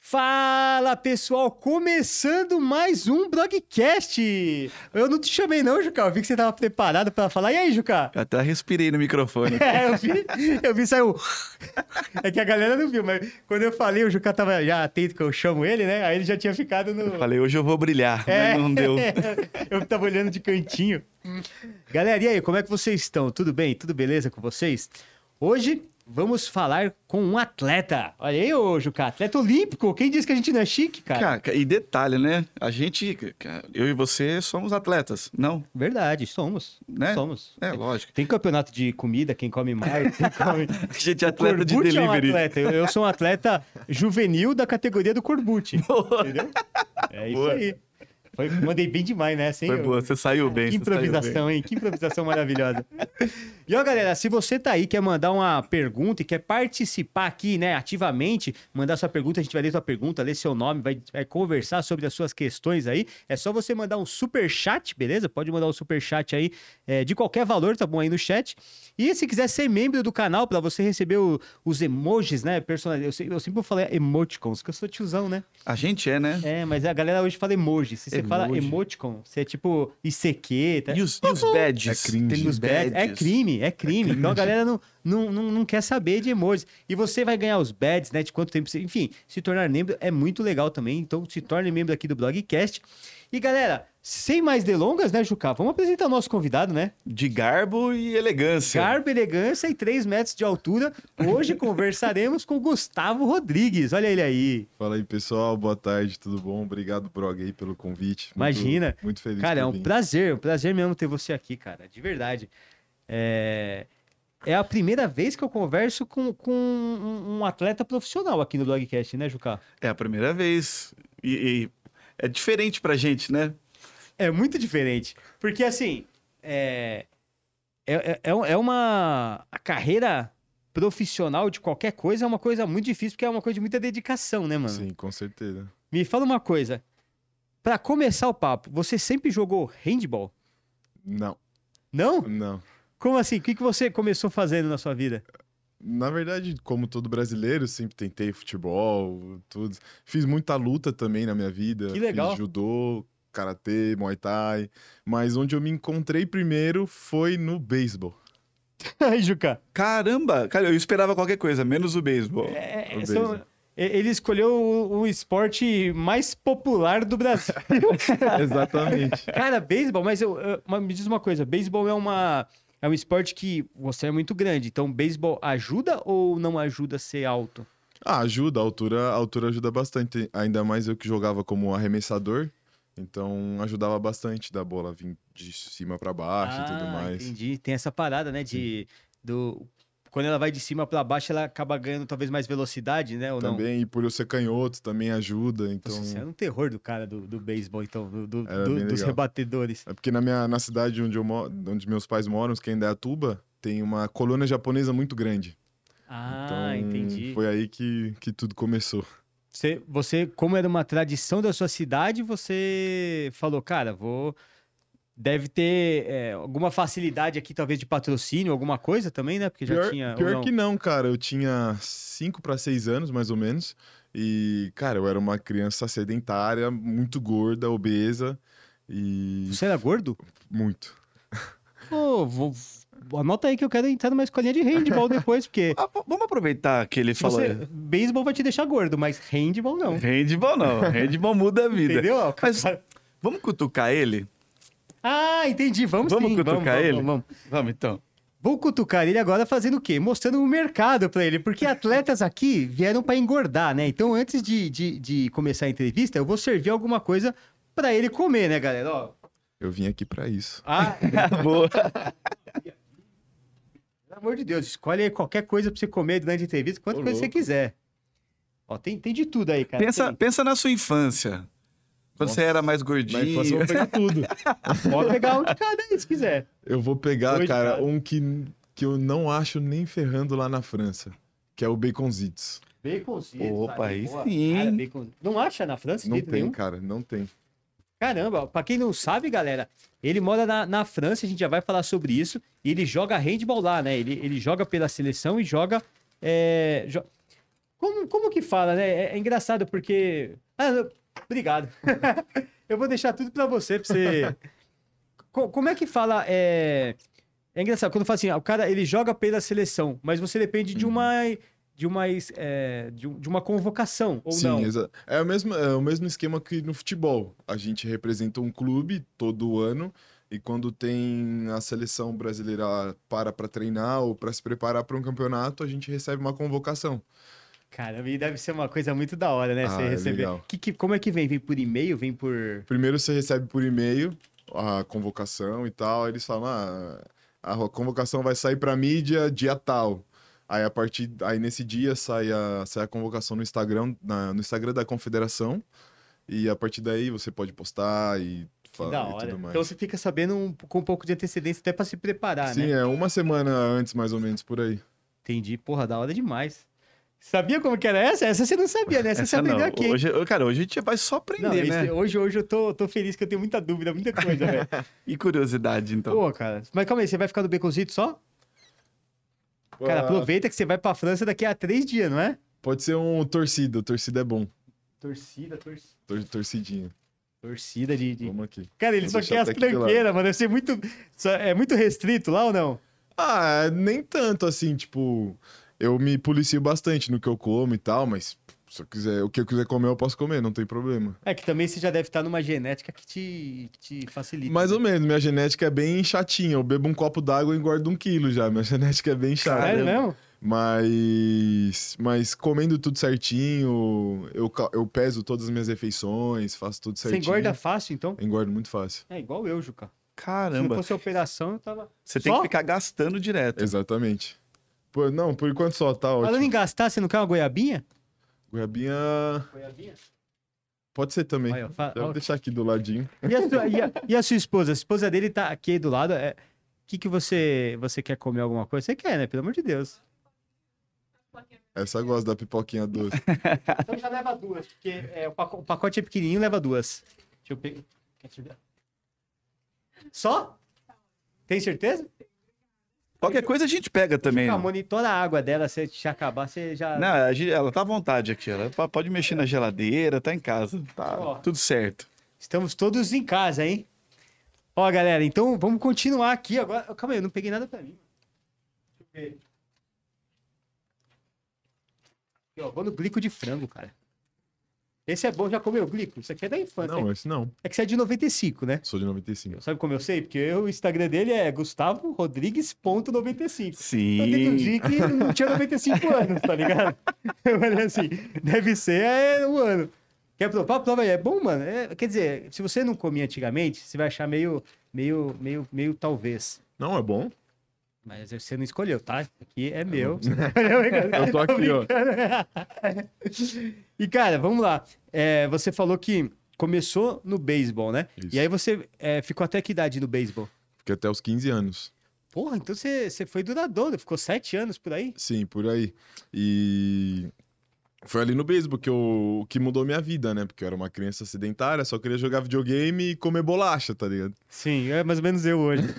Fala, pessoal! Começando mais um Blogcast! Eu não te chamei não, Juca. Eu vi que você tava preparado pra falar. E aí, Juca? Eu até respirei no microfone. Eu vi, saiu... É que a galera não viu, mas quando eu falei, o Juca tava já atento que eu chamo ele, né? Aí ele já tinha ficado no... Eu falei, hoje eu vou brilhar, mas não deu. Eu tava olhando de cantinho. Galera, e aí, como é que vocês estão? Tudo bem? Tudo beleza com vocês? Hoje... vamos falar com um atleta. Olha aí, ô Juca, atleta olímpico. Quem disse que a gente não é chique, cara? Cara, e detalhe, né? A gente, eu e você somos atletas, não? Verdade, somos. Né? Somos. É, lógico. Tem campeonato de comida, quem come mais, quem come... A gente é atleta de Corbucci delivery. É um atleta. Eu sou um atleta juvenil da categoria do Corbucci. Entendeu? É isso Boa. aí. Mandei bem demais, né? Assim, Foi boa, você saiu bem. Que você saiu improvisação, bem. hein? Que improvisação maravilhosa. E ó, galera, se você tá aí, quer mandar uma pergunta e quer participar aqui, né, ativamente, mandar sua pergunta, a gente vai ler sua pergunta, ler seu nome, vai conversar sobre as suas questões aí. É só você mandar um superchat, beleza? Pode mandar um superchat aí de qualquer valor, tá bom? Aí no chat. E se quiser ser membro do canal, pra você receber os emojis, né, personalizados. Eu sempre vou falar emoticons, que eu sou tiozão, né? A gente é, né? É, mas a galera hoje fala emoji. Se você fala emoticon, você é tipo ICQ, tá? E os badges? É cringe. Tem os badges. É crime. Então a galera não quer saber de emojis. E você vai ganhar os badges, né? De quanto tempo você... Enfim, se tornar membro é muito legal também. Então se torne membro aqui do Blogcast. E galera, sem mais delongas, né, Juca? Vamos apresentar o nosso convidado, né? De garbo e elegância. Garbo, elegância e 3 metros de altura. Hoje conversaremos com o Gustavo Rodrigues. Olha ele aí. Fala aí, pessoal. Boa tarde, tudo bom? Obrigado, Brog, aí, pelo convite. Imagina. Muito feliz Cara, é por um vir. prazer mesmo ter você aqui, cara. De verdade. É a primeira vez que eu converso com um atleta profissional aqui no Blogcast, né, Juca? É a primeira vez. E é diferente pra gente, né? É muito diferente. Porque, assim, a carreira profissional de qualquer coisa é uma coisa muito difícil, porque é uma coisa de muita dedicação, né, mano? Sim, com certeza. Me fala uma coisa. Pra começar o papo, você sempre jogou handball? Não, Não? não. Como assim? O que você começou fazendo na sua vida? Na verdade, como todo brasileiro, sempre tentei futebol, tudo. Fiz muita luta também na minha vida. Que legal. Fiz judô, karatê, muay thai. Mas onde eu me encontrei primeiro foi no beisebol. Aí, Juca. Caramba! Cara, eu esperava qualquer coisa, menos o beisebol. Ele escolheu o esporte mais popular do Brasil. Exatamente. Cara, beisebol, mas me diz uma coisa, beisebol é um esporte que você é muito grande, então beisebol ajuda ou não ajuda a ser alto? Ajuda, a altura ajuda bastante. Ainda mais eu que jogava como arremessador. Então ajudava bastante da bola vir de cima pra baixo e tudo mais. Entendi. Tem essa parada, né, quando ela vai de cima pra baixo, ela acaba ganhando talvez mais velocidade, né, ou Também, não? e por eu ser canhoto, também ajuda, então... Nossa, você é um terror do cara do beisebol, então, Era bem dos legal. rebatedores. É porque na cidade onde meus pais moram, que é Indaiatuba, tem uma colônia japonesa muito grande. Ah, Então, entendi. foi aí que tudo começou. Você, como era uma tradição da sua cidade, você falou, cara, deve ter alguma facilidade aqui, talvez, de patrocínio, alguma coisa também, né? Porque já tinha... ou Pior que não, cara. Eu tinha 5 para 6 anos, mais ou menos. E, cara, eu era uma criança sedentária, muito gorda, obesa. E... Você era gordo? Muito. Pô, anota aí que eu quero entrar numa escolinha de handball depois, porque Vamos aproveitar que ele falou. beisebol vai te deixar gordo, mas handball não. Handball não. Handball muda a vida. Entendeu? Mas vamos cutucar ele? Ah, entendi. Vamos sim. Cutucar ele? Vamos. Vamos, então. Vou cutucar ele agora fazendo o quê? Mostrando o mercado pra ele, porque atletas aqui vieram pra engordar, né? Então, antes de começar a entrevista, eu vou servir alguma coisa pra ele comer, né, galera? Ó. Eu vim aqui pra isso. Ah, Boa. pelo amor de Deus, escolhe aí qualquer coisa pra você comer durante a entrevista, quantas Ô, coisas você louco. quiser. Ó, tem de tudo aí, cara. Pensa na sua infância. Quando você era mais Na gordinho. infância eu vou pegar tudo. Pode pegar um de cada aí, se quiser. Eu vou pegar, Hoje, cara, cara. um que eu não acho nem ferrando lá na França, que é o baconzitos. Baconzitos. Opa, aí boa. sim. Cara, bacon... Não acha na França de Não jeito tem, nenhum? cara, não tem. Caramba, pra quem não sabe, galera, ele mora na França, a gente já vai falar sobre isso, e ele joga handball lá, né? Ele joga pela seleção e joga Como que fala, né? É engraçado porque... Obrigado. Eu vou deixar tudo pra você. Como é que fala? É engraçado, quando fala assim, o cara ele joga pela seleção, mas você depende de uma convocação, ou Sim, não? é o mesmo esquema que no futebol. A gente representa um clube todo ano e quando tem a seleção brasileira para treinar ou para se preparar para um campeonato, a gente recebe uma convocação. Cara, e deve ser uma coisa muito da hora, né? Você É receber. legal. Como é que vem? Vem por e-mail? Vem por. Primeiro você recebe por e-mail a convocação e tal, aí eles falam, a convocação vai sair para mídia dia tal. Aí nesse dia sai a convocação no Instagram, no Instagram da confederação, e a partir daí você pode postar e Que da e hora. tudo mais. Então você fica sabendo com um pouco de antecedência até pra se preparar, Sim, né? é uma semana antes, mais ou menos, por aí. Entendi. Porra, da hora demais. Sabia como que era essa? Essa você não sabia, né? Essa você aprendeu aqui, hein? Hoje, cara, hoje a gente vai só aprender, Não, né? hoje eu tô feliz que eu tenho muita dúvida, muita coisa, velho. E curiosidade, então. Pô, cara. Mas calma aí, você vai ficar no Baconzito só? Cara, aproveita que você vai pra França daqui a 3 dias, não é? Pode ser um torcida é bom. Torcida. Torcidinha. Torcida de... Vamos aqui. Cara, ele Vou só deixar quer as até aqui do lado. tranqueiras, mano. Deve ser muito... É muito restrito lá ou não? Nem tanto assim, tipo, eu me policio bastante no que eu como e tal, mas se eu quiser, o que eu quiser comer, eu posso comer, não tem problema. É que também você já deve estar numa genética que te facilita. Mais né? ou menos, minha genética é bem chatinha. Eu bebo um copo d'água e engordo 1 quilo já. Minha genética é bem chata. Sério mesmo? Mas comendo tudo certinho, eu peso todas as minhas refeições, faço tudo Você certinho. engorda fácil, então? Engordo muito fácil. É igual eu, Juca. Se não Caramba. fosse operação, eu tava... Você tem Só? que ficar gastando direto. Exatamente. Não, por enquanto só, tá Falando ótimo. em gastar, você não quer uma goiabinha? Goiabinha Goiabinha? pode ser também. Olha, Vou deixar aqui do ladinho. E a sua esposa? A esposa dele tá aqui do lado. O que você quer comer alguma coisa? Você quer, né? Pelo amor de Deus. Essa gosta da pipoquinha doce. Então já leva 2, porque o pacote é pequenininho, leva 2. Deixa eu pegar. Quer te ver? Só? Tem certeza? Qualquer coisa a gente pega também. Fica, Né? monitora a água dela, se te acabar, você já... Não, ela tá à vontade aqui. Ela pode mexer na geladeira, tá em casa. Tá Ó. tudo certo. Estamos todos em casa, hein? Ó, galera, então vamos continuar aqui agora. Calma aí, eu não peguei nada pra mim. Deixa eu ver. Aqui, ó, vou no glico de frango, cara. Esse é bom, já comeu glico? Isso aqui é da infância. Não, esse não. É que você é de 95, né? Sou de 95. Sabe como eu sei? Porque o Instagram dele é GustavoRodrigues.95. Sim. Eu deduzir que não tinha 95 anos, tá ligado? Eu falei assim, deve ser o ano. Quer provar? Prova aí. É bom, mano. Quer dizer, se você não comia antigamente, você vai achar meio talvez. Não, é bom. Mas você não escolheu, tá? Aqui é meu. Eu tô aqui, ó. E, cara, vamos lá. Você falou que começou no beisebol, né? Isso. E aí você ficou até que idade no beisebol? Fiquei até os 15 anos. Porra, então você foi duradouro. Ficou 7 anos por aí? Sim, por aí. E foi ali no beisebol que mudou minha vida, né? Porque eu era uma criança sedentária, só queria jogar videogame e comer bolacha, tá ligado? Sim, é mais ou menos eu hoje.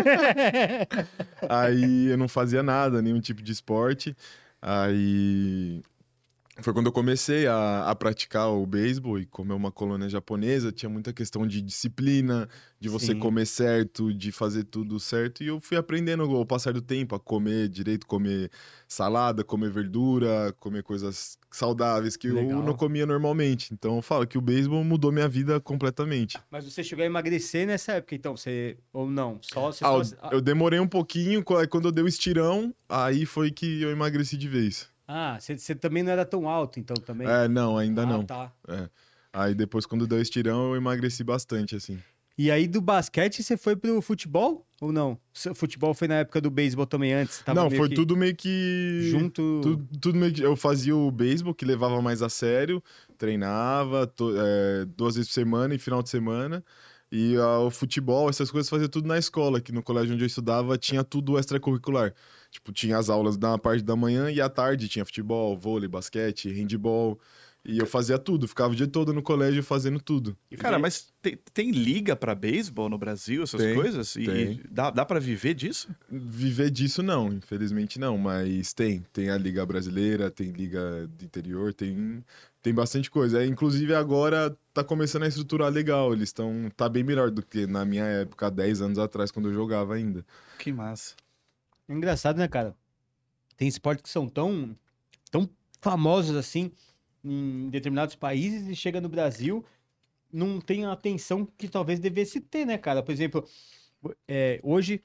Aí eu não fazia nada, nenhum tipo de esporte. Aí foi quando eu comecei a praticar o beisebol e como é uma colônia japonesa, tinha muita questão de disciplina, de você Sim. comer certo, de fazer tudo certo. E eu fui aprendendo ao passar do tempo a comer direito, comer salada, comer verdura, comer coisas saudáveis que Legal. eu não comia normalmente. Então eu falo que o beisebol mudou minha vida completamente. Mas você chegou a emagrecer nessa época, então? Ou não? Eu demorei um pouquinho, quando eu dei o estirão, aí foi que eu emagreci de vez. Você também não era tão alto, então, também? Não, ainda não. Tá. Aí depois, quando deu o estirão, eu emagreci bastante, assim. E aí, do basquete, você foi pro futebol? Ou não? O futebol foi na época do beisebol também antes? Tava Não, meio foi que tudo meio que... junto... Tudo meio que... Eu fazia o beisebol, que levava mais a sério, treinava 2 vezes por semana e final de semana. E o futebol, essas coisas, fazia tudo na escola, que no colégio onde eu estudava tinha tudo extracurricular. Tipo, tinha as aulas na parte da manhã e à tarde tinha futebol, vôlei, basquete, handebol. E eu fazia tudo, ficava o dia todo no colégio fazendo tudo. Cara, mas tem liga pra beisebol no Brasil, essas Tem, coisas? E tem. dá pra viver disso? Viver disso não, infelizmente não, mas tem. Tem a Liga Brasileira, tem Liga do Interior, tem bastante coisa. Inclusive agora tá começando a estruturar legal, tá bem melhor do que na minha época, há 10 anos atrás, quando eu jogava ainda. Que massa. É engraçado, né, cara? Tem esportes que são tão famosos assim em determinados países e chega no Brasil, não tem a atenção que talvez devesse ter, né, cara? Por exemplo, hoje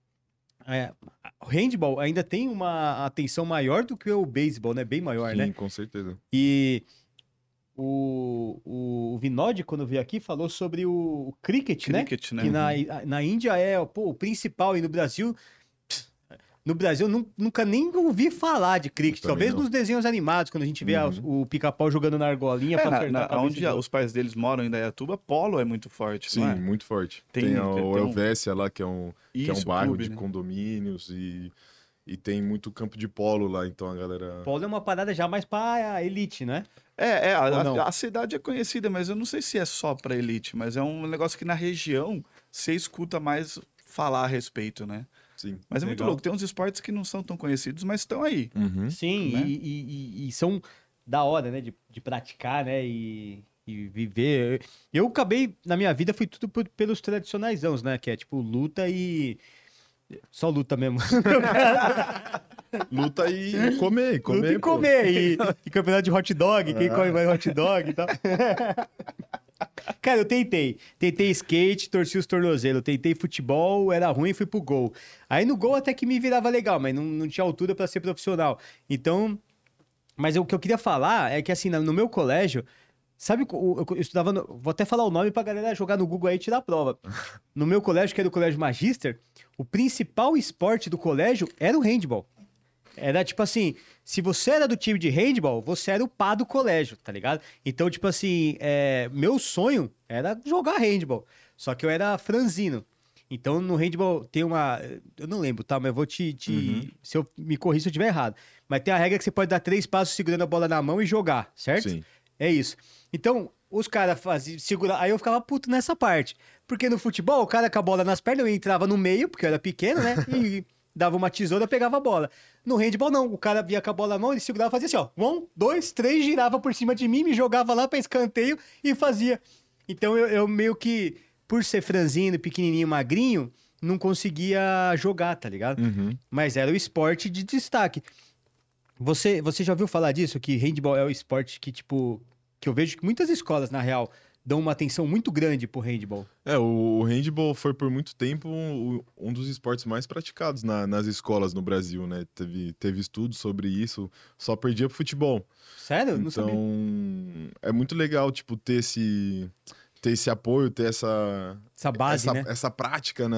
o handball ainda tem uma atenção maior do que o beisebol, né? Bem maior, Sim, né? com certeza. E o Vinod, quando veio aqui, falou sobre o cricket, né? Cricket, né? Que na Índia é o principal, e no Brasil... No Brasil, eu nunca nem ouvi falar de cricket. Eu também Talvez não. nos desenhos animados, quando a gente vê o Pica-Pau jogando na argolinha pra acertar a cabeça Onde do outro. os pais deles moram em Indaiatuba, polo é muito forte, Sim, não é? muito forte. Tem- Tem, tem o um- Helvécia lá, que é um Isso, bairro clube, de né? condomínios e tem muito campo de polo lá, então a galera... Polo é uma parada já mais pra elite, né? Ou não? não? A cidade é conhecida, mas eu não sei se é só pra elite, mas é um negócio que na região você escuta mais falar a respeito, né? Sim. Mas é muito Legal. louco. Tem uns esportes que não são tão conhecidos, mas estão aí. Uhum. Sim, Né? e são da hora, né? De praticar, né? E viver. Eu acabei, na minha vida, fui tudo pelos tradicionaisãos, né? Que é tipo luta e... Só luta mesmo. Luta e comer, Luta e pô. comer. E campeonato de hot dog, quem come mais hot dog e tal. Cara, eu tentei. Tentei skate, torci os tornozelos. Tentei futebol, era ruim, fui pro gol. Aí no gol até que me virava legal, mas não tinha altura pra ser profissional. Então, mas o que eu queria falar é que assim, no meu colégio, sabe, eu estudava vou até falar o nome pra galera jogar no Google aí e tirar a prova. No meu colégio, que era o Colégio Magister, o principal esporte do colégio era o handball. Era tipo assim, se você era do time de handball, você era o pá do colégio, tá ligado? Então, tipo assim, meu sonho era jogar handball. Só que eu era franzino. Então, no handball tem uma... Eu não lembro, tá? Mas eu vou se eu me corrigir se eu estiver errado. Mas tem a regra que você pode dar 3 passos segurando a bola na mão e jogar, certo? Sim. É isso. Então, os caras faziam segurar. Aí eu ficava puto nessa parte. Porque no futebol, o cara com a bola nas pernas, eu entrava no meio, porque eu era pequeno, né? E dava uma tesoura, pegava a bola. No handball, não. O cara via com a bola na mão, ele segurava e fazia assim, ó. 1, 2, 3, girava por cima de mim, me jogava lá pra escanteio e fazia. Então eu meio que, por ser franzino, pequenininho, magrinho, não conseguia jogar, tá ligado? Uhum. Mas era o esporte de destaque. Você já ouviu falar disso? Que handball é o esporte que, tipo... Que eu vejo que muitas escolas, na real, dão uma atenção muito grande pro handball. O handball foi por muito tempo um dos esportes mais praticados nas escolas no Brasil, né? Teve estudos sobre isso, só perdia pro futebol. Sério? Eu não sabia. Então, é muito legal, tipo, ter esse apoio, ter essa Essa base, né? essa prática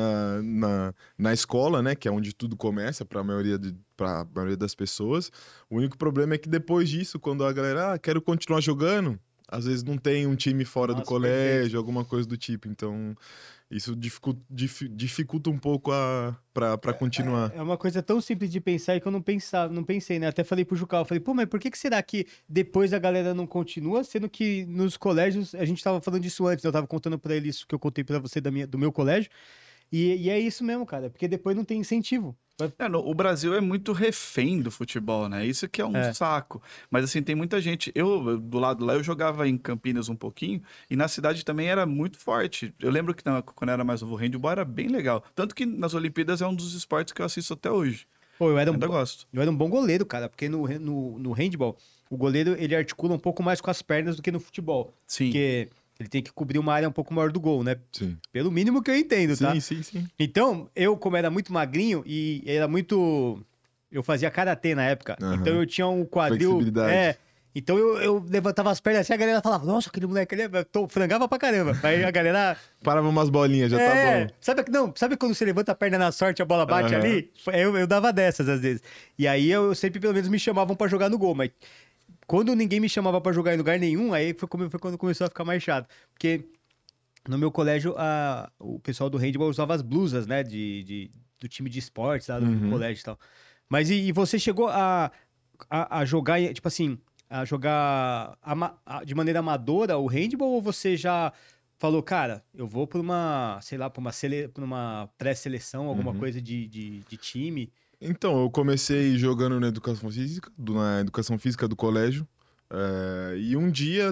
na escola, né? Que é onde tudo começa para a maioria das pessoas. O único problema é que depois disso, quando a galera quero continuar jogando, às vezes não tem um time fora do Nossa, colégio, perfeito. alguma coisa do tipo. Então, isso dificulta um pouco para continuar. É uma coisa tão simples de pensar e que eu não pensei, né? Até falei pro Jucal, falei, pô, mas por que será que depois a galera não continua, sendo que nos colégios, a gente tava falando disso antes, eu tava contando pra ele isso que eu contei pra você do meu colégio, e é isso mesmo, cara, porque depois não tem incentivo. O Brasil é muito refém do futebol, né? Isso que é um saco. Mas assim, tem muita gente. Eu, do lado lá, eu jogava em Campinas um pouquinho, e na cidade também era muito forte. Eu lembro que quando eu era mais novo, o handball era bem legal. Tanto que nas Olimpíadas é um dos esportes que eu assisto até hoje. Pô, eu Ainda gosto. era um bom goleiro, cara, porque no handball, o goleiro, ele articula um pouco mais com as pernas do que no futebol. Sim. Porque ele tem que cobrir uma área um pouco maior do gol, né? Sim. Pelo mínimo que eu entendo, tá? Sim. Então, eu, como era muito magrinho e era muito... Eu fazia karatê na época. Aham. Então, eu tinha um quadril... Flexibilidade. Então, eu levantava as pernas assim, a galera falava, nossa, aquele moleque ali frangava pra caramba. Aí a galera... Parava umas bolinhas, já tá bom. Sabe quando você levanta a perna na sorte e a bola bate Aham. ali? Eu dava dessas, às vezes. E aí, eu sempre, pelo menos, me chamavam pra jogar no gol. Mas quando ninguém me chamava pra jogar em lugar nenhum, aí foi quando começou a ficar mais chato. Porque... No meu colégio, o pessoal do handball usava as blusas, né? Do time de esportes lá do colégio e tal. Mas e você chegou a jogar, tipo assim, a jogar de maneira amadora o handball ou você já falou, cara, eu vou pra uma, sei lá, pra uma pré-seleção, alguma coisa de time? Então, eu comecei jogando na educação física do colégio. E um dia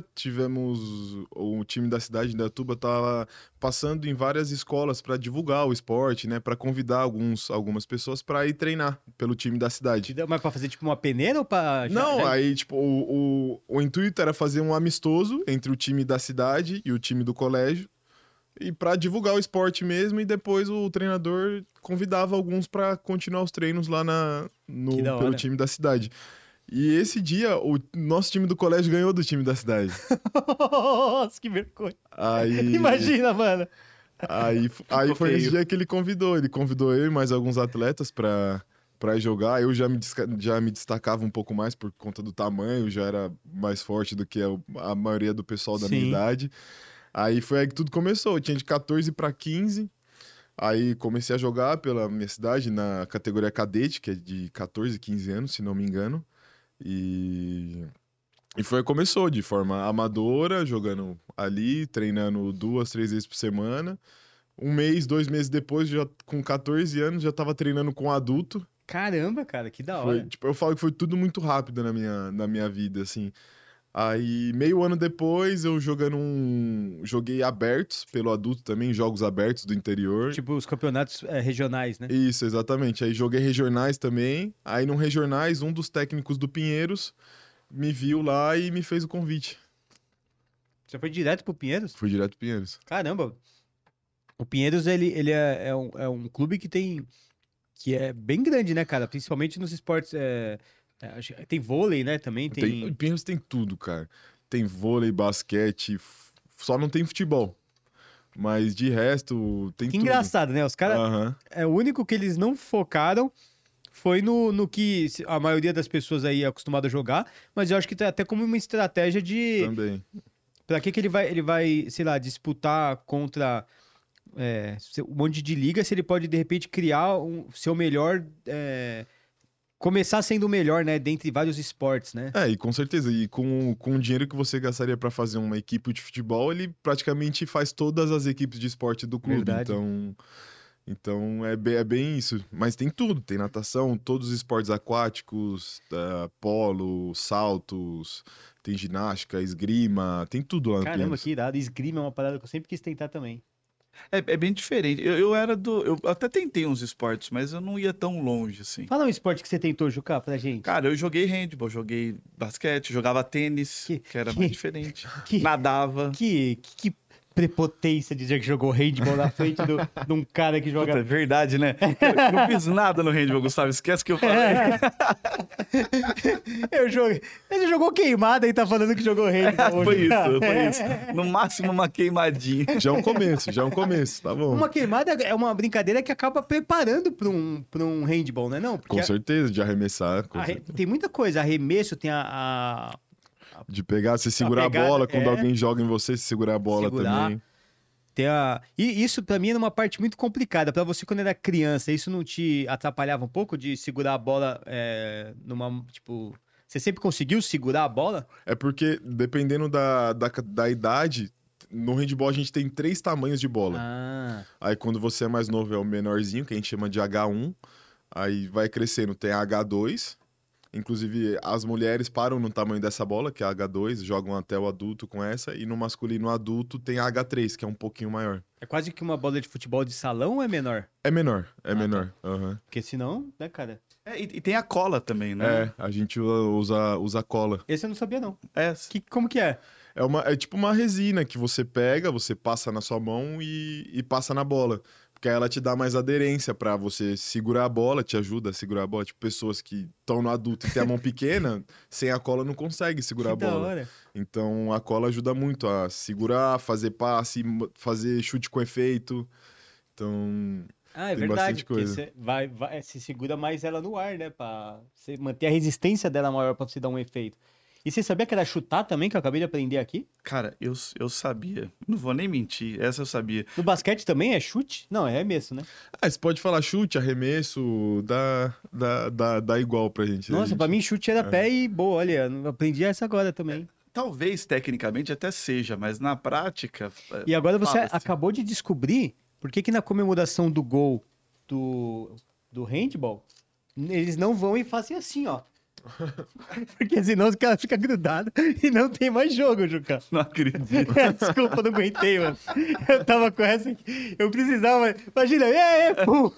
o time da cidade de Indaiatuba estava passando em várias escolas para divulgar o esporte, né? Para convidar algumas pessoas para ir treinar pelo time da cidade. Mas pra fazer tipo uma peneira ou pra... Não, aí tipo, o intuito era fazer um amistoso entre o time da cidade e o time do colégio. E para divulgar o esporte mesmo, e depois o treinador convidava alguns para continuar os treinos lá pelo time da cidade. E esse dia, o nosso time do colégio ganhou do time da cidade. Nossa, que vergonha. Aí, imagina, mano. Aí foi esse dia que ele convidou. Ele convidou eu e mais alguns atletas pra jogar. Eu já me destacava um pouco mais por conta do tamanho, já era mais forte do que a maioria do pessoal da minha idade. Aí foi aí que tudo começou. Eu tinha de 14 para 15. Aí comecei a jogar pela minha cidade na categoria cadete, que é de 14, 15 anos, se não me engano. E foi aí que começou, de forma amadora, jogando ali, treinando 2, 3 vezes por semana. 1 mês, 2 meses depois, já com 14 anos, já tava treinando com adulto. Caramba, cara, que da hora. Eu falo que foi tudo muito rápido na minha vida, assim. Aí, meio ano depois, eu joguei abertos pelo adulto também, jogos abertos do interior. Tipo os campeonatos regionais, né? Isso, exatamente. Aí joguei regionais também. Aí, no regionais, um dos técnicos do Pinheiros me viu lá e me fez o convite. Você foi direto pro Pinheiros? Fui direto pro Pinheiros. Caramba. O Pinheiros, ele é um clube que é bem grande, né, cara? Principalmente nos esportes... tem vôlei, né? Também tem... Pinheiros tem tudo, cara. Tem vôlei, basquete, só não tem futebol. Mas de resto, tem que tudo. Engraçado, né? Os caras... O único que eles não focaram foi no que a maioria das pessoas aí é acostumada a jogar, mas eu acho que tá até como uma estratégia de... Também. Pra que ele vai, sei lá, disputar contra um monte de liga, se ele pode, de repente, criar seu melhor... começar sendo o melhor, né? Dentre vários esportes, né? E com certeza. E com o dinheiro que você gastaria para fazer uma equipe de futebol, ele praticamente faz todas as equipes de esporte do clube. Verdade. Então é bem isso. Mas tem tudo. Tem natação, todos os esportes aquáticos, polo, saltos, tem ginástica, esgrima, tem tudo lá no Caramba, Pinheiros. que irado. Esgrima é uma parada que eu sempre quis tentar também. É bem diferente. Eu até tentei uns esportes, mas eu não ia tão longe, assim. Fala um esporte que você tentou, Juca, pra gente. Cara, eu joguei handball, joguei basquete, jogava tênis, que era mais diferente. Que- Nadava. Que prepotência dizer que jogou handball na frente de um cara que joga... Puta, é verdade, né? Eu não fiz nada no handball, Gustavo. Esquece que eu falei. Eu joguei... Ele jogou queimada e tá falando que jogou handball. Foi isso. No máximo uma queimadinha. Já é um começo, tá bom. Uma queimada é uma brincadeira que acaba preparando pra um handball, né? Não, Com certeza, de arremessar. Tem muita coisa. Arremesso, tem de pegar, você segurar pegada, a bola, quando alguém joga em você, você segurar a bola também. E isso pra mim era uma parte muito complicada. Pra você, quando era criança, isso não te atrapalhava um pouco de segurar a bola tipo... Você sempre conseguiu segurar a bola? É porque, dependendo da idade, no handball a gente tem 3 tamanhos de bola. Aí quando você é mais novo é o menorzinho, que a gente chama de H1. Aí vai crescendo, tem a H2. Inclusive, as mulheres param no tamanho dessa bola, que é a H2, jogam até o adulto com essa. E no masculino adulto tem a H3, que é um pouquinho maior. É quase que uma bola de futebol de salão ou é menor? É menor, menor. Tá. Uhum. Porque senão, né, cara? E tem a cola também, né? A gente usa cola. Esse eu não sabia, não. Como que é? É tipo uma resina que você pega, você passa na sua mão e passa na bola. Porque aí ela te dá mais aderência pra você segurar a bola, te ajuda a segurar a bola. Tipo, pessoas que estão no adulto e têm a mão pequena, sem a cola não consegue segurar a bola. Da hora. Então a cola ajuda muito a segurar, fazer passe, fazer chute com efeito. Então... É tem verdade, bastante porque coisa. você segura mais ela no ar, né? Pra você manter a resistência dela maior pra você dar um efeito. E você sabia que era chutar também, que eu acabei de aprender aqui? Cara, eu sabia. Não vou nem mentir. Essa eu sabia. No basquete também é chute? Não, é arremesso, né? Você pode falar chute, arremesso, dá igual pra gente. Nossa, pra mim chute era pé e boa, olha, eu aprendi essa agora também. Talvez, tecnicamente, até seja, mas na prática... E agora você fala-se. acabou de descobrir por que na comemoração do gol do handball, eles não vão e fazem assim, ó. Porque senão os caras ficam grudados e não tem mais jogo, Juca. Não acredito. Desculpa, não aguentei, mano. Eu tava com essa aqui. Eu precisava. Imagina, pum.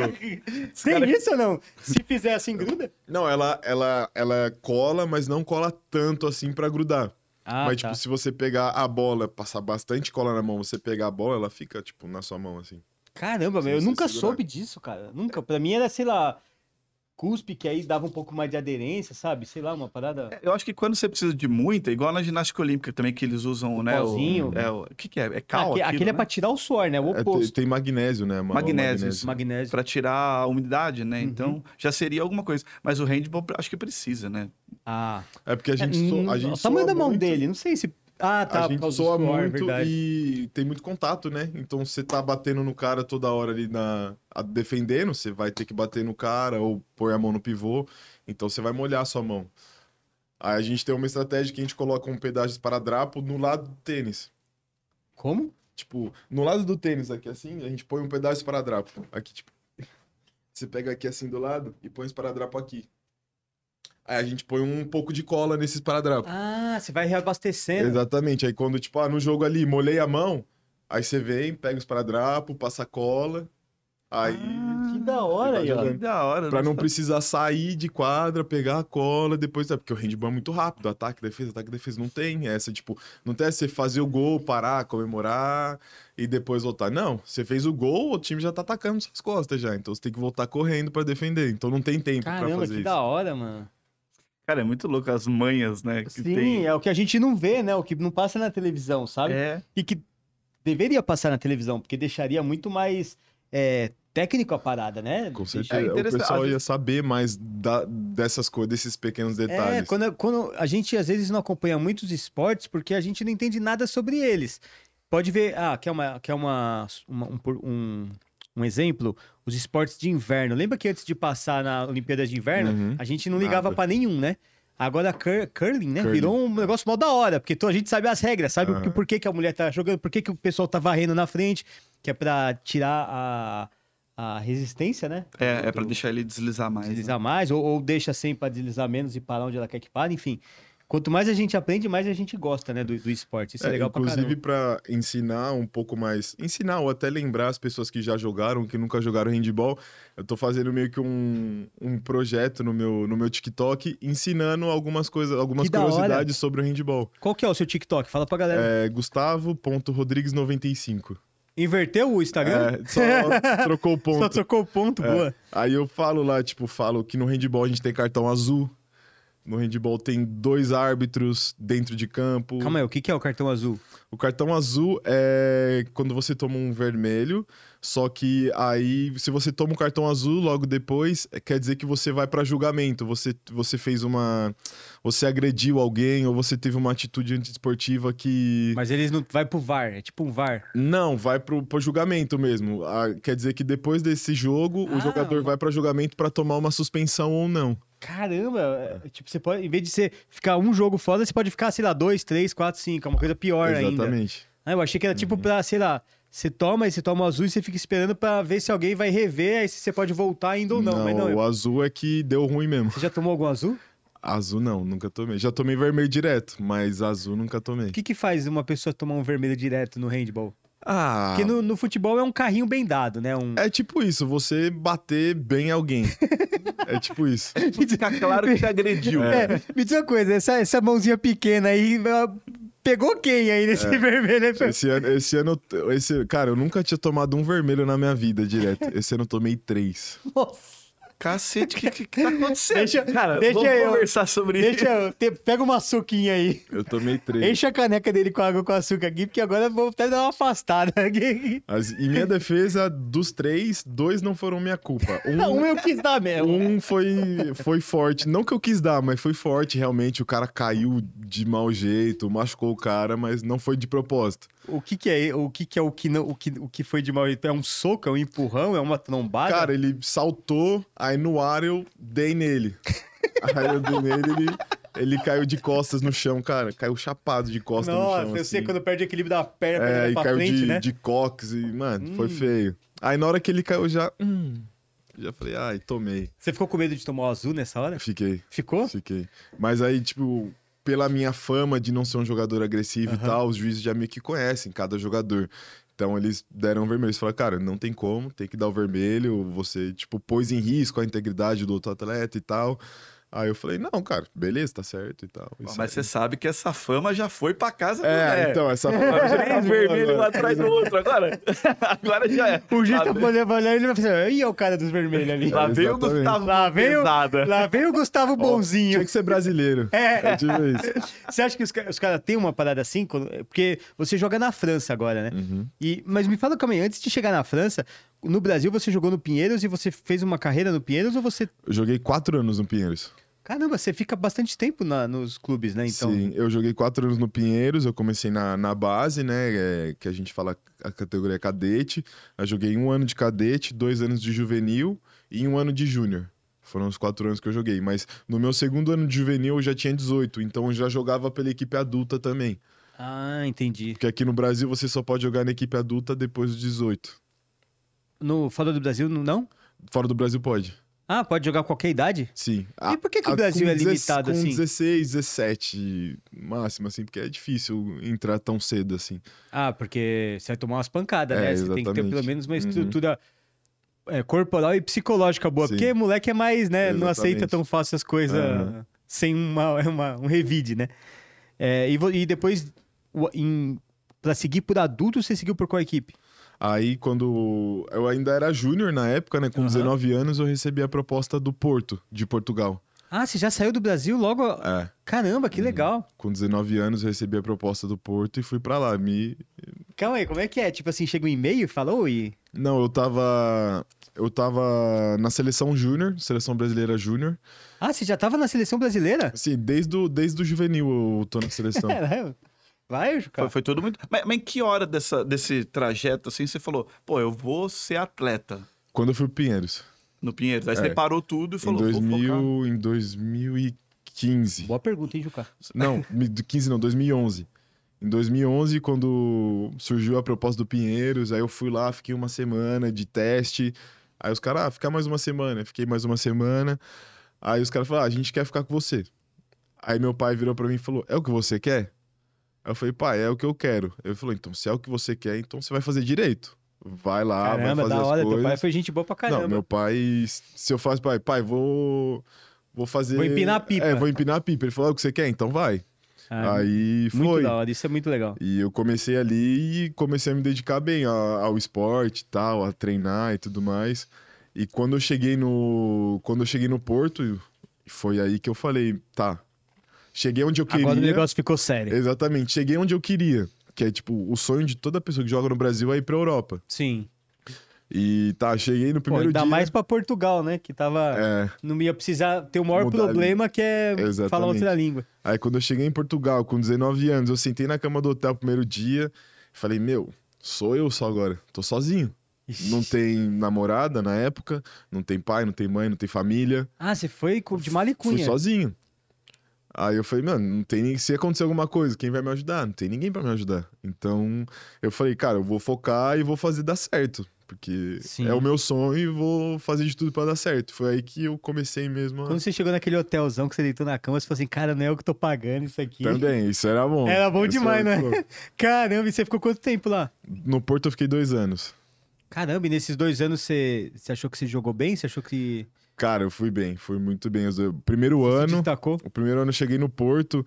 Tem isso ou não? Se fizer assim, gruda? Não, ela cola, mas não cola tanto assim pra grudar. Mas, tipo, se você pegar a bola, passar bastante cola na mão, você pegar a bola, ela fica, tipo, na sua mão, assim. Caramba, Se eu você nunca segurar. soube disso, cara. Nunca. Pra mim era, sei lá, cuspe, que aí dava um pouco mais de aderência, sabe? Sei lá, uma parada. Eu acho que quando você precisa de muita, igual na ginástica olímpica também, que eles usam, né? pauzinho. O que é? É cal Aquele aquilo, é pra né? tirar o suor, né? O oposto. Tem magnésio, né? Magnésio. Magnésio. Pra tirar a umidade, né? Uhum. Então, já seria alguma coisa. Mas o handball, acho que precisa, né? Ah. É porque a gente O tamanho da mão dele, não sei se. Ah, tá. A por gente causa do soa suor, muito verdade. e tem muito contato, né? Então você tá batendo no cara toda hora ali defendendo, você vai ter que bater no cara ou pôr a mão no pivô, então você vai molhar a sua mão. Aí a gente tem uma estratégia que a gente coloca um pedaço de esparadrapo no lado do tênis. Como? Tipo, no lado do tênis aqui assim, a gente põe um pedaço de esparadrapo. Aqui, tipo, você pega aqui assim do lado e põe o esparadrapo aqui. Aí a gente põe um pouco de cola nesse esparadrapo. Ah, você vai reabastecendo. Exatamente. Aí quando, tipo, no jogo ali, molhei a mão, aí você vem, pega o esparadrapo, passa a cola, aí... Que da hora, aí, ó. Que da hora. Pra não tá- precisar sair de quadra, pegar a cola, depois... Porque o handball é muito rápido, ataque, defesa, não tem essa, tipo... Não tem essa, você fazer o gol, parar, comemorar e depois voltar. Não, você fez o gol, o time já tá atacando suas costas já, então você tem que voltar correndo pra defender. Então não tem tempo pra Caramba, fazer que isso. da hora, mano. Cara, é muito louco as manhas, né? Que Sim, tem. é o que a gente não vê, né? O que não passa na televisão, sabe? É. E que deveria passar na televisão, porque deixaria muito mais técnico a parada, né? Com É certeza, o interessante. pessoal Às ia vezes- saber mais dessas coisas, desses pequenos detalhes. Quando a gente às vezes não acompanha muitos esportes porque a gente não entende nada sobre eles. Pode ver, quer um exemplo? Os esportes de inverno. Lembra que antes de passar na Olimpíada de Inverno, Uhum. a gente não ligava Nada. pra nenhum, né? Agora curling, né? Curling. Virou um negócio mó da hora, porque a gente sabe as regras, sabe Aham. por que a mulher tá jogando, por que o pessoal tá varrendo na frente, que é pra tirar a resistência, né? É pra deixar ele deslizar mais. Deslizar mais, ou deixa sem pra deslizar menos e parar onde ela quer que pare, enfim. Quanto mais a gente aprende, mais a gente gosta, né, do esporte. Isso é legal pra inclusive, caramba. para ensinar um pouco mais, ensinar ou até lembrar as pessoas que já jogaram, que nunca jogaram handball, eu tô fazendo meio que um projeto no meu TikTok, ensinando algumas coisas, algumas Que da hora. curiosidades sobre o handball. Qual que é o seu TikTok? Fala pra galera. É Gustavo.Rodrigues95. Inverteu o Instagram? Só trocou o ponto. Só trocou o ponto, boa. Aí eu falo lá, falo que no handball a gente tem cartão azul. No handball tem 2 árbitros dentro de campo. Calma aí, o que é o cartão azul? O cartão azul é quando você toma um vermelho, só que aí, se você toma um cartão azul logo depois, quer dizer que você vai pra julgamento. Você fez você agrediu alguém ou você teve uma atitude antiesportiva que... Mas eles não... Vai pro VAR, é tipo um VAR. Não, vai pro julgamento mesmo. Quer dizer que depois desse jogo, o jogador vai pra julgamento pra tomar uma suspensão ou não. Caramba, tipo, você pode, em vez de você ficar um jogo fora, você pode ficar, sei lá, 2, 3, 4, 5, é uma coisa pior ainda. Exatamente. Ah, eu achei que era tipo pra, sei lá, você toma o azul e você fica esperando pra ver se alguém vai rever, aí se você pode voltar ainda ou não. Mas não, o azul é que deu ruim mesmo. Você já tomou algum azul? Azul não, nunca tomei. Já tomei vermelho direto, mas azul nunca tomei. O que faz uma pessoa tomar um vermelho direto no handball? Ah, Porque no futebol é um carrinho bem dado, né? é tipo isso, você bater bem alguém. É tipo isso. Fica claro que te agrediu. Me diz uma coisa, essa mãozinha pequena aí, pegou quem aí nesse vermelho? Cara, eu nunca tinha tomado um vermelho na minha vida direto. Esse ano eu tomei 3. Nossa. Cacete, o que tá acontecendo? Deixa Cara, eu- vamos conversar sobre isso. Pega uma suquinha aí. Eu tomei 3. Enche a caneca dele com água com açúcar aqui, porque agora eu vou até dar uma afastada aqui. Em minha defesa, dos 3, 2 não foram minha culpa. Um eu quis dar mesmo. Foi forte. Não que eu quis dar, mas foi forte, realmente. O cara caiu de mau jeito, machucou o cara, mas não foi de propósito. O que é o que foi de mal jeito? É um soco, é um empurrão, é uma trombada? Cara, ele saltou, aí no ar eu dei nele. Aí eu dei nele, ele caiu de costas no chão, cara. Caiu chapado de costas no chão. Nossa, eu sei, quando perde o equilíbrio da perna, quando vai E pra caiu frente, né? de cox e, mano, foi feio. Aí na hora que ele caiu, já falei, ai, tomei. Você ficou com medo de tomar o azul nessa hora? Fiquei. Ficou? Fiquei. Mas aí, tipo, pela minha fama de não ser um jogador agressivo e tal, os juízes já meio que conhecem cada jogador. Então eles deram o vermelho. Eles falaram, cara, não tem como, tem que dar o vermelho. Você, tipo, pôs em risco a integridade do outro atleta e tal. Aí eu falei, não, cara, beleza, tá certo e tal. Mas você sabe que essa fama já foi pra casa do então, essa fama já três vermelhos um atrás do outro. Agora já é. O juiz tá olhando e ele vai fazer, aí é o cara dos vermelhos ali. Lá veio o Gustavo pesada. Lá veio o Gustavo bonzinho. Tinha que ser brasileiro. É tipo isso. Você acha que os caras têm uma parada assim? Porque você joga na França agora, né? Uhum. Mas me fala, calma aí, antes de chegar na França, no Brasil você jogou no Pinheiros e você fez uma carreira no Pinheiros ou você... Eu joguei 4 anos no Pinheiros. Caramba, você fica bastante tempo nos clubes, né? Então... Sim, eu joguei 4 anos no Pinheiros, eu comecei na base, né, que a gente fala a categoria cadete. Eu joguei 1 ano de cadete, 2 anos de juvenil e 1 ano de júnior. Foram os 4 anos que eu joguei. Mas no meu 2º ano de juvenil eu já tinha 18, então eu já jogava pela equipe adulta também. Ah, entendi. Porque aqui no Brasil você só pode jogar na equipe adulta depois dos 18. Fora do Brasil, não? Fora do Brasil pode. Ah, pode jogar qualquer idade? Sim. E por que o Brasil é limitado assim? Com 16, 17 máximo, assim, porque é difícil entrar tão cedo assim. Ah, porque você vai tomar umas pancadas, né? Você tem que ter pelo menos uma estrutura corporal e psicológica boa. Sim. Porque moleque é mais, né? Exatamente. Não aceita tão fácil as coisas sem um revide, né? E depois, pra seguir por adulto, você seguiu por qual equipe? Aí, quando eu ainda era júnior na época, né? Com 19 anos, eu recebi a proposta do Porto, de Portugal. Ah, você já saiu do Brasil logo? É. Caramba, que legal. Com 19 anos, eu recebi a proposta do Porto e fui pra lá. Calma aí, como é que é? Tipo assim, chega um e-mail e fala, oi? Não, eu tava na seleção júnior, seleção brasileira júnior. Ah, você já tava na seleção brasileira? Sim, desde o juvenil eu tô na seleção. Vai, Juca. Foi tudo muito... Mas em que hora desse trajeto, assim, você falou, pô, eu vou ser atleta? Quando eu fui pro Pinheiros. No Pinheiros. Aí você parou tudo e falou, Em 2015. Boa pergunta, hein, Juca? Não, 2011. Em 2011, quando surgiu a proposta do Pinheiros, aí eu fui lá, fiquei 1 semana de teste. Aí os caras, ficar mais 1 semana. Fiquei mais 1 semana. Aí os caras falaram, a gente quer ficar com você. Aí meu pai virou pra mim e falou, é o que você quer? Aí eu falei, pai, é o que eu quero. Ele falou, então, se é o que você quer, então você vai fazer direito. Vai lá, vai fazer da hora, as coisas. Teu pai foi gente boa pra caramba. Não, meu pai, se eu faço, pai, vou fazer... Vou empinar a pipa. Vou empinar a pipa. Ele falou, é o que você quer? Então vai. Aí foi. Muito da hora, isso é muito legal. E eu comecei ali e comecei a me dedicar bem ao esporte e tal, a treinar e tudo mais. E quando eu cheguei no Porto, foi aí que eu falei, tá, cheguei onde eu queria. Agora o negócio ficou sério. Exatamente, cheguei onde eu queria. Que é tipo, o sonho de toda pessoa que joga no Brasil é ir pra Europa. Sim. E tá, cheguei no primeiro dia... Ainda mais pra Portugal, né? Que tava... Não ia precisar ter o maior problema que é falar outra língua. Aí quando eu cheguei em Portugal, com 19 anos, eu sentei na cama do hotel o primeiro dia. Falei, sou eu só agora. Tô sozinho. Ixi. Não tem namorada na época, não tem pai, não tem mãe, não tem família. Ah, você foi de malicunha. Fui sozinho. Aí eu falei, não tem nem... Se acontecer alguma coisa, quem vai me ajudar? Não tem ninguém pra me ajudar. Então, eu falei, cara, eu vou focar e vou fazer dar certo. Porque é o meu sonho e vou fazer de tudo pra dar certo. Foi aí que eu comecei mesmo a... Quando você chegou naquele hotelzão que você deitou na cama, você falou assim, cara, não é eu que tô pagando isso aqui. Também, isso era bom. Era bom demais, né? Caramba, e você ficou quanto tempo lá? No Porto eu fiquei 2 anos. Caramba, e nesses 2 anos você achou que você jogou bem? Você achou que... Cara, eu fui muito bem. O primeiro ano eu cheguei no Porto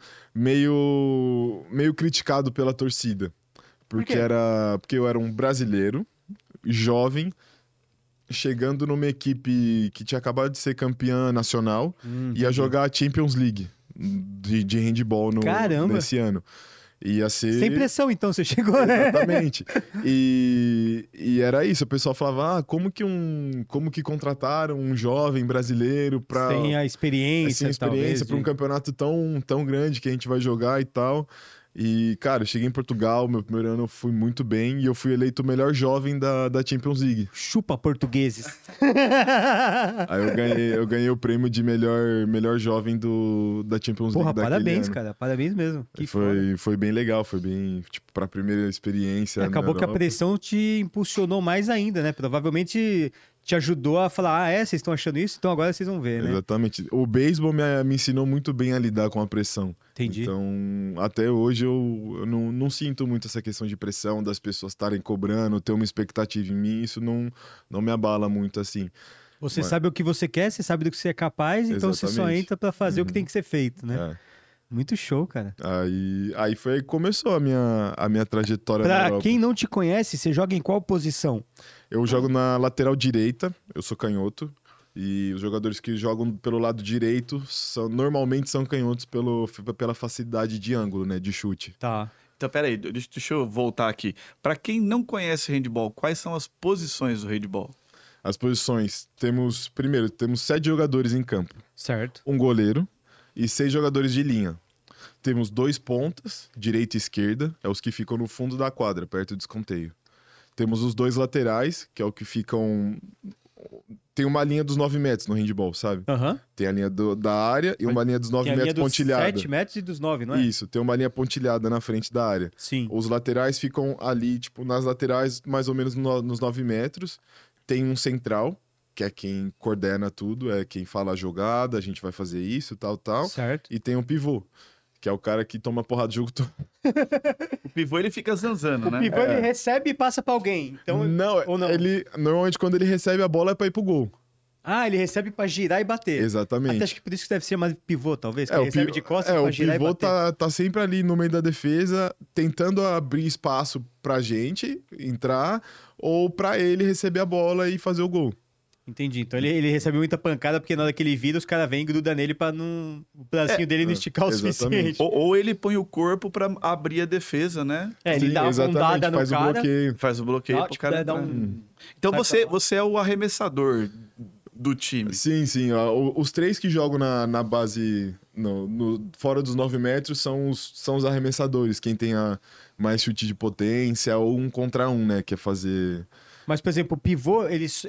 meio criticado pela torcida. Porque eu era um brasileiro, jovem, chegando numa equipe que tinha acabado de ser campeã nacional, ia jogar a Champions League de handball nesse ano. Ia ser... Sem pressão, então, você chegou, né? Exatamente. E era isso, o pessoal falava, como que contrataram um jovem brasileiro para Sem a experiência, talvez. para um campeonato tão grande que a gente vai jogar e tal. E, cara, eu cheguei em Portugal, meu primeiro ano eu fui muito bem e eu fui eleito o melhor jovem da Champions League. Chupa portugueses. Aí eu ganhei o prêmio de melhor jovem da Champions League. Porra, parabéns, ano. cara. Parabéns mesmo. Que foda. Foi bem legal, foi bem, tipo, pra primeira experiência. Acabou na que a Europa. pressão te impulsionou mais ainda, né? Provavelmente te ajudou a falar, vocês estão achando isso? Então agora vocês vão ver, né? Exatamente. O beisebol me ensinou muito bem a lidar com a pressão. Entendi. Então, até hoje eu não sinto muito essa questão de pressão, das pessoas estarem cobrando, ter uma expectativa em mim, isso não me abala muito assim. Você sabe o que você quer, você sabe do que você é capaz, então você só Exatamente. entra pra fazer o que tem que ser feito, né? É. Muito show, cara. Aí foi aí que começou a minha trajetória na Pra Europa. quem não te conhece, você joga em qual posição? Eu jogo na lateral direita, eu sou canhoto. E os jogadores que jogam pelo lado direito normalmente são canhotos pela facilidade de ângulo, né? De chute. Tá. Então, peraí, deixa eu voltar aqui. Para quem não conhece handball, quais são as posições do handball? As posições, temos 7 jogadores em campo. Certo. Um goleiro e 6 jogadores de linha. Temos 2 pontas, direita e esquerda, é os que ficam no fundo da quadra, perto do escanteio. Temos os 2 laterais, que é o que ficam... Tem uma linha dos 9 metros no handball, sabe? Aham. Tem a linha da área e uma linha dos 9 Tem a linha metros dos pontilhada. 7 metros e dos 9, não é? Isso, tem uma linha pontilhada na frente da área. Sim. Os laterais ficam ali, tipo, nas laterais, mais ou menos nos 9 metros. Tem um central, que é quem coordena tudo, é quem fala a jogada, a gente vai fazer isso, tal. Certo. E tem um pivô, que é o cara que toma porrada do jogo todo. O pivô, ele fica zanzando, né? O pivô, ele recebe e passa pra alguém. Então, ou não? Ele, normalmente quando ele recebe a bola é pra ir pro gol. Ah, ele recebe pra girar e bater. Exatamente. Até acho que por isso que deve ser mais pivô, talvez. Que ele recebe de costas o pra girar e pivô bater. tá sempre ali no meio da defesa, tentando abrir espaço pra gente entrar, ou pra ele receber a bola e fazer o gol. Entendi. Então ele recebe muita pancada, porque na hora que ele vira, os caras vêm e grudam nele pra não... o bracinho dele não esticar o exatamente. suficiente. Ou ele põe o corpo pra abrir a defesa, né? Ele Sim, dá uma exatamente, fundada no faz o cara. bloqueio. Faz o bloqueio pro Tipo, cara dá entrar. um... Então Sai você é o arremessador do time. Sim. Ó, os 3 que jogam na base, fora dos 9 metros, são os arremessadores. Quem tem mais chute de potência, ou 1 contra 1, né? Que é fazer... Mas, por exemplo, o pivô,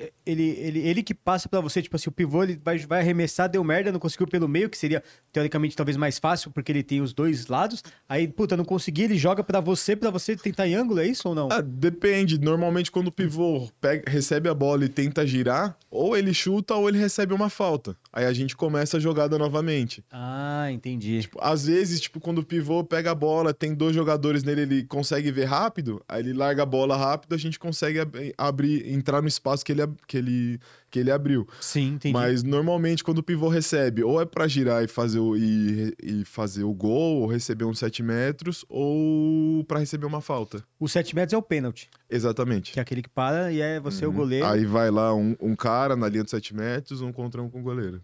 ele que passa pra você, tipo assim, o pivô ele vai arremessar, deu merda, não conseguiu pelo meio, que seria, teoricamente, talvez mais fácil, porque ele tem os 2 lados. Aí, puta, não consegui, ele joga pra você tentar em ângulo, é isso ou não? Depende. Normalmente, quando o pivô recebe a bola e tenta girar, ou ele chuta ou ele recebe uma falta. Aí a gente começa a jogada novamente. Ah, entendi. Às vezes, quando o pivô pega a bola, tem 2 jogadores nele, ele consegue ver rápido, aí ele larga a bola rápido, a gente consegue entrar no espaço que ele abriu. Sim, entendi. Mas normalmente quando o pivô recebe, ou é pra girar e fazer o gol, ou receber uns 7 metros, ou pra receber uma falta. Os 7 metros é o pênalti, Exatamente. que é aquele que para e é você o goleiro. Aí vai lá um cara na linha de 7 metros, 1 contra 1 com o goleiro.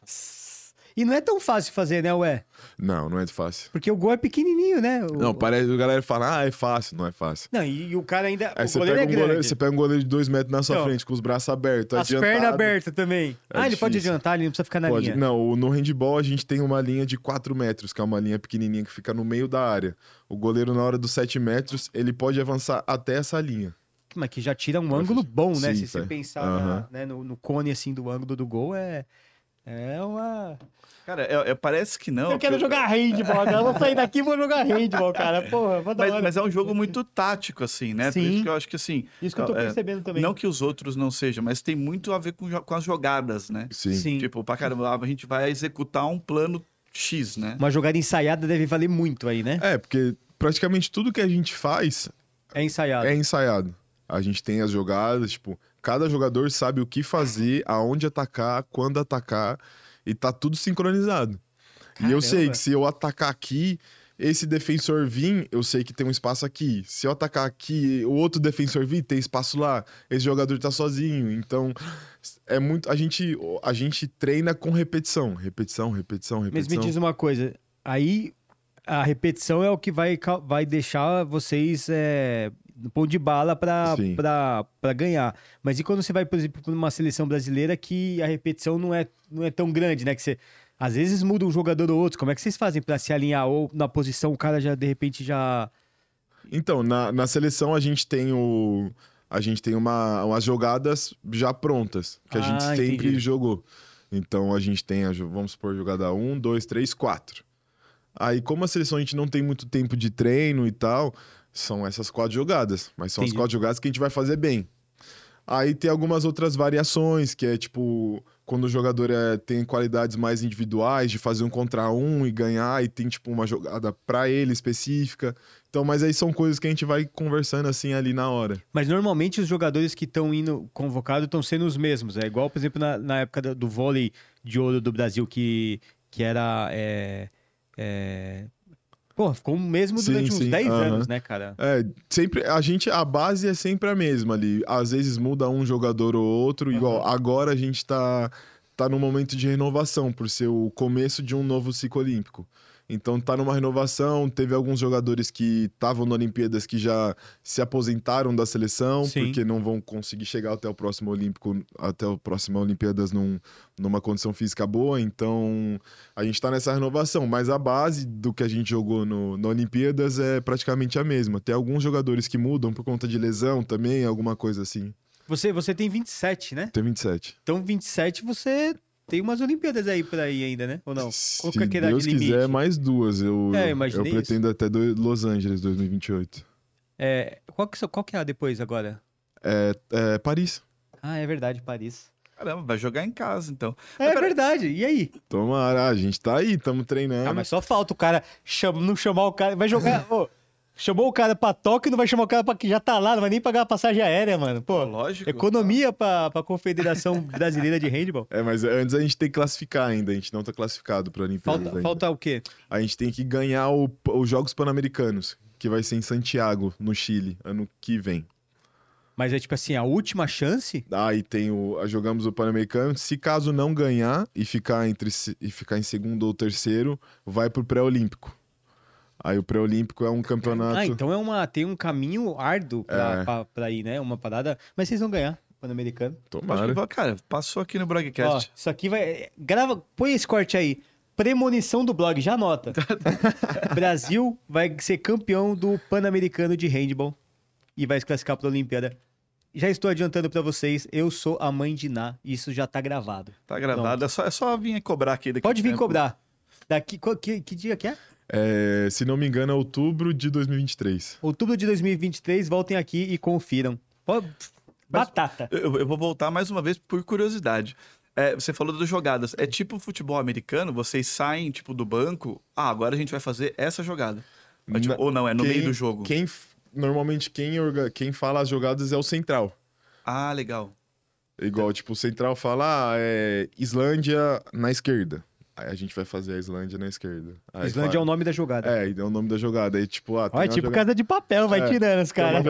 E não é tão fácil fazer, né, ué? Não é fácil. Porque o gol é pequenininho, né? Não, parece, a galera fala, é fácil, não é fácil. Não, e o cara ainda... Aí o goleiro é grande. você pega um goleiro de 2 metros na sua Então, frente, com os braços abertos, As pernas abertas também. Ele pode difícil. adiantar, ele não precisa ficar na Pode. linha. Não, no handball a gente tem uma linha de 4 metros, que é uma linha pequenininha que fica no meio da área. O goleiro, na hora dos 7 metros, ele pode avançar até essa linha. Mas que já tira um ângulo bom, né? Sim, Se você tá. pensar no cone, assim, do ângulo do gol, é uma... Cara, parece que não. Eu quero jogar handball, agora eu vou sair daqui e vou jogar handball, cara. Porra, vou dar Mas é um jogo muito tático, assim, né? Sim. Por isso que eu acho que, assim... Isso que eu tô percebendo também. Não que os outros não sejam, mas tem muito a ver com as jogadas, né? Sim. Tipo, pra caramba, a gente vai executar um plano X, né? Uma jogada ensaiada deve valer muito aí, né? Porque praticamente tudo que a gente faz É ensaiado. é ensaiado. A gente tem as jogadas, cada jogador sabe o que fazer, aonde atacar, quando atacar, e tá tudo sincronizado. Caramba. E eu sei que se eu atacar aqui, esse defensor vir, eu sei que tem um espaço aqui. Se eu atacar aqui, o outro defensor vir, tem espaço lá. Esse jogador tá sozinho. Então, é muito... A gente treina com repetição. Repetição. Mas me diz uma coisa, aí A repetição é o que vai deixar vocês no ponto de bala Sim. pra ganhar. Mas e quando você vai, por exemplo, para uma seleção brasileira que a repetição não é tão grande, né? Que você, às vezes, muda um jogador ou outro. Como é que vocês fazem pra se alinhar? Ou na posição o cara já, de repente, já... Então, na seleção a gente tem umas jogadas já prontas, que a gente sempre entendi. jogou. Então a gente tem, vamos supor, jogada 1, 2, 3, 4. Aí, como a seleção a gente não tem muito tempo de treino e tal, são essas 4 jogadas. Mas são Entendi. as 4 jogadas que a gente vai fazer bem. Aí tem algumas outras variações, que é tipo, quando o jogador tem qualidades mais individuais, de fazer 1 contra 1 e ganhar, e tem tipo uma jogada pra ele específica. Então, mas aí são coisas que a gente vai conversando assim ali na hora. Mas normalmente os jogadores que estão indo convocados estão sendo os mesmos. É igual, por exemplo, na época do vôlei de ouro do Brasil, que era... Pô, ficou o mesmo Sim, durante uns sim, 10 aham. anos, né, cara? Sempre, a base é sempre a mesma ali. Às vezes muda um jogador ou outro, igual agora a gente tá num momento de renovação, por ser o começo de um novo ciclo olímpico. Então tá numa renovação, teve alguns jogadores que estavam na Olimpíadas que já se aposentaram da seleção, Sim. porque não vão conseguir chegar até o próximo Olímpico, até a próxima Olimpíadas numa condição física boa. Então a gente tá nessa renovação, mas a base do que a gente jogou na Olimpíadas é praticamente a mesma. Tem alguns jogadores que mudam por conta de lesão também, alguma coisa assim. Você tem 27, né? Tem 27. Então, 27 você tem umas Olimpíadas aí por aí ainda, né? Ou não? Se Qual que é a idade Deus limite? quiser, mais 2. Eu imaginei pretendo até Los Angeles 2028. Qual que é a depois agora? Paris. Ah, é verdade, Paris. Caramba, vai jogar em casa, então. É verdade, e aí? Tomara, a gente tá aí, estamos treinando. Ah, mas só falta o cara não chamar o cara. Vai jogar. Ô, chamou o cara pra Tóquio e não vai chamar o cara pra que já tá lá, não vai nem pagar a passagem aérea, mano. Pô, Lógico. economia pra Confederação Brasileira de Handball. Mas antes a gente tem que classificar ainda, a gente não tá classificado pra Olimpíadas ainda. Falta o quê? A gente tem que ganhar os Jogos Pan-Americanos, que vai ser em Santiago, no Chile, ano que vem. Mas é tipo assim, a última chance? Aí jogamos o Pan-Americano, se caso não ganhar e ficar em segundo ou terceiro, vai pro pré-olímpico. Aí o pré-olímpico é um campeonato... Ah, então tem um caminho árduo pra ir, né? Uma parada... Mas vocês vão ganhar, Pan-Americano. Tomara. Cara, passou aqui no Ó, broadcast. isso aqui vai... Põe esse corte aí. Premonição do blog, já anota. Brasil vai ser campeão do Pan-Americano de Handball e vai se classificar pra Olimpíada. Já estou adiantando pra vocês, eu sou a mãe de Ná, isso já tá gravado. Tá gravado, é só vir cobrar aqui daqui. Pode vir tempo. cobrar. Daqui, que dia que é? Se não me engano, é outubro de 2023. Outubro de 2023, voltem aqui e confiram. Batata. Eu vou voltar mais uma vez por curiosidade. Você falou das jogadas. É tipo futebol americano? Vocês saem tipo do banco? Agora a gente vai fazer essa jogada. Ou não, é no meio do jogo. Normalmente quem fala as jogadas é o central. Ah, legal. Igual, tipo, o central fala, Islândia na esquerda. Aí a gente vai fazer a Islândia na esquerda. Aí Islândia é o nome da jogada. É o nome da jogada. Aí, tipo, Olha, tipo casa de papel, vai tirando os caras.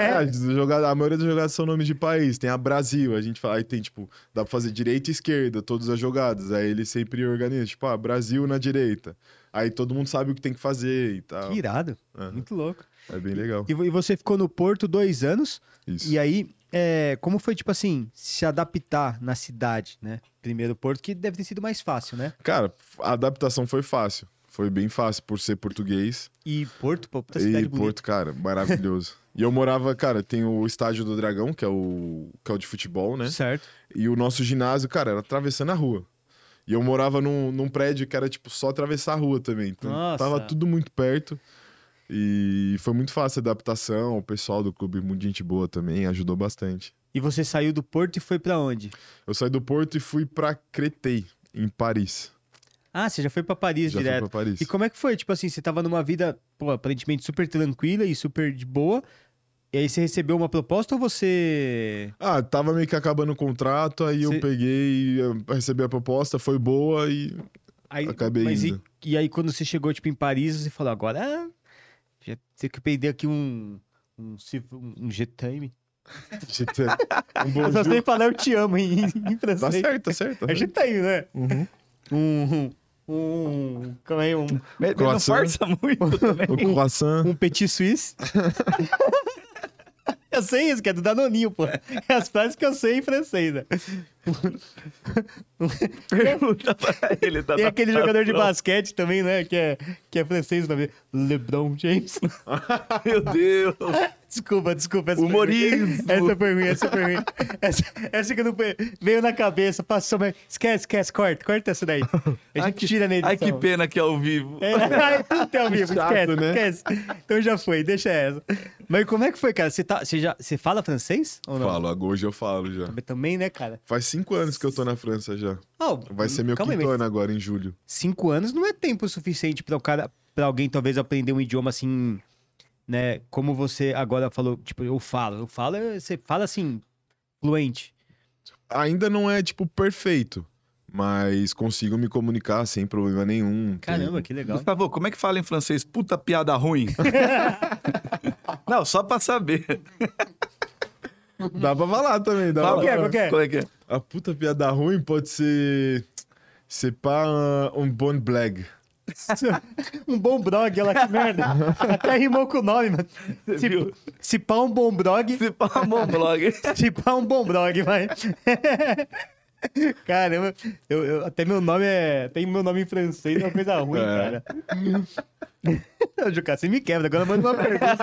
A maioria das jogadas são nomes de país. Tem a Brasil, a gente fala, aí tem, tipo, dá pra fazer direita e esquerda, todas as jogadas. Aí ele sempre organiza, tipo, Brasil na direita. Aí todo mundo sabe o que tem que fazer e tal. Que irado. Muito louco. É bem legal. E você ficou no Porto 2 anos. Isso. E aí, como foi, tipo assim, se adaptar na cidade, né? Primeiro Porto, que deve ter sido mais fácil, né? Cara, a adaptação foi fácil. Foi bem fácil por ser português. E Porto, pô, puta cidade bonita. Porto, cara, maravilhoso. E eu morava, cara, tem o Estádio do Dragão, que é o de futebol, né? Certo. E o nosso ginásio, cara, era atravessando a rua. E eu morava num prédio que era, tipo, só atravessar a rua também. Então, tava tudo muito perto. E foi muito fácil a adaptação. O pessoal do clube, muita gente boa também, ajudou bastante. E você saiu do Porto e foi pra onde? Eu saí do Porto e fui pra Créteil, em Paris. Ah, você já foi pra Paris Já direto. fui pra Paris. E como é que foi? Tipo assim, você tava numa vida, pô, aparentemente super tranquila e super de boa. E aí você recebeu uma proposta ou você... Tava meio que acabando o contrato, aí eu peguei, recebi a proposta, foi boa e acabei indo. E aí quando você chegou, tipo, em Paris, você falou, agora... já tem que perder aqui um G-Time. Eu só sei falar eu te amo em francês. Tá certo. É G-Time, né? Uhum. Como é? Não Croissant. força muito também. O croissant. Um petit suisse. Eu sei isso, que é do Danoninho, pô. É as frases que eu sei em francês, né? Pergunta pra ele. Tem aquele jogador de basquete também, né? Que é francês também. LeBron James. Meu Deus. Desculpa. Humorismo. Essa foi ruim. Essa que não veio na cabeça, passou, mas esquece, corta essa daí. A gente tira na edição. Ai, que pena que é ao vivo. Ai, tudo é ao vivo, Chato, esquece. Então já foi, deixa essa. Mas como é que foi, cara? Você fala francês ou não? Falo, hoje eu falo já. Mas também, né, cara? Faz 5 anos que eu tô na França já. Oh, Vai ser meu calma aí, quinto mas ano agora, em julho. 5 anos não é tempo suficiente pra alguém talvez aprender um idioma assim, né? Como você agora falou, tipo, eu falo, você fala assim, fluente. Ainda não é, tipo, perfeito. Mas consigo me comunicar sem problema nenhum. Caramba, que legal. Gustavo, como é que fala em francês? Puta piada ruim. Não, só pra saber. Dá pra falar também. Dá Qual pra que é? falar. Qual que é? Qual é que é? A puta piada ruim pode ser... C'est pas un bon blague. Um bom brog, olha lá que merda. Até rimou com o nome, mano. Você viu? Se pá um bom brog, Se pá, um bom blog. se pá um bom brog, vai. Caramba, até meu nome tem meu nome em francês, é uma coisa ruim, cara. Não, Juca, você me quebra, agora manda uma pergunta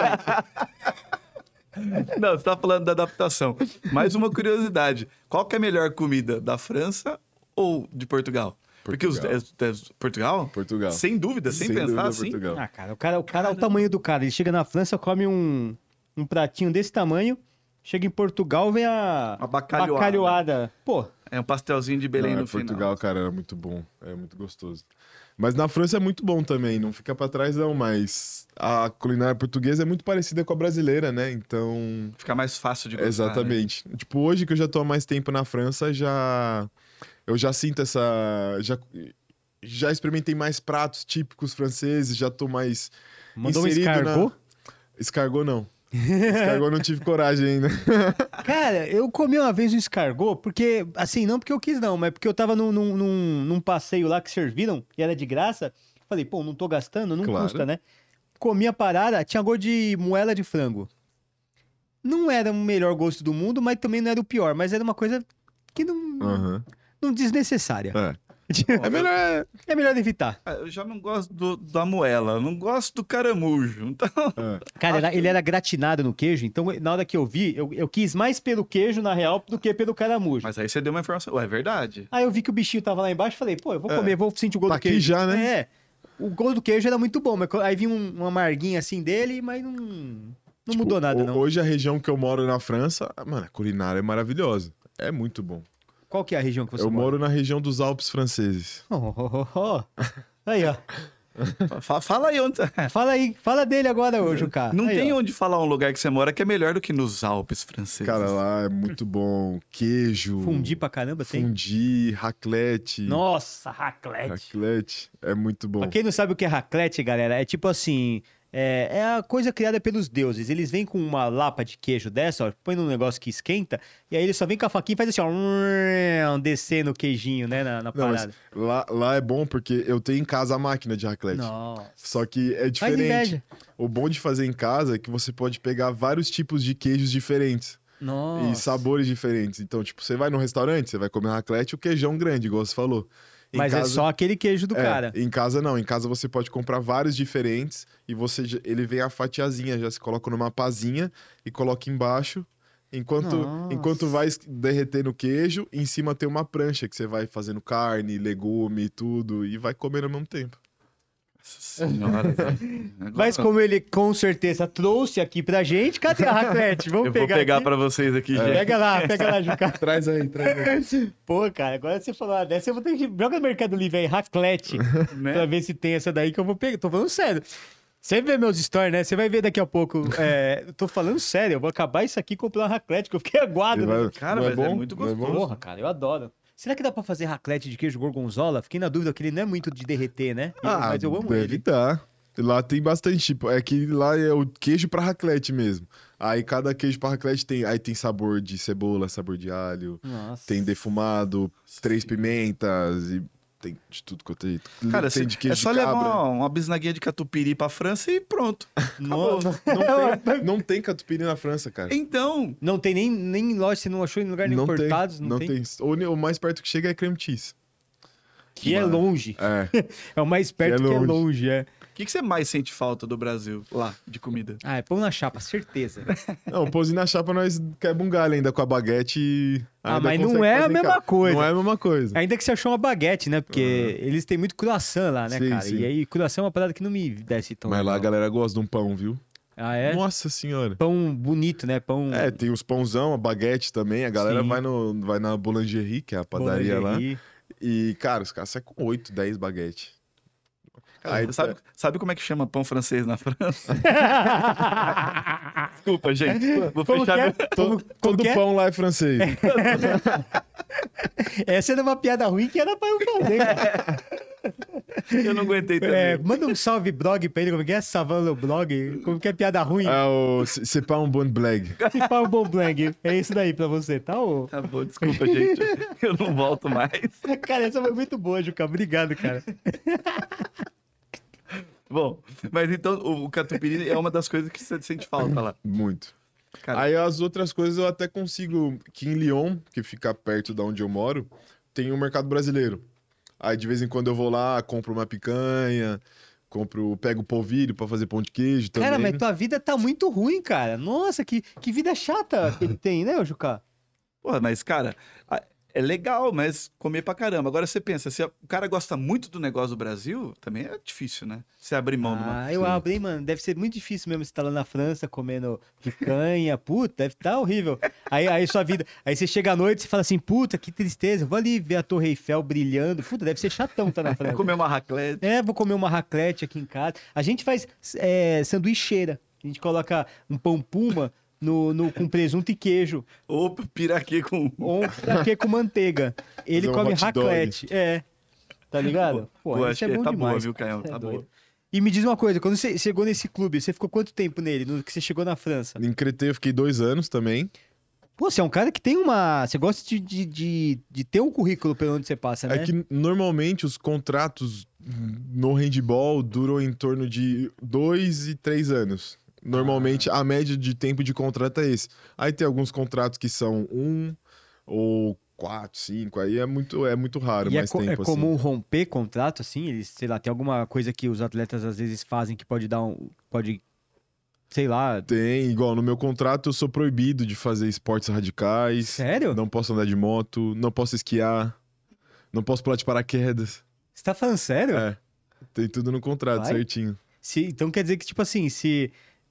aí. Não, você tá falando da adaptação. Mais uma curiosidade. Qual que é a melhor comida, da França ou de Portugal? Porque Portugal? Portugal. Sem dúvida, sem pensar dúvida, assim. Portugal. Ah, cara, olha o tamanho do cara. Ele chega na França, come um pratinho desse tamanho, chega em Portugal, vem a Uma bacalhoada. bacalhoada. Pô, É um pastelzinho de Belém Não, no final. Portugal, cara, era muito bom. É muito gostoso. Mas na França é muito bom também, não fica pra trás não, mas a culinária portuguesa é muito parecida com a brasileira, né? Então, Fica mais fácil de gostar. exatamente. Tipo, hoje que eu já tô há mais tempo na França, eu já sinto essa... Já experimentei mais pratos típicos franceses, já tô mais mandou um inserido escargot? Escargot não. Escargot eu não tive coragem ainda. Cara, eu comi uma vez um escargot, porque, assim, não porque eu quis não, mas porque eu tava num passeio lá que serviram, e era de graça. Falei, pô, não tô gastando, não Claro. custa, né? Comi a parada, tinha gosto de moela de frango. Não era o melhor gosto do mundo, mas também não era o pior, mas era uma coisa que Aham. não desnecessária. É melhor evitar. Ah, eu já não gosto da moela, eu não gosto do caramujo. Então, Cara, ele era gratinado no queijo, então na hora que eu vi, eu quis mais pelo queijo, na real, do que pelo caramujo. mas aí você deu uma informação. Ué, é verdade. Aí eu vi que o bichinho tava lá embaixo, falei, pô, eu vou comer, vou sentir o gosto Tá do queijo. aqui já, né? É, o gosto do queijo era muito bom, mas aí vinha uma amarguinha assim dele, mas não mudou nada, não. Hoje a região que eu moro na França, mano, a culinária é maravilhosa. É muito bom. Qual que é a região que você Eu mora? moro na região dos Alpes franceses. Aí, ó. Fala aí onde. Fala dele agora, ô Juca. Não Aí, tem ó. onde falar um lugar que você mora que é melhor do que nos Alpes franceses. Cara, lá é muito bom. Queijo. Fundi pra caramba, tem? Fundi, raclette. Nossa, raclette. Raclette é muito bom. Pra quem não sabe o que é raclette, galera, é tipo assim... É a coisa criada pelos deuses. Eles vêm com uma lapa de queijo dessa, ó, põe num negócio que esquenta, e aí eles só vêm com a faquinha e faz assim, ó, descendo o queijinho, né, na Não, parada. mas lá é bom porque eu tenho em casa a máquina de raclette. Nossa. Só que é Faz diferente. inveja. O bom de fazer em casa é que você pode pegar vários tipos de queijos diferentes. Nossa. E sabores diferentes. Então, tipo, você vai no restaurante, você vai comer raclette, o queijão grande, igual você falou. Em Mas é só aquele queijo do cara. Em casa não. Em casa você pode comprar vários diferentes e ele vem a fatiazinha, já se coloca numa pazinha e coloca embaixo. Nossa. Enquanto vai derretendo o queijo, em cima tem uma prancha que você vai fazendo carne, legume, tudo e vai comer ao mesmo tempo. Senhora. Mas como ele com certeza trouxe aqui pra gente, cadê a raclette? Vamos Eu vou pegar pegar aqui. pra vocês aqui, gente. Pega lá, Juca. Traz aí. Pô, cara, agora você falou dessa, eu vou ter que... Joga no Mercado Livre aí, raclette, Né? pra ver se tem essa daí que eu vou pegar. Tô falando sério. Você vê meus stories, né? Você vai ver daqui a pouco. Eu tô falando sério, eu vou acabar isso aqui e comprar uma raclette, que eu fiquei aguado. Né? Cara, Não mas é bom? muito Não gostoso. Porra, cara, eu adoro. Será que dá pra fazer raclette de queijo gorgonzola? Fiquei na dúvida, que ele não é muito de derreter, né? Mas eu amo deve ele. dar. Lá tem bastante tipo. É que lá é o queijo pra raclette mesmo. Aí cada queijo pra raclette tem sabor de cebola, sabor de alho, Nossa. tem defumado, 3 pimentas. tem de tudo quanto é jeito. Cara, tem de queijo é só de cabra. levar uma bisnaguinha de catupiry pra França e pronto. Nossa. Não tem catupiry na França, cara. Então, Não tem nem loja, você não achou em lugar nenhum Não tem, importados? Não tem. O mais perto que chega é creme cheese. Que é longe. É. É o mais perto que é longe. longe, é. o que você mais sente falta do Brasil lá, de comida? Ah, é pão na chapa, certeza. Não, o pãozinho na chapa nós quebra um galho ainda com a baguete e... Ah, ainda mas não consegue é a fazer em mesma casa. coisa. Não é a mesma coisa. Ainda que você achou uma baguete, né? Porque eles têm muito croissant lá, né, Sim, cara? sim. E aí, croissant é uma parada que não me desce tão Mas lá a legal. galera gosta de um pão, viu? Ah, é? Nossa senhora. Pão bonito, né? Pão... É, tem os pãozão, a baguete também. A galera Sim. vai na Boulangerie, que é a padaria lá. boulangerie. E, cara, os caras saem com 8, 10 baguete. Cara, Aí, sabe como é que chama pão francês na França? Desculpa, gente. Vou Como fechar que é? meu... todo que é? pão lá é francês. Essa era uma piada ruim que era pra eu fazer, cara. Eu não aguentei também. É, manda um salve blog pra ele, como que é? Savando o blog, como que é piada ruim? É o C'est pas un bon blague. Se pá um bom blog. É isso daí pra você, tá? Ô? Tá bom, desculpa, gente. Eu não volto mais. Cara, essa foi muito boa, Juca. Obrigado, cara. Bom, mas então o catupiry é uma das coisas que você sente falta lá. Muito. Cara, Aí as outras coisas eu até consigo... Que em Lyon, que fica perto da onde eu moro, tem um mercado brasileiro. Aí de vez em quando eu vou lá, compro uma picanha, pego polvilho pra fazer pão de queijo também. Cara, mas tua vida tá muito ruim, cara. Nossa, que vida chata que ele tem, né, ô Juca? porra, mas, cara, é legal, mas comer pra caramba. Agora você pensa, se o cara gosta muito do negócio do Brasil, também é difícil, né? Você abrir mão de uma. Ah, eu abri, hein, mano. Deve ser muito difícil mesmo você tá lá na França comendo picanha. Puta, deve estar horrível. Aí sua vida. Aí você chega à noite e fala assim: puta, que tristeza. Eu vou ali ver a Torre Eiffel brilhando. Puta, deve ser chatão tá na França. Comer uma raclette. É, vou comer uma raclette aqui em casa. A gente faz sanduicheira. A gente coloca um pão puma com presunto e queijo. Ou piraquê com. Ou um com manteiga. Ele Fazer um come hot dog. raclette. É. Tá ligado? Pô, isso acho é que bom tá demais. boa, viu, Caião? Isso é Tá doido. boa. E me diz uma coisa, quando você chegou nesse clube, você ficou quanto tempo nele, no que você chegou na França? Em Créteil eu fiquei 2 anos também. Pô, você é um cara que tem uma... Você gosta de ter um currículo pelo onde você passa, né? É que normalmente os contratos no handball duram em torno de 2 e 3 anos. Normalmente a média de tempo de contrato é esse. Aí tem alguns contratos que são 1 ou 4, 5, aí é muito raro, E mais tempo é comum romper contrato, assim? Eles, sei lá, tem alguma coisa que os atletas às vezes fazem que pode dar pode, sei lá... Tem, igual no meu contrato eu sou proibido de fazer esportes radicais. Sério? Não posso andar de moto, não posso esquiar, não posso pular de paraquedas. Você tá falando sério? É, tem tudo no contrato, Vai? certinho. Então quer dizer que, tipo assim, se...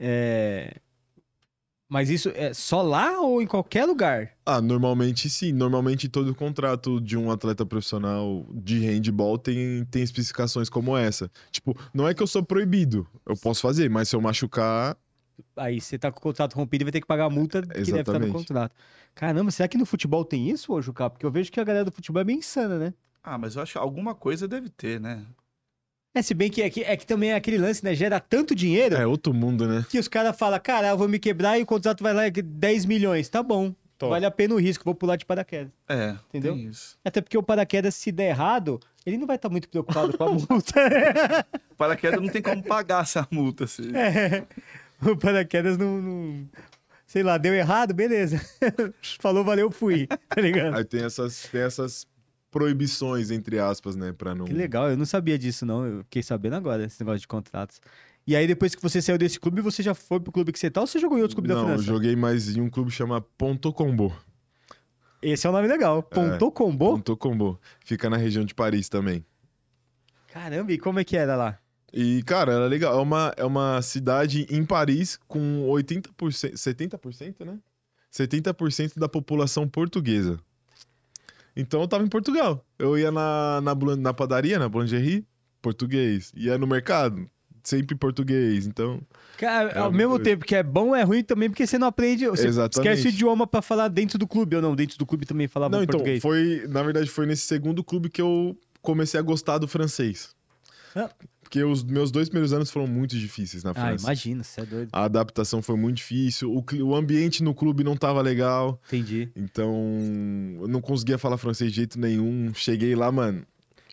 Mas isso é só lá ou em qualquer lugar? Ah, normalmente sim. Normalmente todo contrato de um atleta profissional de handball tem especificações como essa. Tipo, não é que eu sou proibido. Eu posso fazer, mas se eu machucar... Aí você tá com o contrato rompido e vai ter que pagar a multa que deve estar no Exatamente. contrato. Caramba, será que no futebol tem isso, ô Juca? Porque eu vejo que a galera do futebol é bem insana, né? Ah, mas eu acho que alguma coisa deve ter, né? Se bem que é que também é aquele lance, né? Gera tanto dinheiro É outro mundo, né? que os caras falam, cara, eu vou me quebrar e o contrato vai lá 10 milhões. Tá bom, Top. vale a pena o risco, vou pular de paraquedas. É, Entendeu? tem isso. Até porque o paraquedas, se der errado, ele não vai estar muito preocupado com a multa. Paraquedas não tem como pagar essa multa. Assim. O paraquedas não... Sei lá, deu errado, beleza. Falou, valeu, fui. Tá ligado? Aí tem essas proibições, entre aspas, né? Pra não... Que legal, eu não sabia disso, não. Eu fiquei sabendo agora, esse negócio de contratos. E aí, depois que você saiu desse clube, você já foi pro clube que você tá ou você jogou em outros clubes da Não, eu França? joguei mais em um clube chamado Ponto Combo. Esse é o nome legal. Ponto Combo? Ponto Combo. Fica na região de Paris também. Caramba, e como é que era lá? E, cara, era legal. É uma cidade em Paris com 80%, 70%, né? 70% da população portuguesa. Então eu tava em Portugal. Eu ia na padaria, na boulangerie, português. Ia no mercado, sempre português. Então, Cara, ao uma mesmo coisa. tempo que é bom, é ruim também, porque você não aprende. Você Exatamente. esquece o idioma pra falar dentro do clube, ou não? Dentro do clube também falava não, então, português. na verdade, foi nesse segundo clube que eu comecei a gostar do francês. Ah. Porque os meus 2 primeiros anos foram muito difíceis na Ah, França. imagina, você é doido. A adaptação foi muito difícil, o ambiente no clube não tava legal, Entendi. então eu não conseguia falar francês de jeito nenhum. Cheguei lá, mano,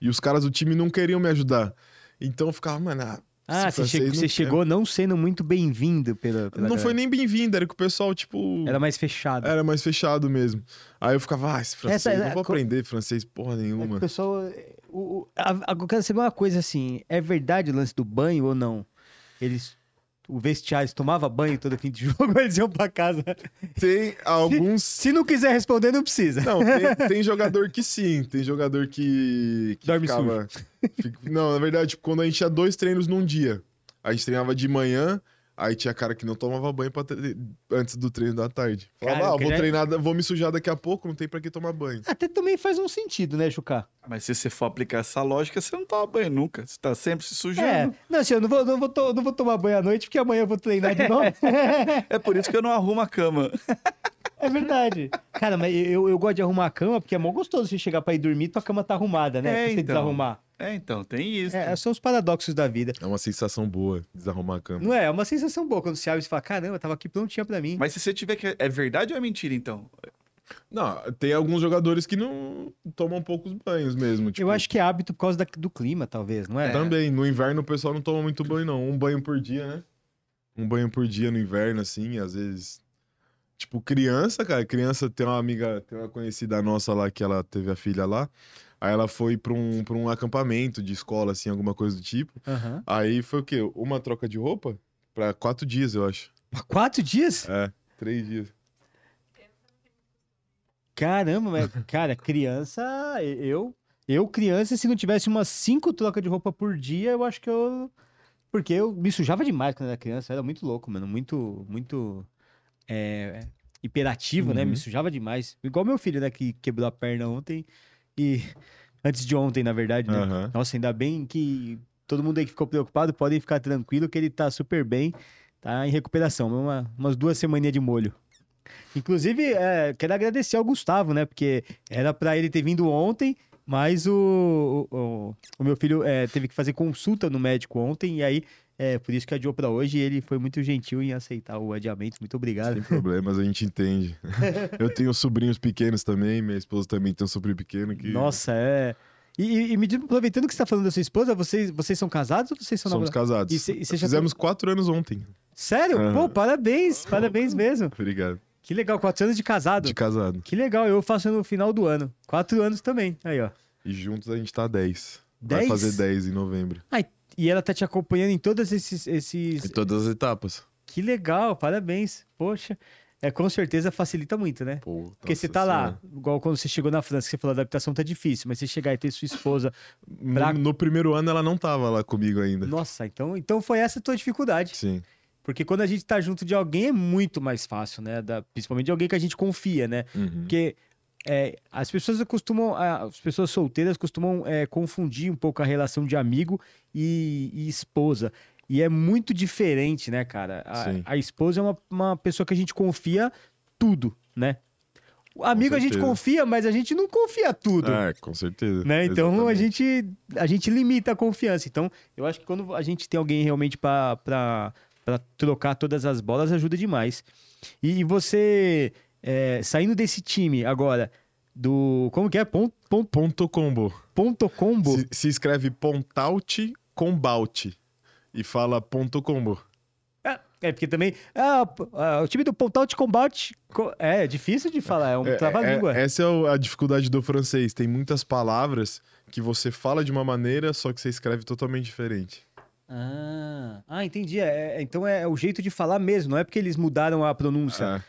E os caras do time não queriam me ajudar. Então eu ficava, mano... você chegou não sendo muito bem-vindo pela Não foi nem bem-vindo, era que o pessoal, tipo... Era mais fechado. Era mais fechado mesmo. Aí eu ficava, esse francês, não vou aprender francês porra nenhuma. O pessoal... Eu quero saber uma coisa assim, é verdade o lance do banho ou não? O vestiário tomava banho todo fim de jogo, eles iam pra casa. Tem alguns... Se não quiser responder, não precisa. Não, tem jogador que sim. Tem jogador que dorme ficava... Não, na verdade, tipo, quando a gente tinha 2 treinos num dia. A gente treinava de manhã, aí tinha cara que não tomava banho antes do treino da tarde. Falava, vou treinar, vou me sujar daqui a pouco, não tem pra que tomar banho. Até também faz um sentido, né, Jucá? Mas se você for aplicar essa lógica, você não toma banho nunca. Você tá sempre se sujando. Não, assim, eu não vou tomar banho à noite, porque amanhã eu vou treinar de novo. É por isso que eu não arrumo a cama. É verdade. Cara, mas eu gosto de arrumar a cama, porque é mó gostoso você chegar pra ir dormir e tua cama tá arrumada, né? Pra você desarrumar. Então, tem isso. São os paradoxos da vida. É uma sensação boa, desarrumar a cama. Não é? É uma sensação boa quando você abre e fala, caramba, tava aqui prontinha pra mim. Mas se você tiver que... É verdade ou é mentira, então? Não, tem alguns jogadores que não tomam poucos banhos mesmo. Tipo... Eu acho que é hábito por causa do clima, talvez, não é? Também, no inverno o pessoal não toma muito banho, não. Um banho por dia, né? Um banho por dia no inverno, assim, às vezes... Tipo, criança, cara, tem uma conhecida nossa lá, que ela teve a filha lá, aí ela foi pra um acampamento de escola, assim, alguma coisa do tipo. Uhum. Aí foi o quê? Uma troca de roupa? Pra 4 dias, eu acho. Pra 4 dias? 3 dias. Caramba, mas, cara, criança, criança, se não tivesse umas 5 trocas de roupa por dia, eu acho que porque eu me sujava demais quando era criança, era muito louco, mano, muito hiperativo, né? Me sujava demais. Igual meu filho, né? Que quebrou a perna ontem e... Antes de ontem, na verdade, né? Uhum. Nossa, ainda bem que todo mundo aí que ficou preocupado podem ficar tranquilo que ele tá super bem, tá em recuperação. Umas 2 semaninhas de molho. Inclusive, quero agradecer ao Gustavo, né? Porque era pra ele ter vindo ontem, mas o meu filho teve que fazer consulta no médico ontem e aí... por isso que adiou pra hoje e ele foi muito gentil em aceitar o adiamento. Muito obrigado. Sem problemas, a gente entende. Eu tenho sobrinhos pequenos também, minha esposa também tem um sobrinho pequeno que... Nossa, E me diga, aproveitando que você tá falando da sua esposa, vocês são casados ou vocês são Somos namorados? casados. Fizemos 4 anos ontem. Sério? Pô, parabéns mesmo. Obrigado. Que legal, 4 anos de casado. De casado. Que legal, eu faço no final do ano. 4 anos também, aí ó. E juntos a gente tá 10. 10? Vai fazer 10 em novembro. E ela tá te acompanhando em todos esses... Em todas as etapas. Que legal, parabéns. Poxa, com certeza facilita muito, né? Pô, Porque você tá lá, igual quando você chegou na França, que você falou, a adaptação tá difícil, mas você chegar e ter sua esposa... No primeiro ano ela não tava lá comigo ainda. Nossa, então foi essa a tua dificuldade. Sim. Porque quando a gente tá junto de alguém é muito mais fácil, né? Principalmente de alguém que a gente confia, né? Porque as pessoas solteiras costumam confundir um pouco a relação de amigo e esposa. E é muito diferente, né, cara? A esposa é uma pessoa que a gente confia tudo, né? O amigo a gente confia, mas a gente não confia tudo. Com certeza. Né? Então a gente limita a confiança. Então eu acho que quando a gente tem alguém realmente para trocar todas as bolas, ajuda demais. E você, saindo desse time agora, como que é? Ponto combo. Ponto combo? Se escreve Pontaut Combaut e fala ponto combo. Porque também... o time do Pontaut Combat... É difícil de falar, é um trava-língua. Essa é a dificuldade do francês. Tem muitas palavras que você fala de uma maneira, só que você escreve totalmente diferente. Entendi. Então é o jeito de falar mesmo, não é porque eles mudaram a pronúncia.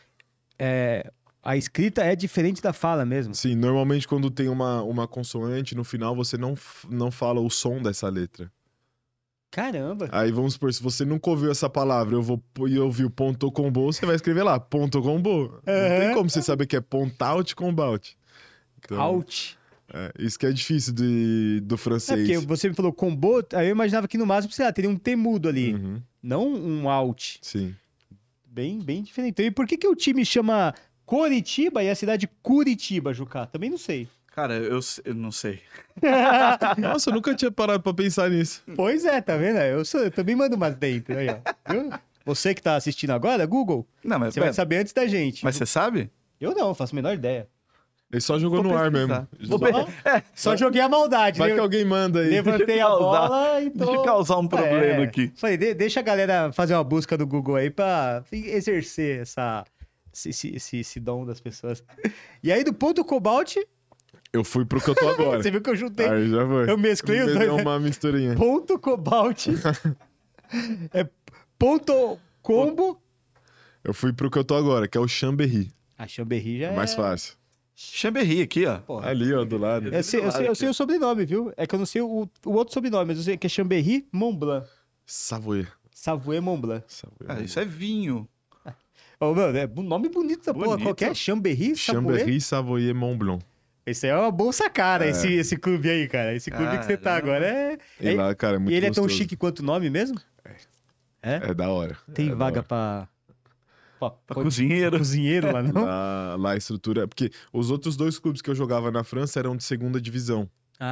A escrita é diferente da fala mesmo. Sim, normalmente quando tem uma consoante, no final você não fala o som dessa letra. Caramba! Aí vamos supor, se você nunca ouviu essa palavra, eu ouvi o ponto combo, você vai escrever lá, ponto combo. Não tem como você saber que é pontaut combaut. Então, out. Isso que é difícil do francês. Porque você me falou combo, aí eu imaginava que no máximo, sei lá, teria um temudo ali. Não um out. Sim. Bem, bem diferente. E por que o time chama Coritiba e a cidade Curitiba, Jucá? Também não sei. Cara, eu não sei. Nossa, eu nunca tinha parado pra pensar nisso. Pois é, tá vendo? Eu também mando umas dentro aí, ó. Viu? Você que tá assistindo agora, Google, Não, mas você vai saber antes da gente. Mas você sabe? Eu não, faço a menor ideia. Ele só jogou Vou no ar pesquisar. mesmo. Só joguei a maldade, Vai né? que alguém manda aí. Levantei a bola e Deixa eu causar um problema aqui. Falei, deixa a galera fazer uma busca do Google aí pra exercer esse dom das pessoas. E aí, do ponto Cobalt, Eu fui pro que eu tô agora. você viu que eu juntei. Aí já foi. Eu mesclei os dois, Deu né? uma misturinha. Ponto Cobalt. Ponto Combo. Eu fui pro que eu tô agora, que é o Chambéry. A Chambéry já É mais fácil. Chambéry aqui, ó. Porra. Ali, ó, do lado. Eu sei o sobrenome, viu? É que eu não sei o outro sobrenome, mas eu sei que é Chambéry Mont Blanc. Savoie. Savoie Mont Blanc. Isso é vinho. Ô, meu, é um nome bonito da porra. Bonito. Qualquer Chambéry, Savoie. Chambéry, Savoie, Mont Blanc. Esse é uma bolsa cara, esse clube aí, cara. Esse clube que você tá Caramba. agora é... E lá, cara, é muito E ele é tão gostoso. chique quanto o nome mesmo? É da hora. Tem É da vaga hora. pra Cozinheiro. cozinheiro lá, não? Lá a estrutura... Porque os outros 2 clubes que eu jogava na França eram de segunda divisão.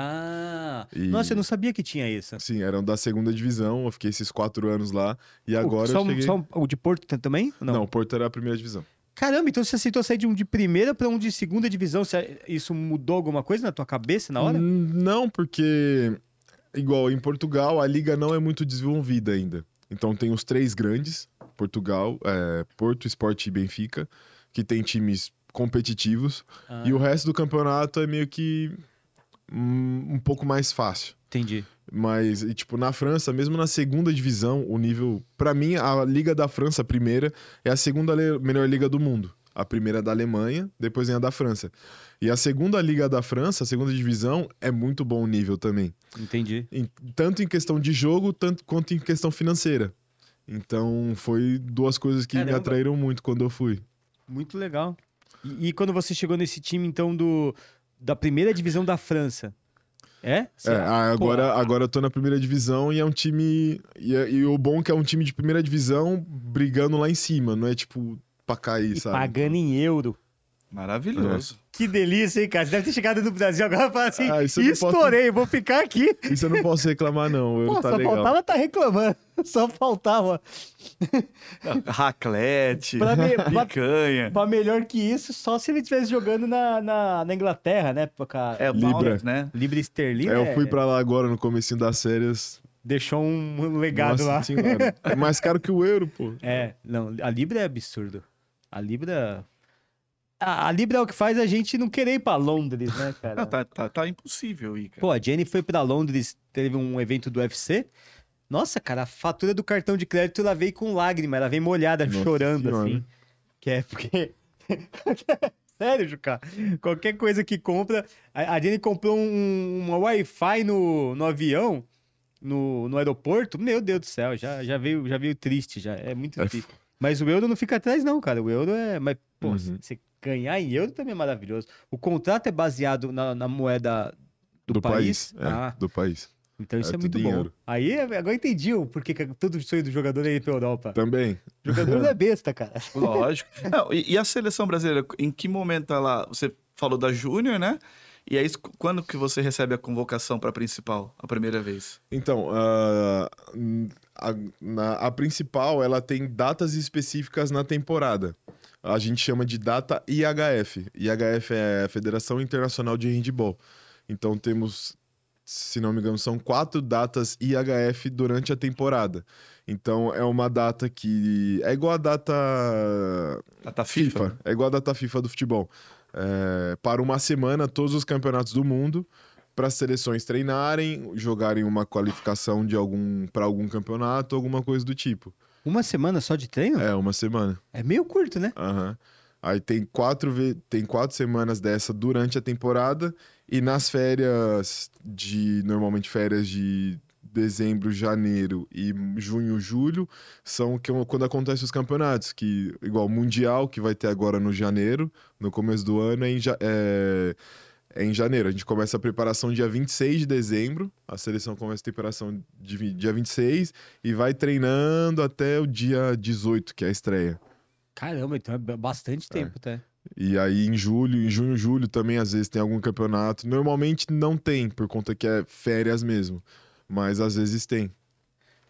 Ah, E- nossa, eu não sabia que tinha isso. Sim, eram da segunda divisão. Eu fiquei esses 4 anos lá. E agora só, eu cheguei... o de Porto também? Não, o Porto era a primeira divisão. Caramba, então você aceitou sair de um de primeira pra um de segunda divisão. Isso mudou alguma coisa na tua cabeça na hora? Não, porque... Igual, em Portugal, a liga não é muito desenvolvida ainda. Então tem os 3 grandes, Portugal, Porto, Sport e Benfica, que tem times competitivos. Ah, E o resto do campeonato é meio que um pouco mais fácil. entendi. Mas, e, tipo, na França, mesmo na segunda divisão, o nível... Pra mim, a Liga da França, a primeira, é a segunda melhor liga do mundo. A primeira é da Alemanha, depois vem a da França. E a segunda liga da França, a segunda divisão, é muito bom o nível também. Entendi. Tanto em questão de jogo, tanto quanto em questão financeira. Então, foi 2 coisas que me Caramba. atraíram muito quando eu fui. Muito legal. E quando você chegou nesse time, então, da primeira divisão da França? É? Agora eu tô na primeira divisão e é um time... E o bom é que é um time de primeira divisão brigando lá em cima, não é tipo pra cair, E sabe? pagando em euro. Maravilhoso. Que delícia, hein, cara? Você deve ter chegado no Brasil agora e falar assim, isso eu não posso- estourei, vou ficar aqui. Isso eu não posso reclamar, não. O euro Pô, tá só legal. faltava tá reclamando. Só faltava. Raclette, Pra mim- picanha. Pra melhor que isso, só se ele estivesse jogando na Inglaterra, né? Libra. Pounds, né? Libra esterlina. Eu fui pra lá agora no comecinho das férias. Deixou um legado Nossa lá. senhora. É mais caro que o euro, pô. Não, a Libra é absurdo. A Libra. A Libra é o que faz a gente não querer ir pra Londres, né, cara? Não, tá impossível ir, cara. Pô, a Jenny foi pra Londres, teve um evento do UFC. Nossa, cara, a fatura do cartão de crédito ela veio com lágrima, ela veio molhada, Nossa chorando, Senhora. assim. Que é porque. Sério, Juca? Qualquer coisa que compra. A Jenny comprou uma Wi-Fi no avião, no aeroporto. Meu Deus do céu, já veio triste, já. É muito É triste. Mas o euro não fica atrás, não, cara. O euro é. Mas, pô, Uhum. você ganhar em euro também é maravilhoso. O contrato é baseado na moeda do país. Do país. Então isso É é muito tudo em bom. euro. Aí agora entendi o porquê que todo sonho do jogador é ir pra Europa. Também. O jogador não é besta, cara. Lógico. Não, e a seleção brasileira, em que momento ela... Você falou da Júnior, né? E aí, quando que você recebe a convocação pra principal, a primeira vez? Então, a principal, ela tem datas específicas na temporada. A gente chama de data IHF. IHF é a Federação Internacional de Handball. Então temos, se não me engano, são 4 datas IHF durante a temporada. Então é uma data que é igual a data Data FIFA? É igual a data FIFA do futebol. Para uma semana, todos os campeonatos do mundo, para as seleções treinarem, jogarem uma qualificação para algum campeonato, alguma coisa do tipo. Uma semana só de treino? É, uma semana. É meio curto, né? Aham. Aí tem 4 semanas dessa durante a temporada e nas férias normalmente férias de dezembro, janeiro e junho, julho, são quando acontecem os campeonatos, que igual o Mundial, que vai ter agora no janeiro, no começo do ano, é em janeiro. A gente começa a preparação dia 26 de dezembro, a seleção começa a preparação dia 26 e vai treinando até o dia 18, que é a estreia. Caramba, então é bastante tempo, tá? E aí em junho, julho também às vezes tem algum campeonato. Normalmente não tem, por conta que é férias mesmo. Mas às vezes tem.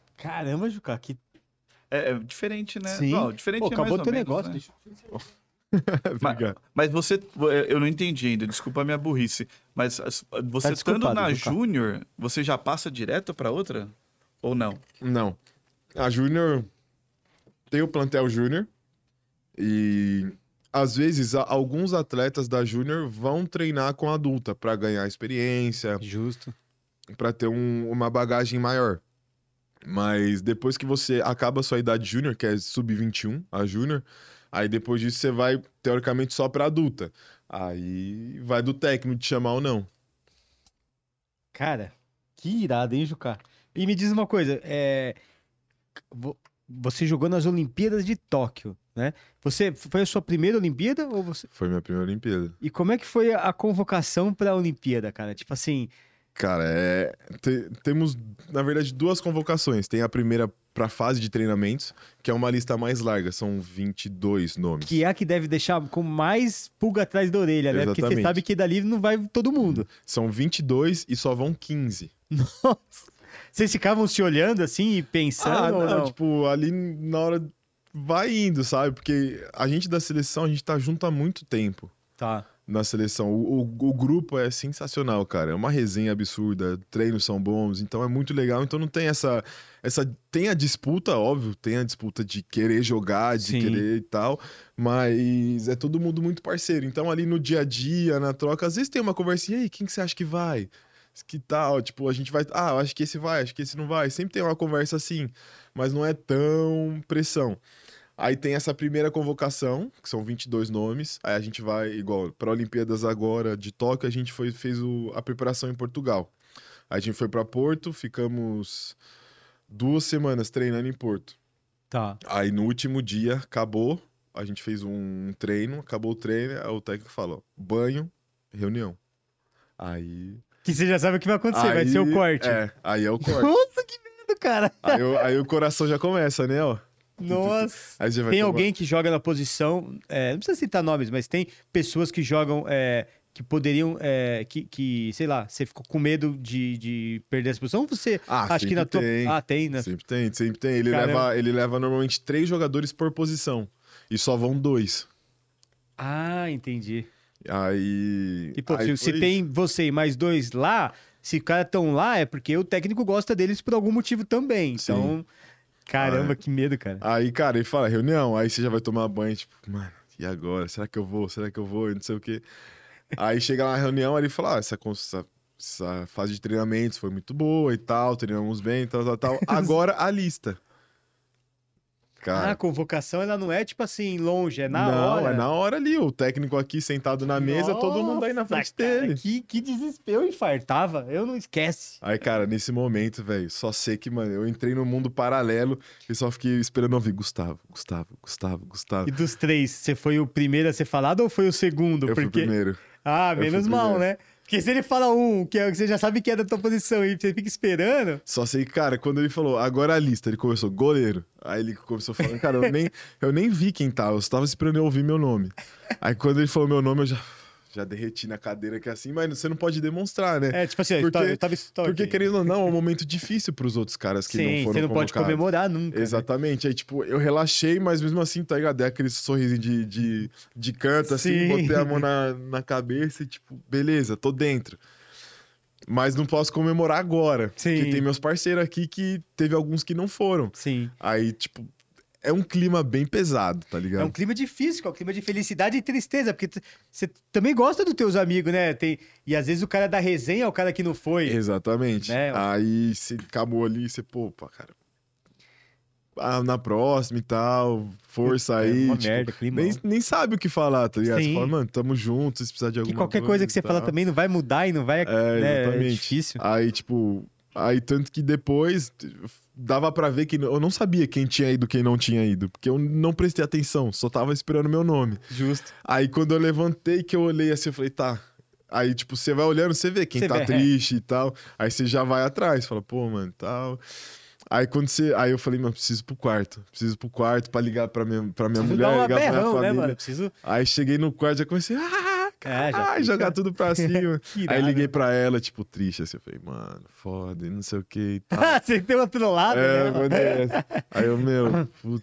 Caramba, Juca, que... É diferente, né? Sim. Não, diferente Pô, é mais acabou ou teu menos, negócio. né? Deixa eu... Obrigado. Mas você, eu não entendi ainda, desculpa a minha burrice, mas você Tá estando desculpado, na Luca. Júnior, você já passa direto pra outra? Ou não? Não. A Júnior tem o plantel Júnior e às vezes alguns atletas da Júnior vão treinar com a adulta pra ganhar experiência, Justo. pra ter uma bagagem maior. Mas depois que você acaba a sua idade júnior, que é sub-21, a júnior, aí depois disso você vai, teoricamente, só pra adulta. Aí vai do técnico te chamar ou não. Cara, que irado, hein, Juca? E me diz uma coisa, você jogou nas Olimpíadas de Tóquio, né? Foi a sua primeira Olimpíada ou você... Foi minha primeira Olimpíada. E como é que foi a convocação pra Olimpíada, cara? Tipo assim, Cara, temos, na verdade, duas convocações. Tem a primeira pra fase de treinamentos, que é uma lista mais larga, são 22 nomes. que é a que deve deixar com mais pulga atrás da orelha, né? Porque você Exatamente. sabe que dali não vai todo mundo. São 22 e só vão 15. Nossa! Vocês ficavam se olhando assim e pensando ou não? Tipo, ali na hora vai indo, sabe? Porque a gente da seleção, a gente tá junto há muito tempo Tá. na seleção. O grupo é sensacional, cara. É uma resenha absurda, treinos são bons, então é muito legal. Então não tem essa tem a disputa, óbvio, tem a disputa de querer jogar, de Sim. querer e tal, mas é todo mundo muito parceiro. Então ali no dia a dia, na troca, às vezes tem uma conversinha, e aí, quem que você acha que vai? Que tal? Tipo, a gente vai, eu acho que esse vai, acho que esse não vai. Sempre tem uma conversa assim, mas não é tão pressão. Aí tem essa primeira convocação, que são 22 nomes. Aí a gente vai, igual, para Olimpíadas agora de Tóquio, a gente fez a preparação em Portugal. Aí a gente foi para Porto, ficamos 2 semanas treinando em Porto. Tá. Aí no último dia, acabou, a gente fez um treino, acabou o treino, aí o técnico falou, banho, reunião. Aí... Que você já sabe o que vai acontecer, vai ser o corte. Aí é o corte. Nossa, que medo, cara! aí o coração já começa, né, ó. Nossa. Aí já vai Tem tomar- alguém que joga na posição, não precisa citar nomes, mas tem pessoas que jogam, que poderiam, sei lá, você ficou com medo de perder essa posição? Ou você acha que na tua... tem. Ah, tem, né? Sempre tem. Ele Caramba. leva normalmente 3 jogadores por posição. E só vão 2. Ah, entendi. Aí. E, pô, aí se foi tem você e mais 2 lá, se os caras estão lá, é porque o técnico gosta deles por algum motivo também. Sim. Então, caramba, que medo, cara. Aí, cara, ele fala, reunião. Aí você já vai tomar banho, tipo, mano, e agora? Será que eu vou? Será que eu vou? E não sei o quê. Aí chega lá na reunião, aí ele fala, essa fase de treinamentos foi muito boa e tal, treinamos bem, tal. Agora a lista. Cara, A convocação, ela não é tipo assim, longe, é na não, hora. é na hora ali. O técnico aqui sentado na mesa, todo mundo aí na Nossa, frente cara, dele. Que desespero, eu infartava, eu não esquece. Aí, cara, nesse momento, velho, só sei que, mano, eu entrei no mundo paralelo e só fiquei esperando ouvir Gustavo. E dos 3, você foi o primeiro a ser falado ou foi o segundo? Eu fui o primeiro. Ah, Eu fui menos o mal, primeiro. né? Porque se ele fala que você já sabe que é da tua posição e você fica esperando... Só sei que, cara, quando ele falou, agora a lista, ele começou, goleiro. Aí ele começou falando, cara, eu nem vi quem tava, eu só tava esperando eu ouvir meu nome. Aí quando ele falou meu nome, eu já derreti na cadeira que é assim, mas você não pode demonstrar, né? É, tipo assim, Porque- eu tava Porque, querendo ou não, é um momento difícil pros outros caras que não Sim, foram você não pode convocados. comemorar nunca. né? Exatamente. Aí, tipo, eu relaxei, mas mesmo assim, tá ligado? Dei aquele sorrisinho de canto, assim, Sim. botei a mão na cabeça e, tipo, beleza, tô dentro. Mas não posso comemorar agora. Sim. Porque tem meus parceiros aqui que teve alguns que não foram. Sim. Aí, tipo, é um clima bem pesado, tá É ligado? um clima difícil, é um clima de felicidade e tristeza, porque você também gosta dos teus amigos, né? E às vezes o cara da resenha é o cara que não foi. Exatamente. Né? Aí, você acabou ali, você, pô, cara. Na próxima e tal, força aí. uma tipo, merda, clima. nem sabe o que falar, tá ligado? Sim. Você fala, mano, tamo junto, se precisar de Que alguma qualquer coisa que você e falar tal. também não vai mudar e não vai... né? É Exatamente. difícil. Aí, tipo, tanto que depois dava pra ver que eu não sabia quem tinha ido, quem não tinha ido, porque eu não prestei atenção, só tava esperando meu nome. Justo. Aí quando eu levantei, que eu olhei assim, eu falei, tá. Aí, tipo, você vai olhando, você vê quem Você tá vê, é. triste e tal. Aí você já vai atrás, fala, pô, mano, tal. Aí aí eu falei, mano, preciso ir pro quarto pra ligar pra minha Preciso mulher, dar uma ligar pra minha berrão, né, família. mano? Eu preciso... Aí cheguei no quarto, já comecei, já fica- jogar tudo pra cima. Que Aí irado. liguei pra ela, tipo, triste, assim, eu falei, mano, foda, e não sei o que e tal. Você tem uma trollada, É, né? mandei essa. Aí eu, meu, puta,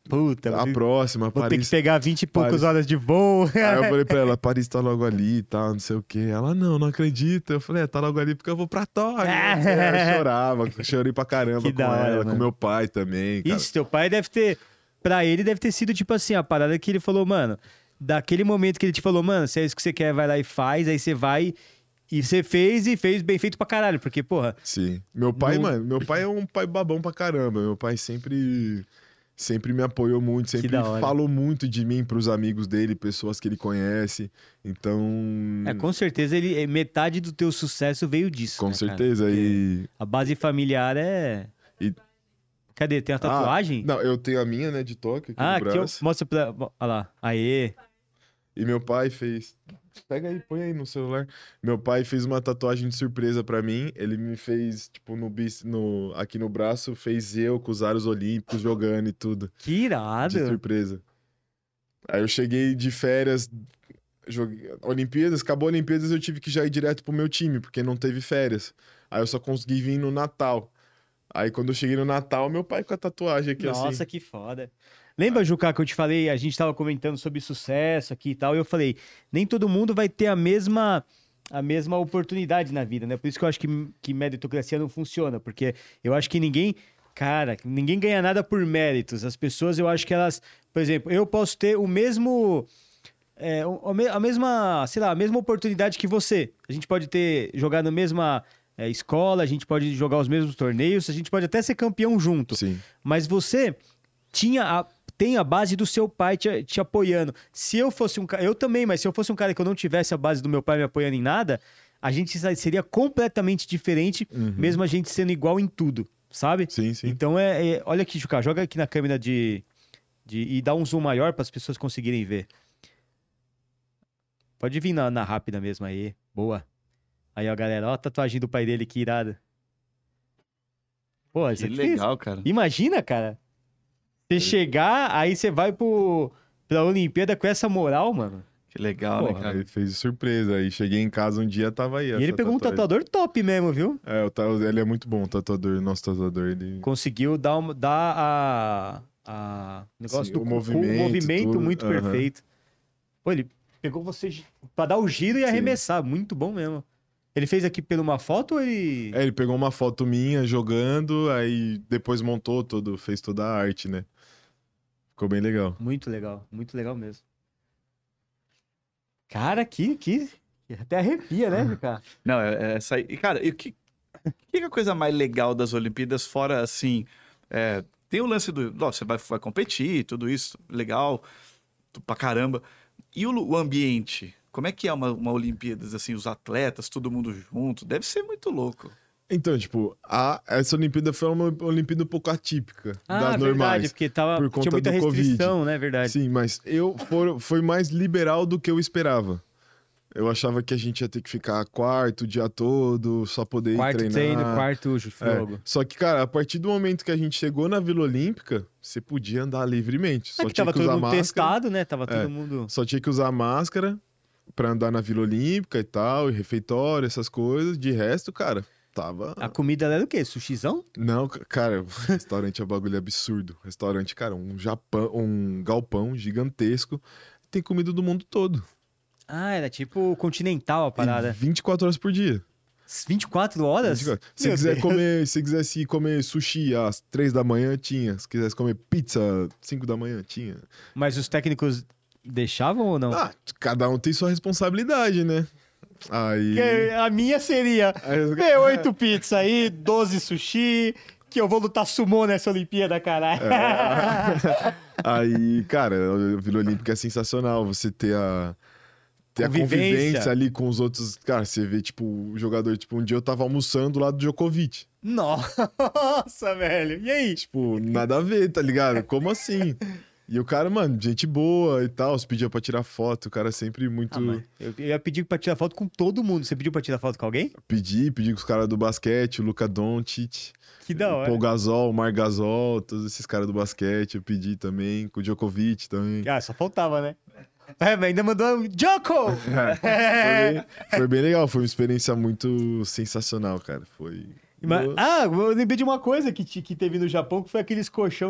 Puta, A próxima, vou ter Paris. que pegar 20 e poucas Paris. horas de voo. Aí eu falei pra ela, Paris tá logo ali e tal, não sei o quê. Ela, não acredita. Eu falei, tá logo ali porque eu vou pra Tóquio. Eu chorava, chorei pra caramba Que com da hora, ela, com mano. meu pai também, cara. Isso, teu pai deve ter... Pra ele deve ter sido tipo assim, a parada que ele falou, mano... Daquele momento que ele te falou, mano, se é isso que você quer, vai lá e faz. Aí você vai e você fez e fez bem feito pra caralho. Porque, porra... Sim. Meu pai, Não- mano, meu pai é um pai babão pra caramba. Meu pai sempre me apoiou muito, sempre da hora. falou muito de mim pros amigos dele, pessoas que ele conhece. Então, Com certeza, metade do teu sucesso veio disso, com né, cara? certeza. Porque E a base familiar é... E- Cadê? Tem a tatuagem? não, eu tenho a minha, né, de Tóquio aqui no Aqui, ó, braço. mostra pra... Olha lá. Aê. E meu pai fez. Pega aí, põe aí no celular. Meu pai fez uma tatuagem de surpresa pra mim. Ele me fez, tipo, aqui no braço, fez eu com os aros olímpicos jogando e tudo. Que irado. De surpresa. Aí eu cheguei de férias, Olimpíadas, acabou a Olimpíadas, eu tive que já ir direto pro meu time, porque não teve férias. Aí eu só consegui vir no Natal. Aí quando eu cheguei no Natal, meu pai com a tatuagem aqui Nossa, assim. que foda. Lembra, Juca, que eu te falei, a gente tava comentando sobre sucesso aqui e tal, e eu falei, nem todo mundo vai ter a mesma oportunidade na vida, né? Por isso que eu acho que meritocracia não funciona, porque eu acho que ninguém ganha nada por méritos. As pessoas, eu acho que elas, por exemplo, eu posso ter o mesmo... a mesma, sei lá, a mesma oportunidade que você. A gente pode jogar na mesma escola, a gente pode jogar os mesmos torneios, a gente pode até ser campeão junto. Sim. Mas você tem a base do seu pai te apoiando. Se eu fosse um cara... Eu também, mas se eu fosse um cara que eu não tivesse a base do meu pai me apoiando em nada, a gente seria completamente diferente, mesmo a gente sendo igual em tudo, sabe? Sim, sim. Então, olha aqui, Juca, joga aqui na câmera e dá um zoom maior para as pessoas conseguirem ver. Pode vir na rápida mesmo aí. Boa. Aí, ó, galera, ó a tatuagem do pai dele, que irada. Pô, isso Que aqui... legal, cara. Imagina, cara. Você chegar, aí você vai pra Olimpíada com essa moral, mano. Que legal, né, Porra, cara? Aí fez de surpresa. Aí cheguei em casa um dia, tava aí. E ele essa pegou um tatuagem. tatuador top mesmo, viu? Ele é muito bom, o tatuador, nosso tatuador. Ele... Conseguiu dar negócio Sim, do o o movimento, movimento tudo. muito Aham. perfeito. Pô, ele pegou você pra dar o giro e Sim. arremessar. Muito bom mesmo. Ele fez aqui pela uma foto ou ele... Ele pegou uma foto minha jogando, aí depois montou fez toda a arte, né? Ficou bem legal. Muito legal mesmo. Cara, que até arrepia, né, cara? Não, essa aí. E, cara, e o que é a coisa mais legal das Olimpíadas, fora assim. Tem o lance do. Ó, você vai competir, tudo isso, legal, pra caramba. E o ambiente? Como é que é uma Olimpíadas, assim, os atletas, todo mundo junto? Deve ser muito louco. Então, tipo, essa Olimpíada foi uma Olimpíada um pouco atípica das verdade, normais. porque por conta tinha muita do Covid. restrição, né? Verdade. Sim, mas foi mais liberal do que eu esperava. Eu achava que a gente ia ter que ficar quarto o dia todo, só poder ir Quarto treinar. treino, quarto jogo. Só que, cara, a partir do momento que a gente chegou na Vila Olímpica, você podia andar livremente. Só É que tinha tava que todo usar mundo máscara. testado, né? Tava todo mundo... Só tinha que usar máscara pra andar na Vila Olímpica e tal, e refeitório, essas coisas. De resto, cara, tava... A comida era o quê? Sushizão? Não, cara, o restaurante é um bagulho absurdo. Restaurante, cara, um galpão gigantesco. Tem comida do mundo todo. Ah, era tipo continental a E parada. 24 horas por dia. 24 horas? 24. Se Meu quiser Deus. comer, se quisesse ir comer sushi às 3 da manhã, tinha. Se quisesse comer pizza às 5 da manhã, tinha. Mas os técnicos deixavam ou não? Ah, cada um tem sua responsabilidade, né? Aí. Que a minha seria... Vê 8 pizza aí, 12 sushi... Que eu vou lutar sumô nessa Olimpíada, caralho. Aí, cara, a Vila Olímpica é sensacional. Você ter a convivência ali com os outros. Cara, você vê, tipo, o jogador, tipo, um dia eu tava almoçando lá do Djokovic. Nossa, velho. E aí? Tipo, nada a ver, tá ligado? Como assim? E o cara, mano, gente boa e tal, se pedia pra tirar foto, o cara sempre muito... Eu ia pedir pra tirar foto com todo mundo. Você pediu pra tirar foto com alguém? Pedi com os caras do basquete, o Luka Doncic, Que da o hora. Paul Gasol, o Marc Gasol, todos esses caras do basquete, eu pedi também, com o Djokovic também. Ah, só faltava, né? Mas ainda mandou um Joko! Foi bem legal, foi uma experiência muito sensacional, cara. Foi Eu lembrei de uma coisa que teve no Japão, que foi aqueles colchão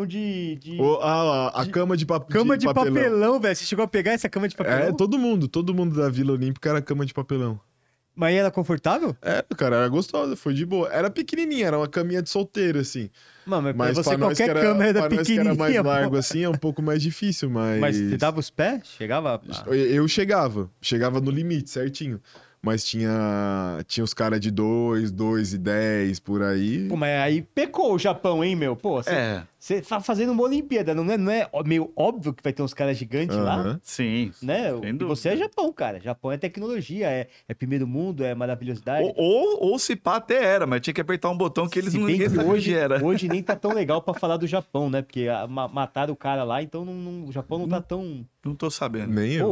A cama de papelão. Cama de papelão, velho. Você chegou a pegar essa cama de papelão? Todo mundo da Vila Olímpica era cama de papelão. Mas era confortável? Cara, era gostosa, foi de boa. Era pequenininha, era uma caminha de solteiro, assim. Mano, mas pra você pra qualquer cama era pra nós que pequenininha. era mais largo assim, é um pouco mais difícil, mas... Mas você dava os pés? Chegava? Eu chegava no limite, certinho. Mas tinha os caras de 2,10 por aí. Pô, mas aí pecou o Japão, hein, meu? Pô, você tá fazendo uma Olimpíada, não é meio óbvio que vai ter uns caras gigantes lá? Sim. Né? Você é Japão, cara. Japão é tecnologia, é primeiro mundo, é maravilhosidade. Ou se pá até era, mas tinha que apertar um botão que eles não ninguém sabia hoje era. Hoje nem tá tão legal pra falar do Japão, né? Porque mataram o cara lá, então o Japão não tá tão... Não tô sabendo. Nem eu.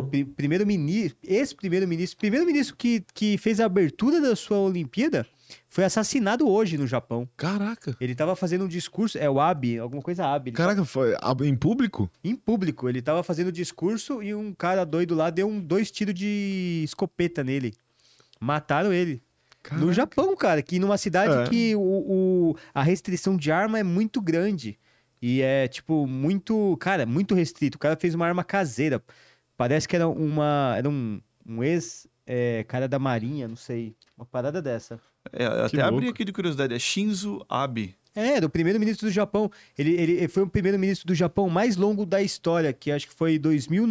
Primeiro-ministro que fez a abertura da sua Olimpíada foi assassinado hoje no Japão. Caraca. Ele tava fazendo um discurso, o Abe, alguma coisa Abe. Caraca, foi em público? Em público. Ele tava fazendo discurso e um cara doido lá deu 2 tiros de escopeta nele. Mataram ele. Caraca. No Japão, cara, que numa cidade que a restrição de arma é muito grande. E é, tipo, muito restrito. O cara fez uma arma caseira. Parece que era um ex... cara da Marinha, não sei. Uma parada dessa. Até abri aqui de curiosidade. É Shinzo Abe. Do primeiro-ministro do Japão. Ele foi o primeiro-ministro do Japão mais longo da história, que acho que foi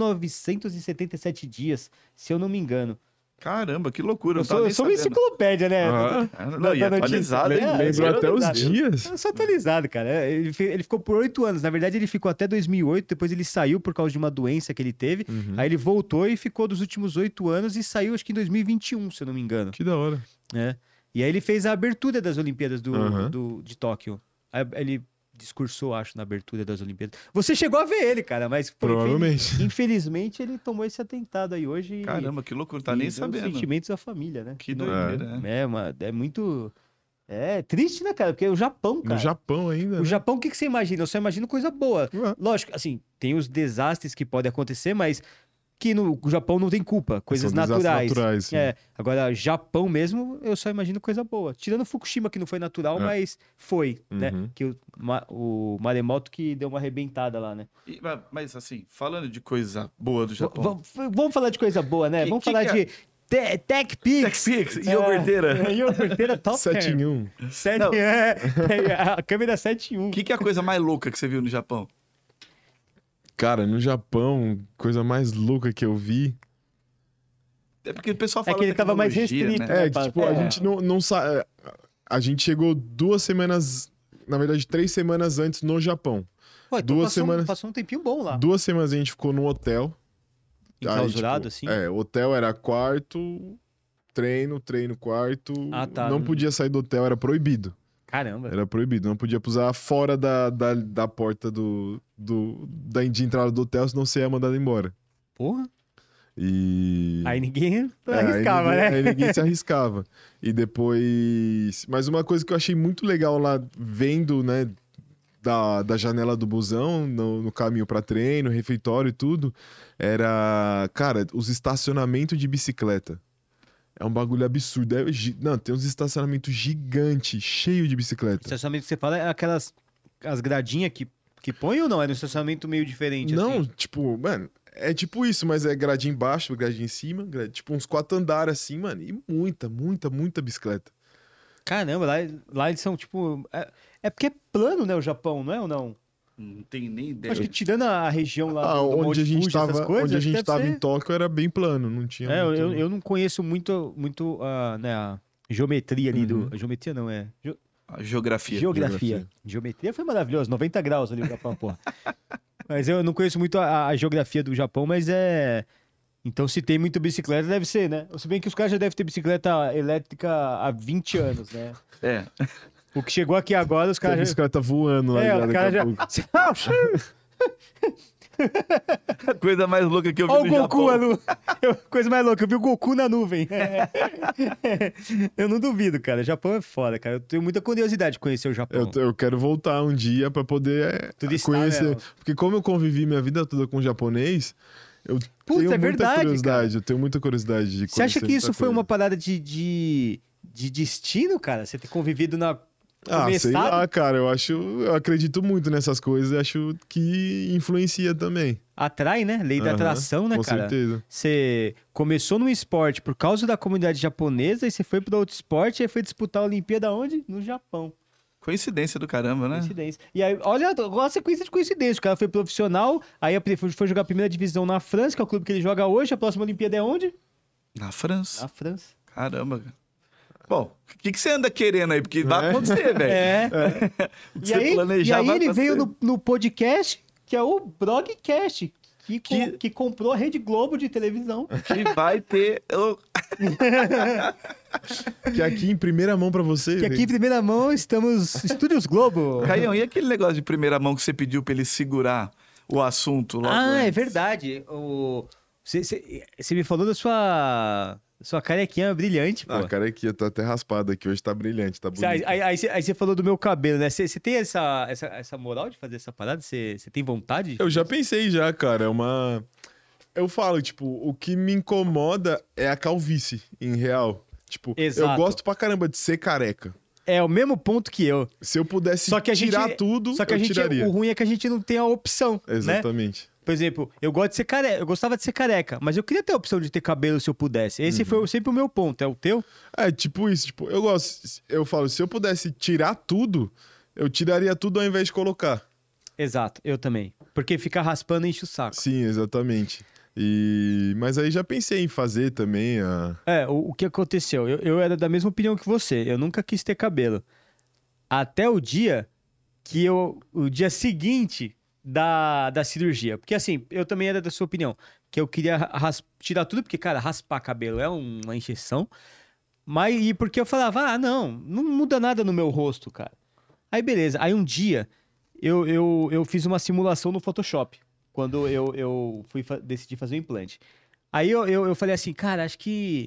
2.977 dias, se eu não me engano. Caramba, que loucura. Eu sou uma enciclopédia, né? Não, e atualizado, hein? Lembrou até os dias. Eu sou atualizado, cara. Ele ficou por 8 anos. Na verdade, ele ficou até 2008. Depois ele saiu por causa de uma doença que ele teve. Aí ele voltou e ficou dos últimos 8 anos e saiu, acho que em 2021, se eu não me engano. Que da hora. E aí ele fez a abertura das Olimpíadas de Tóquio. Aí ele discursou, acho, na abertura das Olimpíadas. Você chegou a ver ele, cara, mas... Provavelmente. Infelizmente, ele tomou esse atentado aí hoje. Caramba, que loucura, tá nem sabendo. Os sentimentos da família, né? Que doideira, É muito... É triste, né, cara? Porque o Japão, cara... No Japão ainda, O Japão, o que você imagina? Eu só imagino coisa boa. Lógico, assim, tem os desastres que podem acontecer, mas... que no Japão não tem culpa, coisas naturais. Agora, Japão mesmo, eu só imagino coisa boa. Tirando Fukushima, que não foi natural, mas foi, né? Que o maremoto que deu uma arrebentada lá, né? Mas assim, falando de coisa boa do Japão... Vamos falar de coisa boa, né? Vamos falar de... TechPix. Iogurteira. Iogurteira top 7 em 1. A câmera 7 em 1. O que é a coisa mais louca que você viu no Japão? Cara, no Japão, coisa mais louca que eu vi... É porque o pessoal fala que ele tava mais restrito, né? Que tipo, a gente não sabe... A gente chegou 2 semanas... Na verdade, 3 semanas antes no Japão. Pô, então passou um tempinho bom lá. 2 semanas a gente ficou no hotel. Enclausurado, assim? O hotel era quarto, treino, quarto. Não podia sair do hotel, era proibido. Caramba. Era proibido, não podia usar fora da porta de entrada do hotel, senão você ia mandado embora. Porra. E... Aí ninguém arriscava, né? Aí ninguém se arriscava. E depois... Mas uma coisa que eu achei muito legal lá, vendo, né, da janela do busão, no caminho pra treino, refeitório e tudo, era, cara, os estacionamentos de bicicleta. É um bagulho absurdo. Não, tem uns estacionamentos gigantes, cheio de bicicleta. O estacionamento que você fala é as gradinhas que põe ou não? É um estacionamento meio diferente, não, assim? tipo, mano, é tipo isso, mas é gradinha embaixo, gradinha em cima, tipo uns 4 andares assim, mano, e muita bicicleta. Caramba, lá eles são, tipo... É porque é plano, né, o Japão, não é ou não? Não tenho nem ideia. Acho que tirando a região lá onde a gente tava ser... em Tóquio era bem plano, não tinha... Eu não conheço muito né, a geometria ali A geometria não, a geografia. Geometria foi maravilhoso, 90 graus ali o Japão, porra. Mas eu não conheço muito a geografia do Japão, mas Então, se tem muita bicicleta, deve ser, né? Se bem que os caras já devem ter bicicleta elétrica há 20 anos, né? O que chegou aqui agora, os caras... A bicicleta voando lá. Os caras já... A coisa mais louca que eu vi no Japão. Olha o Goku, coisa mais louca, eu vi o Goku na nuvem. Eu não duvido, cara. O Japão é foda, cara. Eu tenho muita curiosidade de conhecer o Japão. Eu quero voltar um dia pra poder conhecer. Porque como eu convivi minha vida toda com japonês, eu tenho muita curiosidade. Cara. Eu tenho muita curiosidade de conhecer. Você acha que isso foi uma parada de destino, cara? Você ter convivido Sei lá, cara, eu acredito muito nessas coisas e acho que influencia também. Atrai, né? Lei da atração, né, com cara? certeza. Você começou no esporte por causa da comunidade japonesa e você foi para outro esporte e aí foi disputar a Olimpíada onde? No Japão. Coincidência do caramba, né? Coincidência. E aí, olha a sequência de coincidência. O cara foi profissional, aí foi jogar a primeira divisão na França, que é o clube que ele joga hoje. A próxima Olimpíada é onde? Na França. Na França. Caramba, cara. Bom, o que você anda querendo aí? Porque vai acontecer, velho. O que E aí, você planejar vai ele acontecer. veio no podcast, que é o Broadcast, que comprou a Rede Globo de televisão. Que vai ter... Que aqui em primeira mão pra você. Que aqui em primeira mão estamos Estúdios Globo. Caião, e aquele negócio de primeira mão que você pediu pra ele segurar o assunto logo É antes? verdade. Você me falou da sua carequinha brilhante, pô. A carequinha tá até raspada aqui, hoje tá brilhante, tá bonito. Aí você falou do meu cabelo, né? Você tem essa moral de fazer essa parada? Você tem vontade? Eu já pensei já, cara, Eu falo, tipo, o que me incomoda é a calvície, em real. Tipo, Exato. eu gosto pra caramba de ser careca. É o mesmo ponto que eu. Se eu pudesse Só que a tirar gente, tudo, só que eu tiraria. o ruim é que a gente não tem a opção, né? Exatamente. Por exemplo, eu gosto de ser careca, eu gostava de ser careca, mas eu queria ter a opção de ter cabelo se eu pudesse. Esse foi sempre o meu ponto, é o teu? É, tipo isso, tipo, eu falo, se eu pudesse tirar tudo, eu tiraria tudo ao invés de colocar. Exato, eu também. Porque ficar raspando enche o saco. Sim, exatamente. Mas aí já pensei em fazer também O que aconteceu? Eu era da mesma opinião que você, eu nunca quis ter cabelo. Até o dia o dia seguinte da cirurgia. Porque assim, eu também era da sua opinião, que eu queria tirar tudo, porque, cara, raspar cabelo é uma injeção. E porque eu falava, não muda nada no meu rosto, cara. Aí beleza, aí um dia eu fiz uma simulação no Photoshop, quando eu decidi fazer o implante. Aí eu falei assim, cara, acho que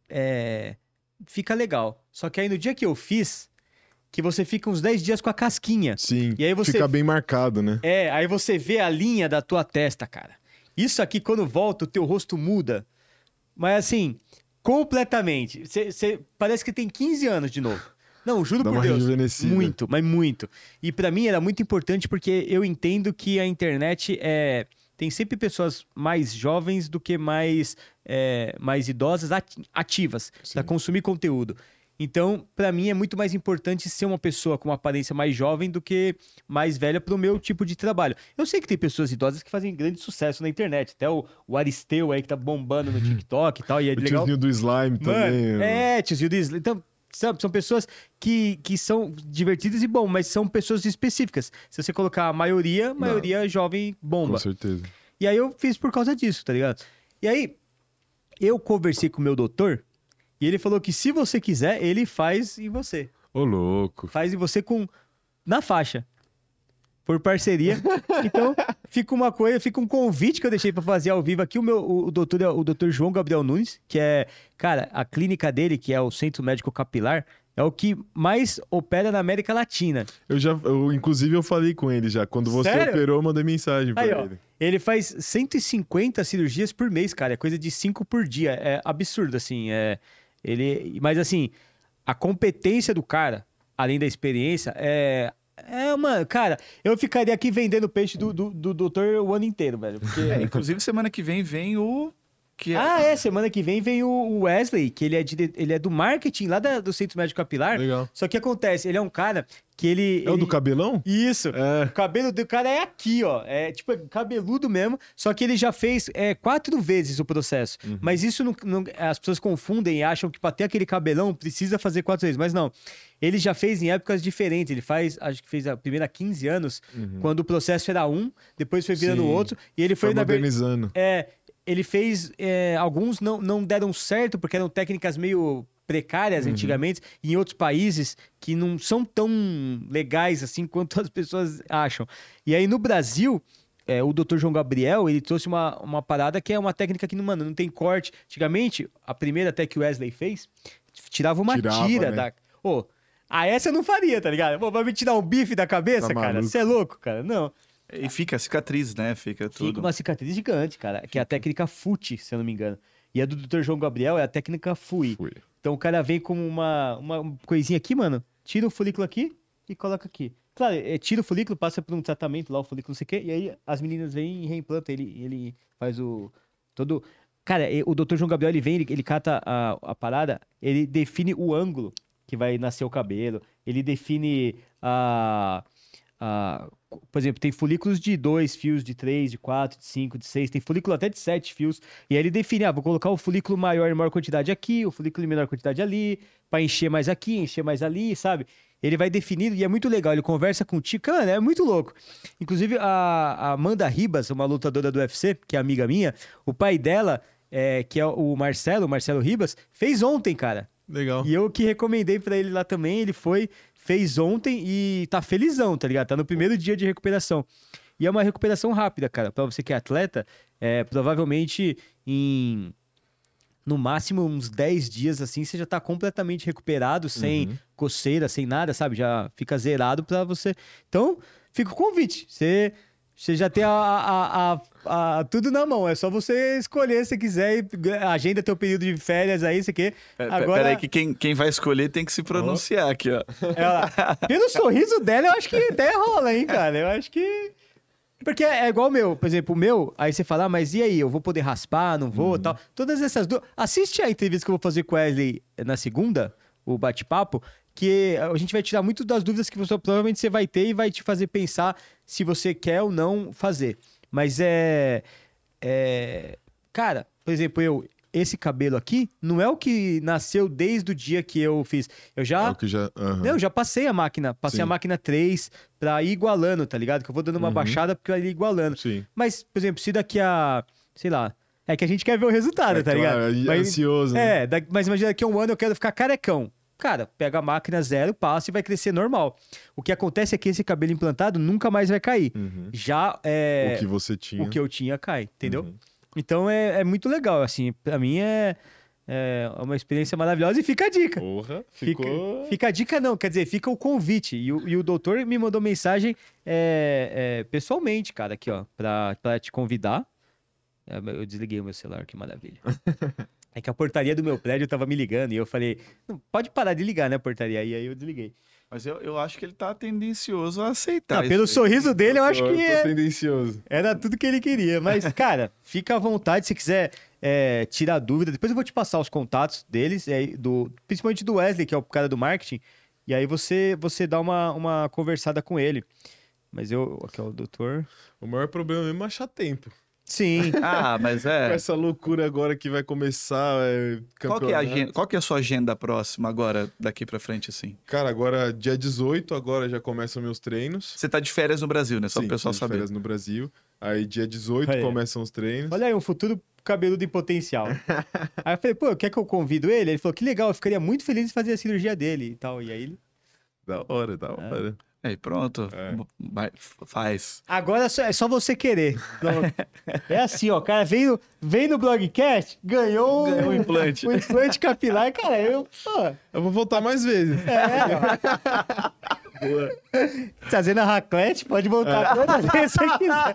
fica legal. Só que aí no dia que eu fiz, que você fica uns 10 dias com a casquinha. Sim, e aí fica bem marcado, né? Aí você vê a linha da tua testa, cara. Isso aqui, quando volta, o teu rosto muda. Mas assim, completamente. Você parece que tem 15 anos de novo. Não, juro Dá por uma Deus. rejuvenescida. Muito, mas muito. E pra mim era muito importante porque eu entendo que a internet tem sempre pessoas mais jovens do que mais idosas, ativas, para consumir conteúdo. Então, pra mim, é muito mais importante ser uma pessoa com uma aparência mais jovem do que mais velha pro meu tipo de trabalho. Eu sei que tem pessoas idosas que fazem grande sucesso na internet. Até o Aristeu aí que tá bombando no TikTok e tal. E é O legal. tiozinho do slime também. Tiozinho do slime. Então, são pessoas que são divertidas e bom, mas são pessoas específicas. Se você colocar a maioria jovem bomba. Com certeza. E aí eu fiz por causa disso, tá ligado? E aí, eu conversei com o meu doutor e ele falou que se você quiser, ele faz em você. Ô, louco. Faz em você na faixa. Por parceria. Então, fica um convite que eu deixei pra fazer ao vivo aqui. O doutor é o doutor João Gabriel Nunes, que é, cara, a clínica dele, que é o Centro Médico Capilar, é o que mais opera na América Latina. Inclusive, eu falei com ele já. Quando você Sério? operou, eu mandei mensagem pra ele. Ele faz 150 cirurgias por mês, cara. É coisa de 5 por dia. É absurdo, assim. Mas, assim, a competência do cara, além da experiência, cara, eu ficaria aqui vendendo peixe do doutor o ano inteiro, velho. Porque... inclusive, semana que vem o... semana que vem o Wesley, que ele é do marketing lá do Centro Médico Capilar. Legal. Só que acontece, ele é um cara que ele... É o do cabelão? Isso. O cabelo do cara é aqui, ó. É tipo cabeludo mesmo, só que ele já fez 4 vezes o processo. Mas isso as pessoas confundem e acham que pra ter aquele cabelão precisa fazer 4 vezes, mas não. Ele já fez em épocas diferentes. Ele acho que fez a primeira 15 anos, quando o processo era depois foi virando outro, e ele foi modernizando. Ele fez... alguns não deram certo, porque eram técnicas meio precárias antigamente, e em outros países que não são tão legais assim quanto as pessoas acham. E aí no Brasil, o Dr. João Gabriel, ele trouxe uma parada que é uma técnica que não tem corte. Antigamente, a primeira até que o Wesley fez, tirava uma tira, né? Essa eu não faria, tá ligado? Vai me tirar um bife da cabeça, Tá cara? maluco. Você é louco, cara? Não. E fica a cicatriz, né? Fica tudo. Fica uma cicatriz gigante, cara. Que é a técnica FUT, se eu não me engano. E a do Dr. João Gabriel é a técnica FUI. Então o cara vem com uma coisinha aqui, mano. Tira o folículo aqui, e coloca aqui. Claro, tira o folículo, passa por um tratamento lá, o folículo não sei o quê, e aí as meninas vêm e reimplantam, ele faz todo... Cara, o Dr. João Gabriel, ele vem, ele cata a parada, ele define o ângulo que vai nascer o cabelo, ele define por exemplo, tem folículos de 2 fios, de 3, de 4, de 5, de 6, tem folículo até de 7 fios, e aí ele define, vou colocar o folículo maior em maior quantidade aqui, o folículo em menor quantidade ali, pra encher mais aqui, encher mais ali, sabe? Ele vai definindo e é muito legal, ele conversa contigo, cara, é muito louco. Inclusive, a Amanda Ribas, uma lutadora do UFC, que é amiga minha, o pai dela, que é o Marcelo Ribas, fez ontem, cara. Legal. E eu que recomendei pra ele lá também, ele fez ontem e tá felizão, tá ligado? Tá no primeiro dia de recuperação. E é uma recuperação rápida, cara. Pra você que é atleta, provavelmente no máximo uns 10 dias, assim, você já tá completamente recuperado, sem coceira, sem nada, sabe? Já fica zerado pra você. Então, fica o convite. Você já tem tudo na mão. É só você escolher se quiser. Agenda teu período de férias aí, você quer. Agora... Peraí, que quem vai escolher tem que se pronunciar aqui, ó. Pelo sorriso dela, eu acho que até rola, hein, cara? Eu acho que... Porque é igual o meu, por exemplo, o meu, aí você fala, mas e aí, eu vou poder raspar, não vou, tal. Todas essas duas... Assiste a entrevista que eu vou fazer com o Wesley na segunda, o bate-papo, que a gente vai tirar muito das dúvidas que provavelmente você vai ter e vai te fazer pensar se você quer ou não fazer. Mas cara, por exemplo, esse cabelo aqui não é o que nasceu desde o dia que eu fiz. Eu já... É o que já... Eu já passei a máquina. Passei a máquina 3 pra ir igualando, tá ligado? Que eu vou dando uma baixada porque eu ir igualando. Sim. Mas, por exemplo, se daqui a... Sei lá... É que a gente quer ver o resultado, tá claro, ligado? É ansioso, né? Mas imagina daqui a um ano eu quero ficar carecão. Cara, pega a máquina 0, passa e vai crescer normal. O que acontece é que esse cabelo implantado nunca mais vai cair. Já O que você tinha. O que eu tinha cai, entendeu? Então é muito legal, assim. Pra mim é uma experiência maravilhosa e fica a dica. Porra, Fica a dica não, quer dizer, fica o convite. E o doutor me mandou mensagem pessoalmente, cara, aqui, ó, pra te convidar. Eu desliguei o meu celular, que maravilha. É que a portaria do meu prédio tava me ligando e eu falei, não, pode parar de ligar, né, a portaria? E aí eu desliguei. Mas eu acho que ele tá tendencioso a aceitar. Pelo sorriso dele, eu acho que tô tendencioso. era tudo que ele queria. Mas, cara, fica à vontade se quiser tirar dúvida. Depois eu vou te passar os contatos deles, principalmente do Wesley, que é o cara do marketing. E aí você dá uma conversada com ele. Mas aqui é o doutor... O maior problema mesmo é achar tempo. Sim. Mas Com essa loucura agora que vai começar Qual que é a sua agenda próxima agora, daqui pra frente, assim? Cara, agora dia 18, agora já começam meus treinos. Você tá de férias no Brasil, né? Só Sim, pro pessoal tô de saber. férias no Brasil. Aí dia 18 começam os treinos. Olha aí, um futuro cabeludo em potencial. Aí eu falei, pô, quer que eu convido ele? Ele falou, que legal, eu ficaria muito feliz em fazer a cirurgia dele e tal. E aí ele... Da hora. Aí, pronto. Faz. Agora é só você querer. É assim, ó, o cara vem no Blogcast, ganhou um implante. Um implante capilar, cara, eu vou voltar mais vezes. Boa. Fazendo a raclete, pode voltar todas as vezes que você quiser.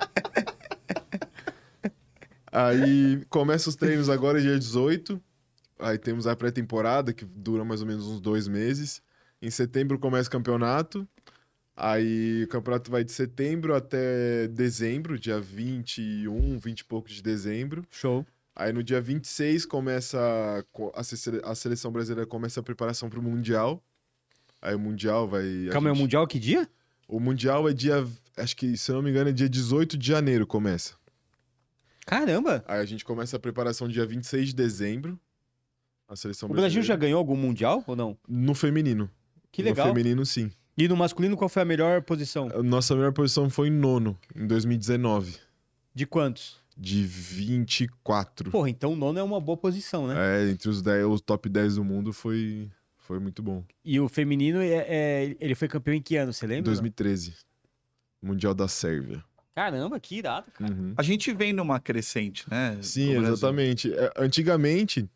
Aí começa os treinos agora, dia 18. Aí temos a pré-temporada, que dura mais ou menos uns 2 meses. Em setembro começa o campeonato. Aí o campeonato vai de setembro até dezembro, dia 21, 20 e pouco de dezembro. Show. Aí no dia 26 começa a seleção brasileira começa a preparação para o Mundial. Aí o Mundial vai... Calma, é o Mundial que dia? O Mundial é dia... Acho que, se eu não me engano, é dia 18 de janeiro começa. Caramba! Aí a gente começa a preparação dia 26 de dezembro. A seleção brasileira. O Brasil já brasileira. ganhou algum Mundial ou não? No feminino. Que legal. No feminino, sim. E no masculino, qual foi a melhor posição? A nossa melhor posição foi em 9º, em 2019. De quantos? De 24. Porra, então o 9º é uma boa posição, né? Entre os top 10 do mundo foi muito bom. E o feminino, ele foi campeão em que ano, você lembra? 2013. Mundial da Sérvia. Caramba, que irado, cara. Uhum. A gente vem numa crescente, né? Sim, exatamente. Antigamente,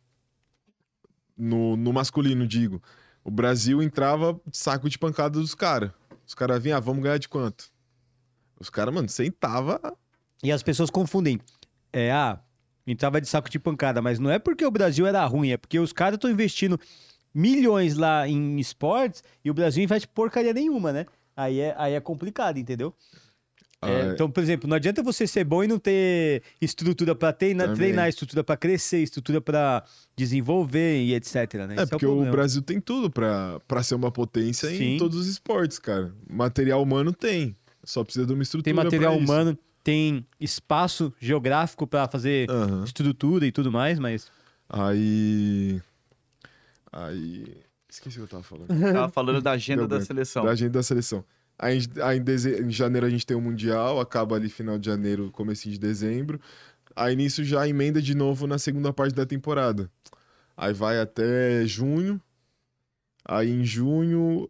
no masculino, digo, o Brasil entrava de saco de pancada dos caras. Os caras vinham, vamos ganhar de quanto? Os caras, mano, sentava... E as pessoas confundem. Entrava de saco de pancada, mas não é porque o Brasil era ruim, é porque os caras estão investindo milhões lá em esportes e o Brasil investe porcaria nenhuma, né? Aí é complicado, entendeu? Então, por exemplo, não adianta você ser bom e não ter estrutura para treinar, estrutura para crescer, estrutura para desenvolver e etc, né? Esse porque o Brasil tem tudo para ser uma potência em todos os esportes, cara. Material humano tem, só precisa de uma estrutura. Tem material humano, tem espaço geográfico para fazer estrutura e tudo mais, mas... Aí... Esqueci o que eu tava falando. Tava falando da agenda da seleção. Da agenda da seleção. Aí em janeiro a gente tem o Mundial, acaba ali final de janeiro, comecinho de dezembro. Aí nisso já emenda de novo na segunda parte da temporada. Aí vai até junho. Aí em junho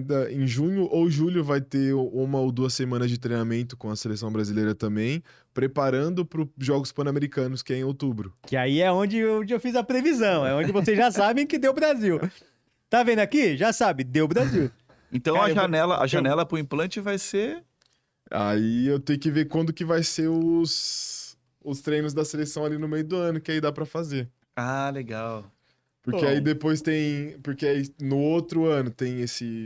ou julho vai ter 1 ou 2 semanas de treinamento com a seleção brasileira também, preparando para os Jogos Pan-Americanos, que é em outubro. Que aí é onde eu fiz a previsão, é onde vocês já sabem que deu Brasil. Tá vendo aqui? Já sabe, deu Brasil. Então cara, a janela pro implante vai ser... Aí eu tenho que ver quando que vai ser os treinos da seleção ali no meio do ano, que aí dá pra fazer. Ah, legal. Porque aí depois tem... Porque aí no outro ano tem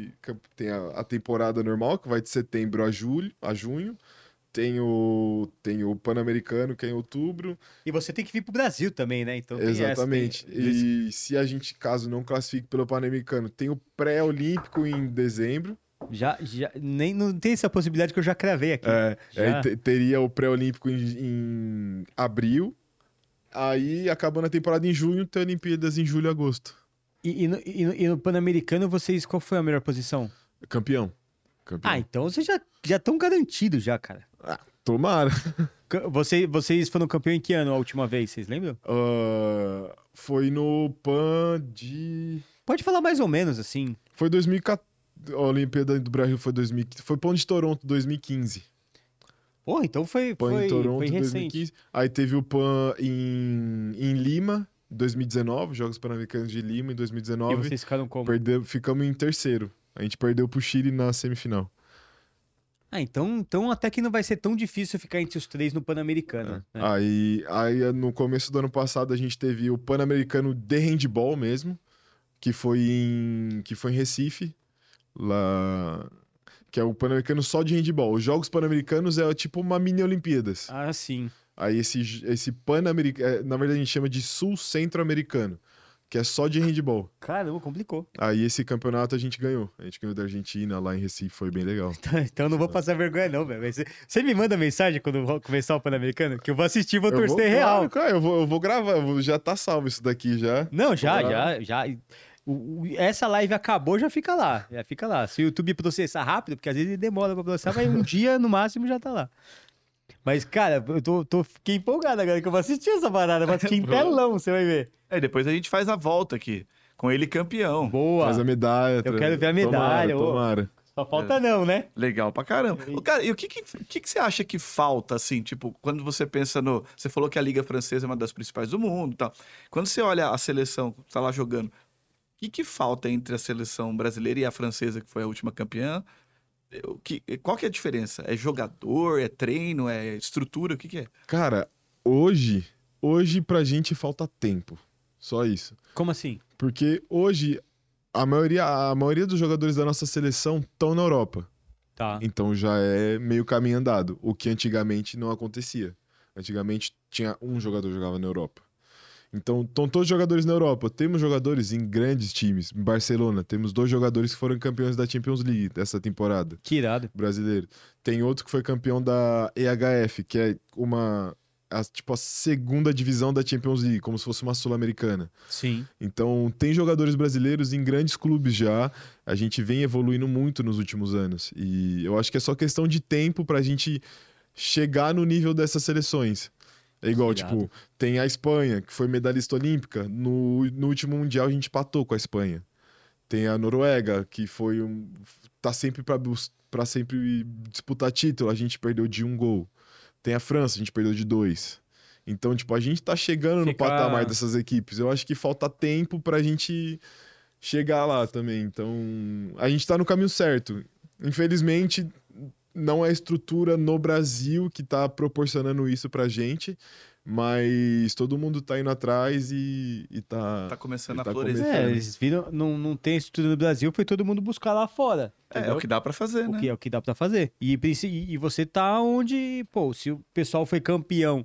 a temporada normal, que vai de setembro a junho. Tem o Pan-Americano, que é em outubro. E você tem que vir pro Brasil também, né? Então exatamente. E se a gente, caso não classifique pelo Pan-Americano, tem o pré-olímpico em dezembro. Não tem essa possibilidade que eu já cravei aqui. Teria o pré-olímpico em abril. Aí, acabando a temporada em junho, tem Olimpíadas em julho e agosto. E no Pan-Americano, qual foi a melhor posição? Campeão. Então vocês já estão garantidos já, cara. Tomara. Vocês foram campeão em que ano a última vez, vocês lembram? Foi no Pan de... Pode falar mais ou menos, assim. Foi 2014. A Olimpíada do Brasil foi 2015. Foi Pan de Toronto, 2015. Porra, então foi Toronto, foi recente. 2015. Aí teve o Pan em Lima, 2019, Jogos Pan-Americanos de Lima, em 2019. E vocês ficaram como? Ficamos em terceiro. A gente perdeu pro Chile na semifinal. Então até que não vai ser tão difícil ficar entre os 3 no Pan-Americano. Né? Aí no começo do ano passado a gente teve o Pan-Americano de handball mesmo, que foi em Recife, lá, que é o Pan-Americano só de handball. Os Jogos Pan-Americanos é tipo uma mini Olimpíadas. Ah, sim. Aí esse Pan-Americano, na verdade a gente chama de Sul-Centro-Americano, que é só de handball. Caramba, complicou. Aí esse campeonato a gente ganhou. A gente ganhou da Argentina lá em Recife, foi bem legal. Então eu não vou passar vergonha não, velho. Você me manda mensagem quando começar o Pan-Americano? Que eu vou assistir, vou torcer real. Cara, eu vou gravar, já tá salvo isso daqui já. Não, já. Essa live acabou, já fica lá. Se o YouTube processar rápido, porque às vezes ele demora pra processar, mas um dia no máximo já tá lá. Mas, cara, eu fiquei empolgado agora que eu vou assistir essa parada, vou assistir em telão, você vai ver. Depois a gente faz a volta aqui, com ele campeão. Boa. Faz a medalha. Eu quero ver a medalha. Tomara. Só falta não, né? Legal pra caramba. Cara, e o que você acha que falta, assim, tipo, quando você pensa no... Você falou que a Liga Francesa é uma das principais do mundo e tal. Quando você olha a seleção que tá lá jogando, o que falta entre a seleção brasileira e a francesa, que foi a última campeã? Qual que é a diferença? É jogador, é treino, é estrutura, o que é? Cara, hoje pra gente falta tempo. Só isso. Como assim? Porque hoje a maioria dos jogadores da nossa seleção estão na Europa. Tá. Então já é meio caminho andado, o que antigamente não acontecia. Antigamente tinha um jogador que jogava na Europa. Então estão todos os jogadores na Europa. Temos jogadores em grandes times. Em Barcelona, temos 2 jogadores que foram campeões da Champions League dessa temporada. Que irado. Brasileiro. Tem outro que foi campeão da EHF, que é a segunda divisão da Champions League, como se fosse uma sul-americana. Sim. Então, tem jogadores brasileiros em grandes clubes já. A gente vem evoluindo muito nos últimos anos. E eu acho que é só questão de tempo pra gente chegar no nível dessas seleções. É igual, tipo, tem a Espanha, que foi medalhista olímpica. No último Mundial a gente empatou com a Espanha. Tem a Noruega, que tá sempre pra sempre disputar título. A gente perdeu de 1 gol. Tem a França, a gente perdeu de 2. Então, tipo, a gente tá chegando no patamar dessas equipes. Eu acho que falta tempo pra gente chegar lá também. Então, a gente tá no caminho certo. Infelizmente, não é a estrutura no Brasil que tá proporcionando isso pra gente. Mas todo mundo tá indo atrás e tá... Tá começando e a tá florescer. começando. Eles viram, não tem estrutura no Brasil, foi todo mundo buscar lá fora. É entendeu? o que dá pra fazer, O né? que é o que dá pra fazer. E você tá onde, pô, se o pessoal foi campeão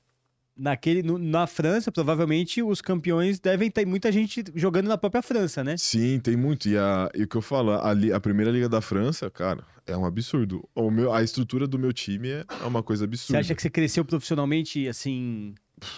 na França, provavelmente os campeões devem ter muita gente jogando na própria França, né? Sim, tem muito. E o que eu falo, a primeira liga da França, cara, é um absurdo. A estrutura do meu time é uma coisa Você absurda. acha que você cresceu profissionalmente, assim...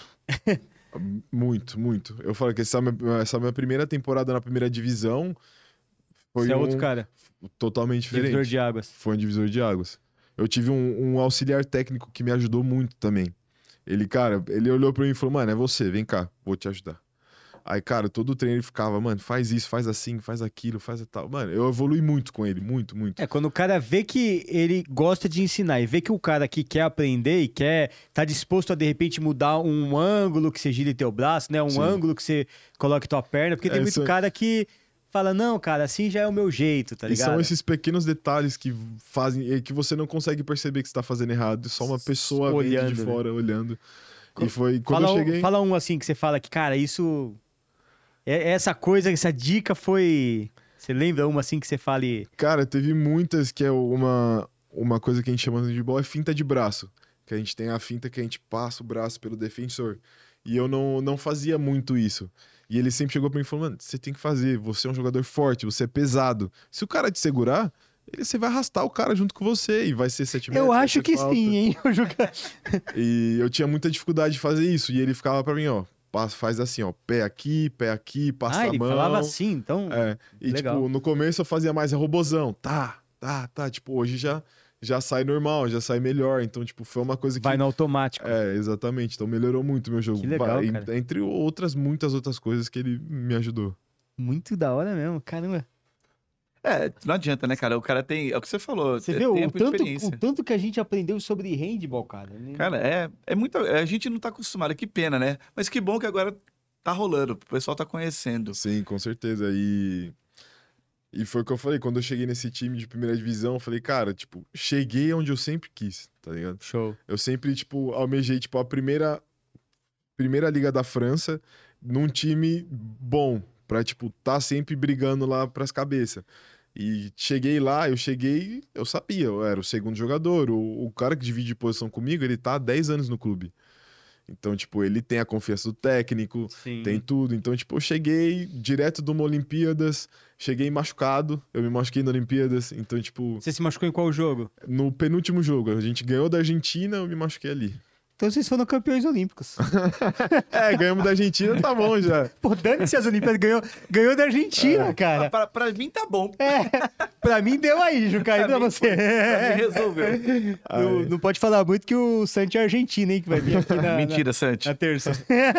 Muito, muito. Eu falo que essa minha primeira temporada na primeira divisão foi Você é outro cara, totalmente diferente. divisor de águas. Foi um divisor de águas. Eu tive um auxiliar técnico que me ajudou muito também. Ele olhou pra mim e falou, mano, é você, vem cá, vou te ajudar. Aí, cara, todo treino ele ficava, mano, faz isso, faz assim, faz aquilo, faz tal. Mano, eu evolui muito com ele, muito, muito. É, quando o cara vê que ele gosta de ensinar e vê que o cara aqui quer aprender e tá disposto a, de repente, mudar um ângulo que você gira teu braço, né? Um Sim. ângulo que você coloque tua perna, porque tem muito isso- cara que fala, não, cara, assim já é o meu jeito, tá E ligado? são esses pequenos detalhes que fazem, que você não consegue perceber que você tá fazendo errado. Só uma pessoa vendo Olhando, de né? fora, olhando. E foi quando Fala, eu cheguei... fala um assim que você fala que, cara, isso... Essa coisa, essa dica foi... Você lembra uma assim que você fale... Cara, teve muitas que é uma coisa que a gente chama de futebol é finta de braço. Que a gente tem a finta que a gente passa o braço pelo defensor. E eu não fazia muito isso. E ele sempre chegou pra mim e falou, mano, você tem que fazer, você é um jogador forte, você é pesado. Se o cara te segurar, você vai arrastar o cara junto com você e vai ser 7 metros. Eu vai acho ser que falta. sim, hein? Eu jogar... E eu tinha muita dificuldade de fazer isso. E ele ficava pra mim, ó, faz assim, ó, pé aqui, passa Ah, a ele mão. falava assim, então... É, e Legal. tipo, no começo eu fazia mais robozão. Tá. Tipo, hoje já sai normal, já sai melhor. Então, tipo, foi uma coisa que... Vai no automático. É, exatamente. Então melhorou muito o meu jogo. Que legal, cara. Entre muitas outras coisas que ele me ajudou. Muito da hora mesmo, caramba. É, não adianta, né, cara? O cara tem. É o que você falou. Você é vê o tempo e experiência. tanto que a gente aprendeu sobre handball, cara. Cara, é muito. A gente não tá acostumado, que pena, né? Mas que bom que agora tá rolando, o pessoal tá conhecendo. Sim, com certeza. E foi o que eu falei, quando eu cheguei nesse time de primeira divisão, eu falei, cara, tipo, cheguei onde eu sempre quis, tá ligado? Show. Eu sempre, tipo, almejei, tipo, a primeira liga da França num time bom, pra, tipo, tá sempre brigando lá pras cabeças. E cheguei lá, eu sabia, eu era o segundo jogador, o cara que divide posição comigo, ele tá há 10 anos no clube. Então, tipo, ele tem a confiança do técnico, Sim. tem tudo. Então, tipo, eu cheguei direto de uma Olimpíadas, cheguei machucado, eu me machuquei na Olimpíadas. Então, tipo, Você se machucou em qual jogo? no penúltimo jogo, a gente ganhou da Argentina, eu me machuquei ali. Então vocês foram campeões olímpicos. É, ganhamos da Argentina, tá bom já. Pô, dane-se as Olimpíadas, ganhou da Argentina, cara. Pra mim tá bom. Pra mim deu aí, Juca, aí pra você. Pra mim resolveu. Não pode falar muito que o Santi é argentino, hein, que vai vir aqui Mentira, Santi. na terça.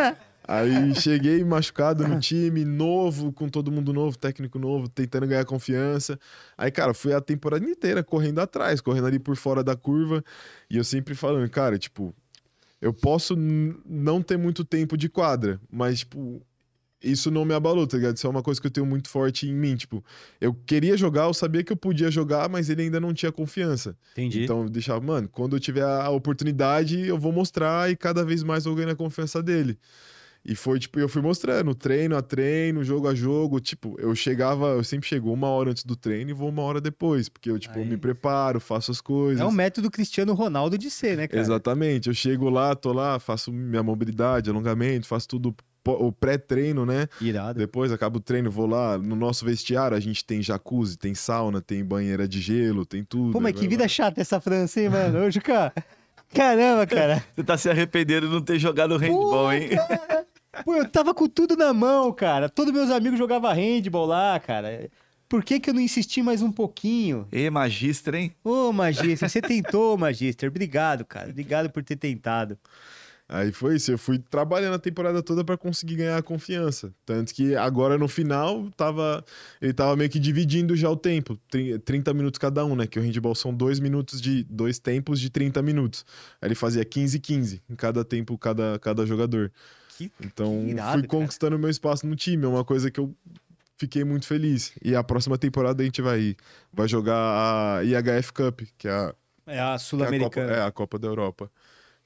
Aí cheguei machucado no time, novo, com todo mundo novo, técnico novo, tentando ganhar confiança. Aí, cara, fui a temporada inteira correndo atrás, correndo ali por fora da curva. E eu sempre falando, cara, tipo, eu posso não ter muito tempo de quadra, mas, tipo, isso não me abalou, tá ligado? Isso é uma coisa que eu tenho muito forte em mim. Tipo, eu queria jogar, eu sabia que eu podia jogar, mas ele ainda não tinha confiança. Entendi. Então eu deixava, mano, quando eu tiver a oportunidade, eu vou mostrar e cada vez mais eu ganho a confiança dele. E foi, tipo, eu fui mostrando, treino a treino, jogo a jogo. Tipo, eu sempre chego 1 hora antes do treino e vou 1 hora depois. Porque eu, tipo, Aí. me preparo, faço as coisas. É o método Cristiano Ronaldo de ser, né, cara? Exatamente. Eu chego lá, tô lá, faço minha mobilidade, alongamento, faço tudo o pré-treino, né? Irado. Depois acaba o treino, vou lá. No nosso vestiário, a gente tem jacuzzi, tem sauna, tem banheira de gelo, tem tudo. Pô, mas Aí que vai vida lá. chata essa França, hein, mano? Ô, Juca. Caramba, cara. Você tá se arrependendo de não ter jogado handball, hein? Pô, eu tava com tudo na mão, cara. Todos meus amigos jogavam handball lá, cara. Por que que eu não insisti mais um pouquinho? Ê, magistra, hein? Ô, Magister, você tentou, Magister. Obrigado, cara. Obrigado por ter tentado. Aí foi isso, eu fui trabalhando a temporada toda pra conseguir ganhar a confiança. Tanto que agora no final, ele tava meio que dividindo já o tempo. 30 minutos cada um, né? Que o handball são 2 tempos de 30 minutos. Aí ele fazia 15 e 15 em cada tempo, cada jogador. Então, que irado, fui cara. conquistando meu espaço no time. É uma coisa que eu fiquei muito feliz. E a próxima temporada a gente vai jogar a IHF Cup, que é É a a Sul-Americana. a Copa da Europa.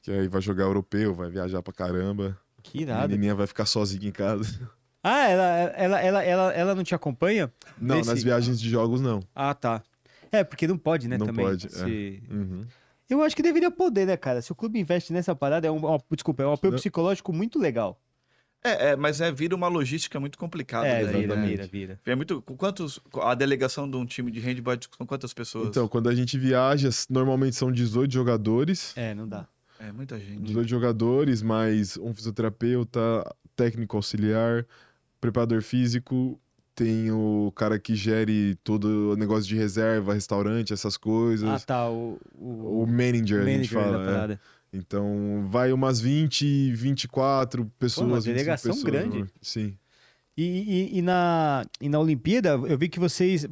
Que aí vai jogar europeu, vai viajar pra caramba. Que A irado. menininha vai ficar sozinha em casa. Ah, ela não te acompanha? Não, Nesse- nas viagens de jogos, não. Ah, tá. É, porque não pode, né, Não também. pode, se- Uhum. Eu acho que deveria poder, né, cara? Se o clube investe nessa parada, desculpa, é um apoio Não. psicológico muito legal. Mas vira uma logística muito complicada. É, daí, exatamente. né? vira. É muito. A delegação de um time de handball são quantas pessoas? Então, quando a gente viaja, normalmente são 18 jogadores. É, não dá. É muita gente. 18 jogadores, mais um fisioterapeuta, técnico auxiliar, preparador físico, tem o cara que gere todo o negócio de reserva, restaurante, essas Ah, coisas. tá. O O manager, a gente manager da fala. parada. Então, vai umas 20, 24 pessoas. uma 25 delegação pessoas, grande. né? Sim. E na Olimpíada, eu vi que vocês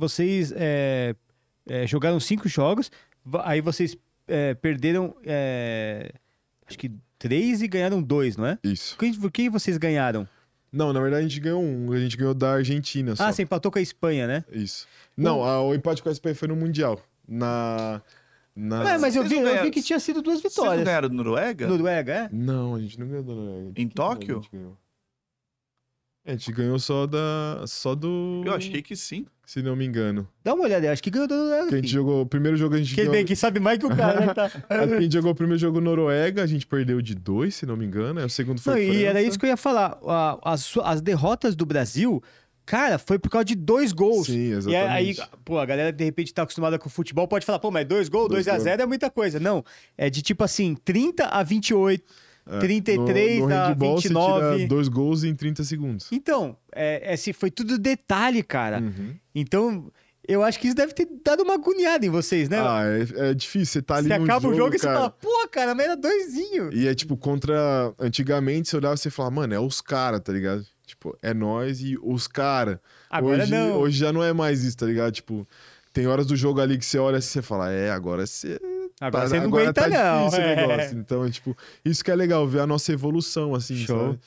jogaram 5 jogos, aí vocês perderam, acho que 3 e ganharam 2, não é? Isso. Quem vocês ganharam? Não, na verdade a gente ganhou um. A gente ganhou da Argentina só. Ah, você empatou com a Espanha, né? Isso. Não, o empate com a Espanha foi no Mundial. Mas eu Vocês vi, não eu vi ganharam- que tinha sido 2 Vocês não vitórias. ganharam do Noruega? Noruega, é? Não, a gente não ganhou da Noruega. Em Tóquio? A gente ganhou. A gente ganhou só do... Eu achei que sim. Se não me engano. Dá uma olhada aí, acho que ganhou da Noruega. Que a gente sim. jogou... O primeiro jogo a gente Quem ganhou... bem, que sabe mais que o cara, né? Tá. A gente jogou o primeiro jogo Noruega, a gente perdeu de 2, se não me engano. Aí o segundo Não, foi e era França. isso que eu ia falar. As derrotas do Brasil, cara, foi por causa de 2 gols. Sim, E exatamente. aí, pô, a galera de repente tá acostumada com o futebol, pode falar, pô, mas 2 gols, 2 2-0 é muita coisa. Não, é de tipo assim, 30-28, É, 33 no a handball, 29. você tira 2 gols em 30 segundos. Então, foi tudo detalhe, cara. Uhum. Então, eu acho que isso deve ter dado uma agoniada em vocês, né? Ah, é difícil. Você tá ali você no acaba o jogo e você cara. fala, pô, cara, mas era 2zinho. E é tipo, contra... Antigamente, você olhava e você falava, mano, é os caras, tá ligado? Tipo, é nós e os caras. Agora hoje, não. Hoje já não é mais isso, tá ligado? Tipo, tem horas do jogo ali que você olha e você fala, agora você... Agora você não agora aguenta, não. difícil o É. negócio. Então, é tipo, isso que é legal, ver a nossa evolução, assim, Show. sabe?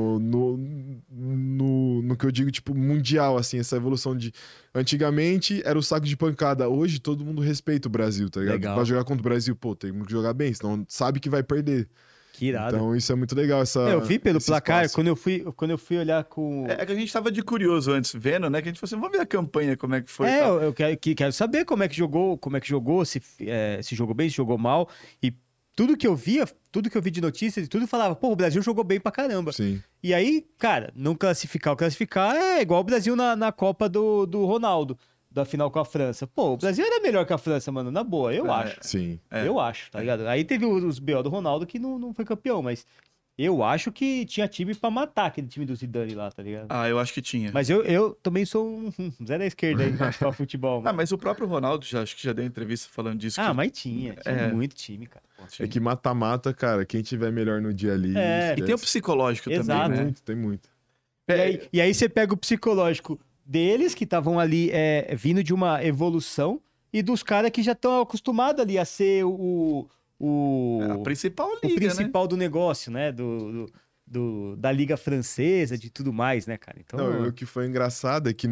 No que eu digo, tipo, mundial, assim, essa evolução de... Antigamente era o saco de pancada, hoje todo mundo respeita o Brasil, tá ligado? Legal. Vai jogar contra o Brasil, pô, tem que jogar bem, senão sabe que vai perder. Que irado. Então isso é muito legal, Eu vi pelo esse placar, espaço. quando eu fui olhar com... É que a gente tava de curioso antes, vendo, né? Que a gente falou assim, vamos ver a campanha, como é que foi. e tal. eu quero saber como é que jogou, se jogou bem, se jogou mal. E tudo que eu via, tudo que eu vi de notícias e tudo falava, pô, o Brasil jogou bem pra caramba. Sim. E aí, cara, não classificar, é igual o Brasil na Copa do Ronaldo, da final com a França. Pô, o Brasil era melhor que a França, mano, na boa, eu acho. Sim. É. Eu acho, tá ligado? Aí teve os BO do Ronaldo que não foi campeão, mas eu acho que tinha time pra matar aquele time do Zidane lá, tá ligado? Ah, eu acho que tinha. Mas eu também sou um Zé da esquerda aí pra futebol. Mano. Mas o próprio Ronaldo acho que já deu entrevista falando disso. Ah, que- mas tinha muito time, cara. Pô, É que mata-mata, cara, quem tiver melhor no dia ali... É. E tem o esquece. psicológico Exato. também, né? Tem muito. E aí você pega o psicológico deles, que estavam ali vindo de uma evolução, e dos caras que já estão acostumados ali a ser A principal o liga, principal do negócio, né? Da Liga Francesa, de tudo mais, né, cara? Então, Não, o que foi engraçado é que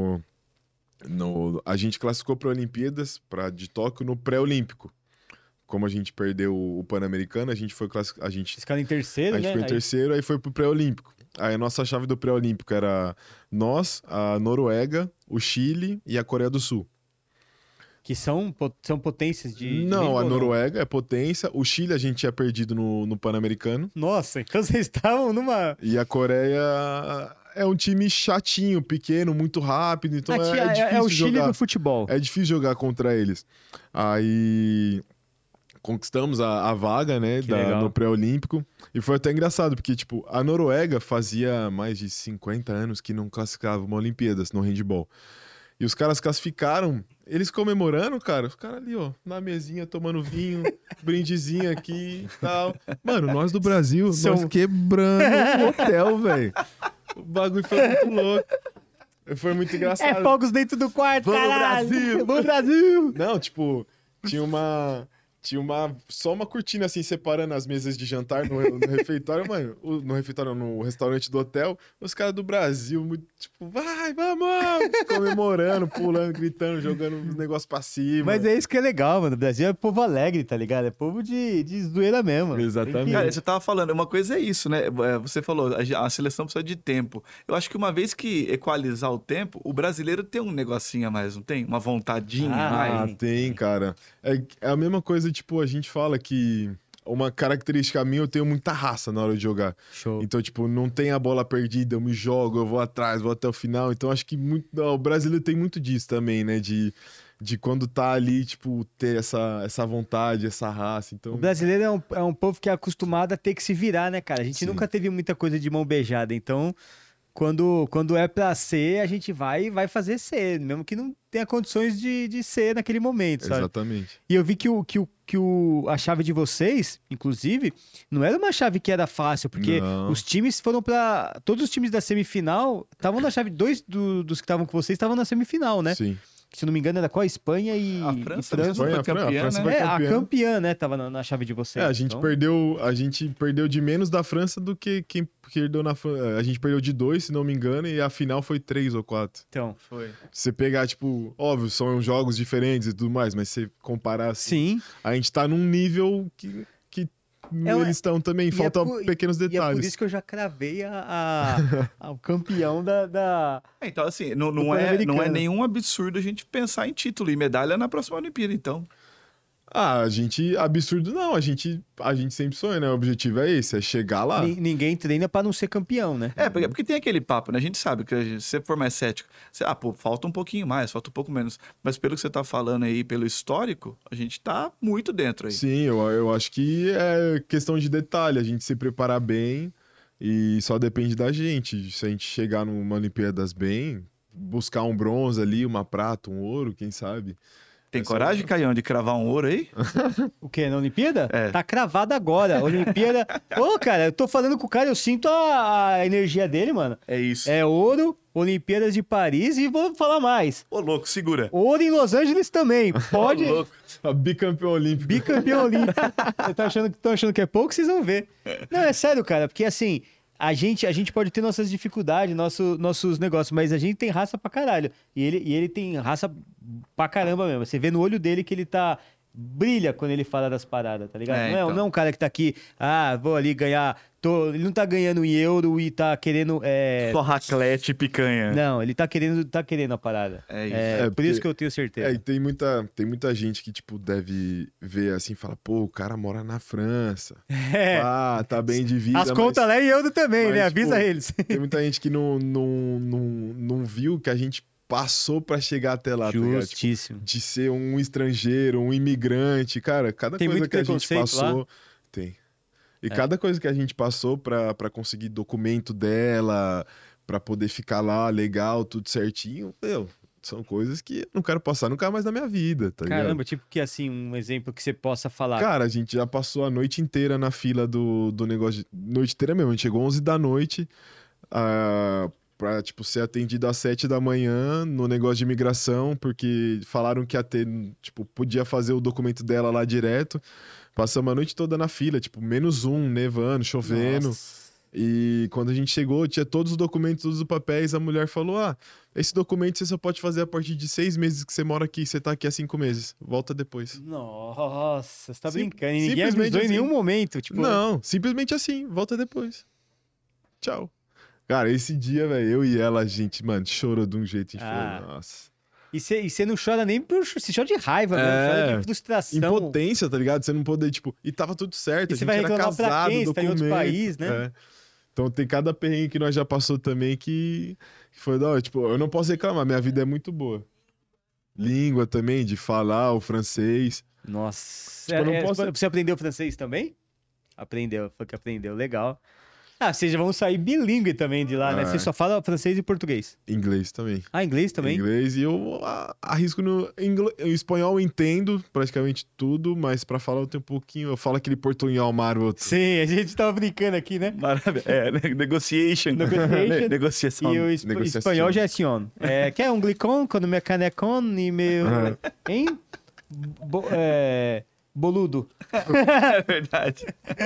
a gente classificou para Olimpíadas de Tóquio no pré-olímpico. Como a gente perdeu o Pan-Americano, a gente foi a gente eles ficaram em terceiro, né? ficou em Aí- terceiro, aí foi pro pré-olímpico. Aí a nossa chave do pré-olímpico era nós, a Noruega, o Chile e a Coreia do Sul. que são potências de Não, a handball, Noruega é potência, o Chile a gente tinha perdido no Pan-Americano Nossa, então vocês estavam numa... e a Coreia é um time chatinho, pequeno, muito rápido, então é difícil é o Chile jogar. do futebol. É difícil jogar contra eles. Aí conquistamos a vaga, né, Que legal. no pré-olímpico. E foi até engraçado, porque, tipo, a Noruega fazia mais de 50 anos que não classificava uma Olimpíadas no handball. E os caras classificaram, eles comemorando, cara, os caras ali, ó, na mesinha, tomando vinho, brindezinho aqui e tal. Mano, nós do Brasil, nós quebrando o hotel, velho. O bagulho foi muito louco. Foi muito engraçado. É fogos dentro do quarto, Vamos, caralho! Brasil! Vamos, Brasil! Não, tipo, tinha tinha só uma cortina assim separando as mesas de jantar no refeitório, mano. No refeitório, no restaurante do hotel, os caras do Brasil, muito, tipo, vai, vamos! Comemorando, pulando, gritando, jogando os negócios pra cima. Mas é isso que é legal, mano. O Brasil é povo alegre, tá ligado? É povo de zoeira mesmo. Exatamente. Cara, você tava falando, uma coisa é isso, né? Você falou, a seleção precisa de tempo. Eu acho que uma vez que equalizar o tempo, o brasileiro tem um negocinho a mais, não tem? Uma vontadinha a mais. Tem, cara. É a mesma coisa, tipo, a gente fala que uma característica minha, eu tenho muita raça na hora de jogar. Show. Então, tipo, não tem a bola perdida, eu me jogo, eu vou atrás, vou até o final. Então, acho que o brasileiro tem muito disso também, né? De quando tá ali, tipo, ter essa vontade, essa raça. Então... O brasileiro é um povo que é acostumado a ter que se virar, né, cara? A gente Sim. nunca teve muita coisa de mão beijada, então... Quando é pra ser, a gente vai fazer ser, mesmo que não tenha condições de ser naquele momento, sabe? Exatamente. E eu vi que a chave de vocês, inclusive, não era uma chave que era fácil, porque Não. os times foram pra... Todos os times da semifinal estavam na chave... Dois dos que estavam com vocês estavam na semifinal, né? Sim. Se não me engano, era qual? Espanha e A França, França. foi a campeã, França né? foi A campeã. campeã, né? Tava na chave de vocês. A gente perdeu de menos da França do que quem perdeu na França. A gente perdeu de 2, se não me engano, e a final foi 3 ou 4. Então, Foi. Se você pegar, tipo, óbvio, são jogos diferentes e tudo mais, mas se você comparar assim, sim. a gente tá num nível que eles estão também, E faltam pequenos E é por detalhes. isso que eu já cravei o campeão da... Então, assim, não é Pan-Americano. nenhum absurdo a gente pensar em título e medalha na próxima Olimpíada, então. Absurdo não, a gente sempre sonha, né? O objetivo é esse, é chegar lá. Ninguém treina pra não ser campeão, né? Porque tem aquele papo, né? A gente sabe que se você for mais cético, falta um pouquinho mais, falta um pouco menos. Mas pelo que você tá falando aí, pelo histórico, a gente tá muito dentro aí. Sim, eu acho que é questão de detalhe, a gente se preparar bem e só depende da gente. Se a gente chegar numa Olimpíadas bem, buscar um bronze ali, uma prata, um ouro, quem sabe? Tem coragem, Caião, de cravar um ouro aí? O quê? Na Olimpíada? É. Tá cravado agora. Olimpíada... Ô, cara, eu tô falando com o cara, eu sinto a energia dele, mano. É isso. É ouro, Olimpíadas de Paris e vou falar mais. Ô, louco, segura. Ouro em Los Angeles também. Pode... Ô, louco. A bicampeão olímpico. Bicampeão olímpico. Estão achando que é pouco? Vocês vão ver. Não, é sério, cara, porque assim, a gente pode ter nossas dificuldades, nossos negócios, mas a gente tem raça pra caralho. E ele tem raça pra caramba mesmo. Você vê no olho dele que ele brilha quando ele fala das paradas, tá ligado? Então. Não é um cara que tá aqui, vou ali ganhar. Ele não tá ganhando em euro e tá querendo. Só raclete e picanha. Não, ele tá querendo a parada. É isso. Por isso que eu tenho certeza. E tem muita gente que, tipo, deve ver assim e fala, pô, o cara mora na França. Tá bem de vida. As contas lá em euro também, mas, né? Avisa tipo, eles. Tem muita gente que não viu que a gente passou pra chegar até lá, tá ligado? Tipo, Justíssimo. de ser um estrangeiro, um imigrante, cara, cada Tem coisa muito que a gente preconceito passou, lá? tem. E cada coisa que a gente passou pra conseguir documento dela, pra poder ficar lá legal, tudo certinho, são coisas que eu não quero passar nunca mais na minha vida, tá ligado? Caramba, tipo que assim, um exemplo que você possa falar. Cara, a gente já passou a noite inteira na fila do negócio, noite inteira mesmo, a gente chegou 11 da noite, pra, tipo, ser atendido às 7 da manhã no negócio de imigração, porque falaram que ia ter, tipo, podia fazer o documento dela lá direto. Passamos a noite toda na fila, tipo, -1, nevando, chovendo. Nossa. E quando a gente chegou, tinha todos os documentos, todos os papéis, a mulher falou, esse documento você só pode fazer a partir de 6 meses que você mora aqui, você tá aqui há 5 meses, volta depois. Nossa, você tá Sim- brincando. E ninguém simplesmente avisou em assim. nenhum momento. Tipo, Não, simplesmente assim, volta depois. Tchau. Cara, esse dia, velho, eu e ela, a gente, mano, chorou de um jeito, a gente falou, nossa. E você não chora nem você chora de raiva, né? Chora de frustração. Impotência, tá ligado? Você não poder, tipo, e tava tudo certo, E a você gente vai era reclamar pra casado, quem? Você tá em outro documento. país, né? É. Então tem cada perrengue que nós já passou também que foi da hora. Tipo, eu não posso reclamar, minha vida é muito boa. Língua também, de falar o francês. Nossa. Tipo, eu não posso- Você aprendeu francês também? Aprendeu, foi que aprendeu. Legal. Vocês já vão sair bilíngue também de lá, né? Você só fala francês e português. Inglês também. Inglês também? Inglês e eu arrisco no espanhol, eu entendo praticamente tudo, mas pra falar eu tenho um pouquinho, eu falo aquele portunhol maroto. Sim, a gente tava brincando aqui, né? Maravilha. Negotiation. Negotiation. Negociação. E o Negociação. espanhol já é assim, ó. Quer um glicon com meu canecon e meu... Hein? boludo. É verdade.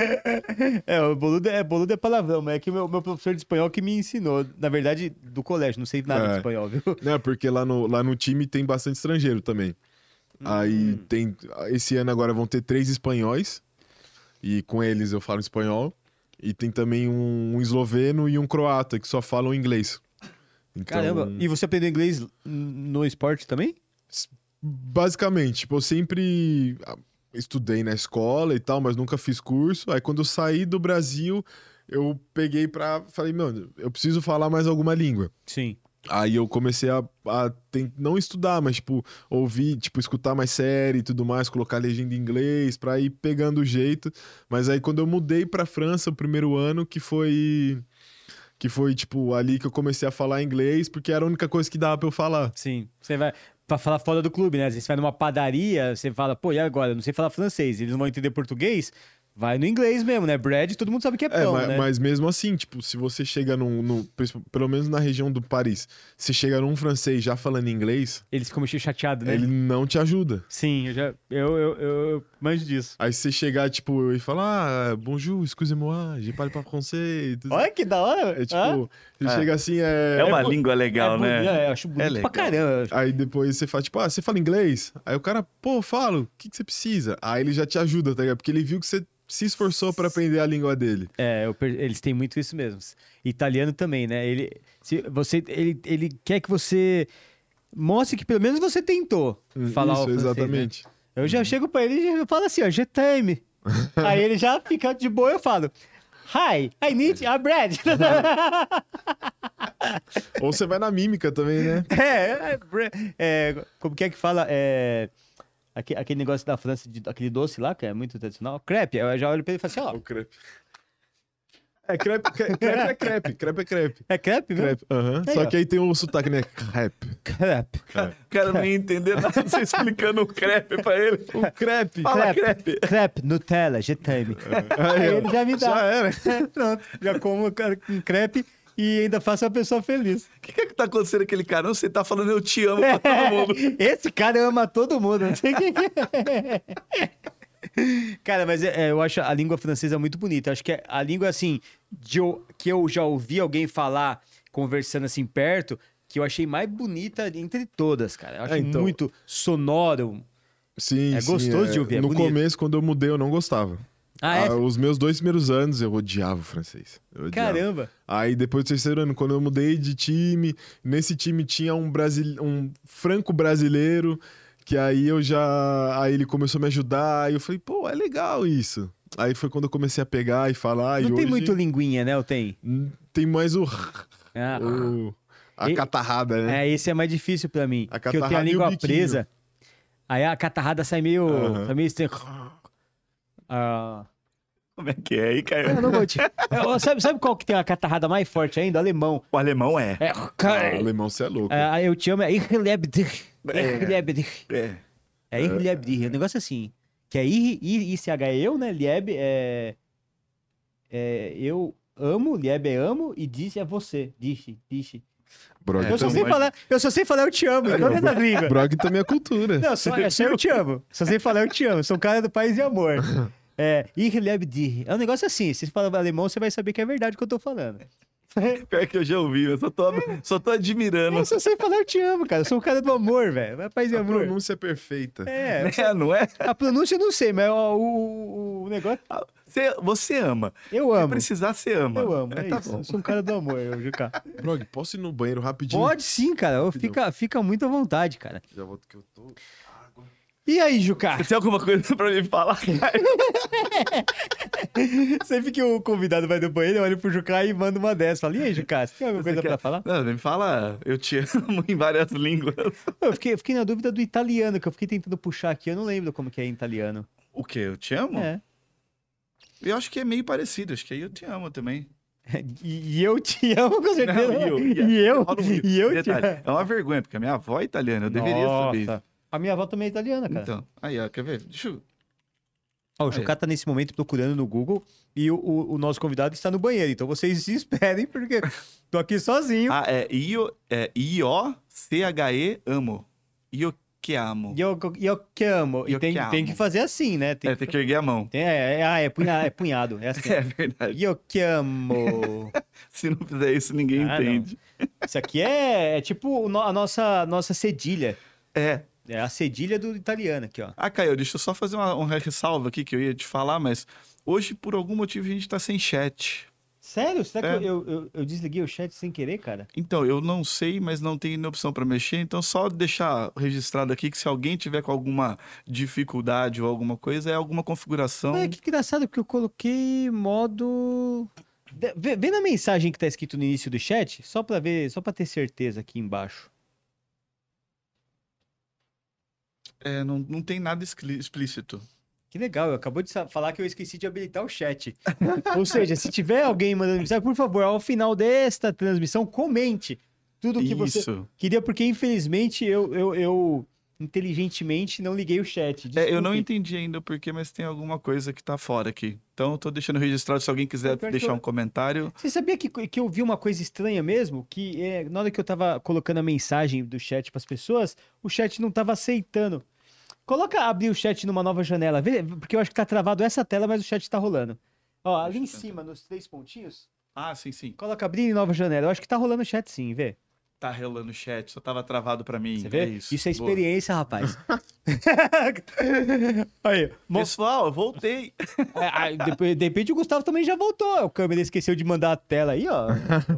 Boludo é palavrão, mas é que o meu professor de espanhol que me ensinou. Na verdade, do colégio, não sei nada de espanhol, viu? Não, porque lá no time tem bastante estrangeiro também. Aí tem. Esse ano agora vão ter 3 espanhóis. E com eles eu falo espanhol. E tem também um esloveno e um croata que só falam inglês. Então, Caramba, e você aprendeu inglês no esporte também? basicamente, tipo, eu sempre estudei na escola e tal, mas nunca fiz curso. Aí quando eu saí do Brasil, eu peguei falei, mano, eu preciso falar mais alguma língua. Sim. Aí eu comecei a não estudar, mas, tipo, ouvir, tipo, escutar mais série e tudo mais, colocar legenda em inglês pra ir pegando o jeito. Mas aí quando eu mudei pra França, o primeiro ano, que foi, tipo, ali que eu comecei a falar inglês, porque era a única coisa que dava pra eu falar. Sim. Você vai pra falar fora do clube, né? Às vezes você vai numa padaria, você fala, pô, e agora? Eu não sei falar francês. Eles não vão entender português? Vai no inglês mesmo, né? Bread, todo mundo sabe que é pão, né? Mas mesmo assim, tipo, se você chega pelo menos na região do Paris, se chega num francês já falando inglês, Eles ficam meio chateados, né? ele não te ajuda. Sim, eu manjo disso. Aí se você chegar, tipo, e falar, bonjour, excusez-moi, je parle pas français. Olha que da hora. É tipo, você chega assim, É uma língua legal, né? Eu acho bonito legal. pra caramba. Aí depois você fala, tipo, você fala inglês? Aí o cara, pô, falo, o que você precisa? Aí ele já te ajuda, tá ligado? Porque ele viu que você se esforçou pra aprender a língua dele. Eles têm muito isso mesmo. Italiano também, né? Ele quer que você mostre que pelo menos você tentou falar o francês, exatamente. Né? Eu já chego pra ele e falo assim, ó, je t'aime. Aí ele já fica de boa, eu falo, hi, I need a bread. Ou você vai na mímica também, né? Como que é que fala? Aquele negócio da França, aquele doce lá, que é muito tradicional. Crepe. Eu já olho pra ele e falo assim, ó. O crepe. Crepe é crepe. Crepe é crepe. É crepe, viu? Crepe, aham. Aí, Só ó. que aí tem um sotaque, né? Crepe. Crepe. O cara não ia entender nada você explicando o crepe pra ele. O crepe. Fala crepe. Crepe, Nutella, je t'aime. Aí, ó, ele já me dá. Já era. Pronto. Já como um crepe e ainda faço a pessoa feliz. O que é que tá acontecendo com aquele cara? Não, você tá falando eu te amo pra todo mundo. Esse cara ama todo mundo. Não sei quem é. Cara, mas eu acho a língua francesa muito bonita. Eu acho que é a língua, assim, que eu já ouvi alguém falar, conversando assim perto, que eu achei mais bonita entre todas, cara. Eu acho então, muito sonoro. Sim, É gostoso de ouvir, é No bonito. começo, quando eu mudei, eu não gostava. Os meus 2 primeiros anos, eu odiava o francês. Eu odiava. Caramba. Aí, depois do 3º ano, quando eu mudei de time, nesse time tinha um franco-brasileiro, que aí Aí ele começou a me ajudar, e eu falei, pô, é legal isso. Aí foi quando eu comecei a pegar e falar, Não e tem hoje... muito linguinha, né? Ou tem? Tem mais Ah. a catarrada, né? Esse é mais difícil pra mim. A Porque eu tenho a catarrada e o língua biquinho. presa. Aí a catarrada sai meio... Aham. Sai meio estranho. Como é que é aí, Caio? Eu não vou te... sabe qual que tem a catarrada mais forte ainda? O alemão. O alemão é. Ah, alemão, você é louco. Eu te amo, é Ich liebe dich. Ich liebe dich. É. É Ich liebe dich. É um negócio assim. Que é ICH é eu, né? Liebe é eu amo, liebe é amo, e dich é você. Dich. Brog, Eu só sei falar eu te amo. Não é da língua. Brog também é cultura. Não, só eu te amo. Só sei falar eu te amo. Sou um cara do Paz e Amor. Ich liebe dich. É um negócio assim. Se você falar alemão, você vai saber que é verdade o que eu tô falando. Pior que eu já ouvi, eu só tô admirando. Eu só sei falar eu te amo, cara. Eu sou um cara do amor, velho. Vai Paz e A Amor. pronúncia é perfeita. Não é? A pronúncia eu não sei, mas o negócio... Você ama. Eu Se amo. precisar, você ama. Eu amo, Tá isso. bom. Eu sou um cara do amor, Juca. Brog, posso ir no banheiro rapidinho? Pode sim, cara. Fica muito à vontade, cara. Já volto que eu tô... E aí, Juca? Você tem alguma coisa pra me falar, Caio? Sempre que o convidado vai no banheiro, eu olho pro Juca e mando uma dessa. Fala, e aí, Juca, você tem alguma coisa pra falar? Não, me fala eu te amo em várias línguas. Eu fiquei na dúvida do italiano, que eu fiquei tentando puxar aqui. Eu não lembro como que é em italiano. O quê? Eu te amo? É. Eu acho que é meio parecido. Acho que aí eu te amo também. E eu te amo, com certeza. Não, E eu te Detalhe, amo. é uma vergonha, porque a minha avó é italiana. Eu deveria saber isso. Nossa. A minha avó também é italiana, cara. Então, aí, ó, quer ver? Deixa eu... Ó, o Juca tá nesse momento procurando no Google e o nosso convidado está no banheiro. Então vocês se esperem, porque tô aqui sozinho. I-O-C-H-E amo. que amo. Eu que amo. E Eu que tem que amo. fazer assim, né? Tem que erguer a mão. É punhado. É assim. É verdade. Eu que amo. Se não fizer isso, ninguém Ah, entende. Isso aqui é tipo a nossa cedilha. É. É a cedilha do italiano aqui, ó. Ah, Caio, deixa eu só fazer uma ressalva aqui que eu ia te falar, mas hoje, por algum motivo, a gente tá sem chat. Sério? Será que É. eu desliguei o chat sem querer, cara? Então, eu não sei, mas não tem opção para mexer, então só deixar registrado aqui que se alguém tiver com alguma dificuldade ou alguma coisa, é alguma configuração. É, que engraçado, porque eu coloquei modo... Vê na mensagem que tá escrito no início do chat, só pra ver, só pra ter certeza aqui embaixo. É, não tem nada explícito. Que legal, eu acabou de falar que eu esqueci de habilitar o chat. Ou seja, se tiver alguém mandando mensagem, por favor, ao final desta transmissão, comente tudo que você Isso. queria, porque infelizmente eu inteligentemente não liguei o chat. Eu não Desculpe. entendi ainda o porquê, mas tem alguma coisa que tá fora aqui. Então, eu tô deixando registrado se alguém quiser Pior que deixar eu- um comentário. Você sabia que eu vi uma coisa estranha mesmo? Que na hora que eu tava colocando a mensagem do chat pras pessoas, o chat não tava aceitando. Coloca abrir o chat numa nova janela, vê, porque eu acho que tá travado essa tela, mas o chat tá rolando. Ó, ali em Deixa eu cima, nos 3 pontinhos, Ah, sim. coloca abrir em nova janela. Eu acho que tá rolando o chat sim, vê. Tá relando o chat, só tava travado pra mim. Você vê? É isso. Isso é Boa. experiência, rapaz. Aí, Pessoal, eu voltei. de repente o Gustavo também já voltou. O câmera esqueceu de mandar a tela aí, ó.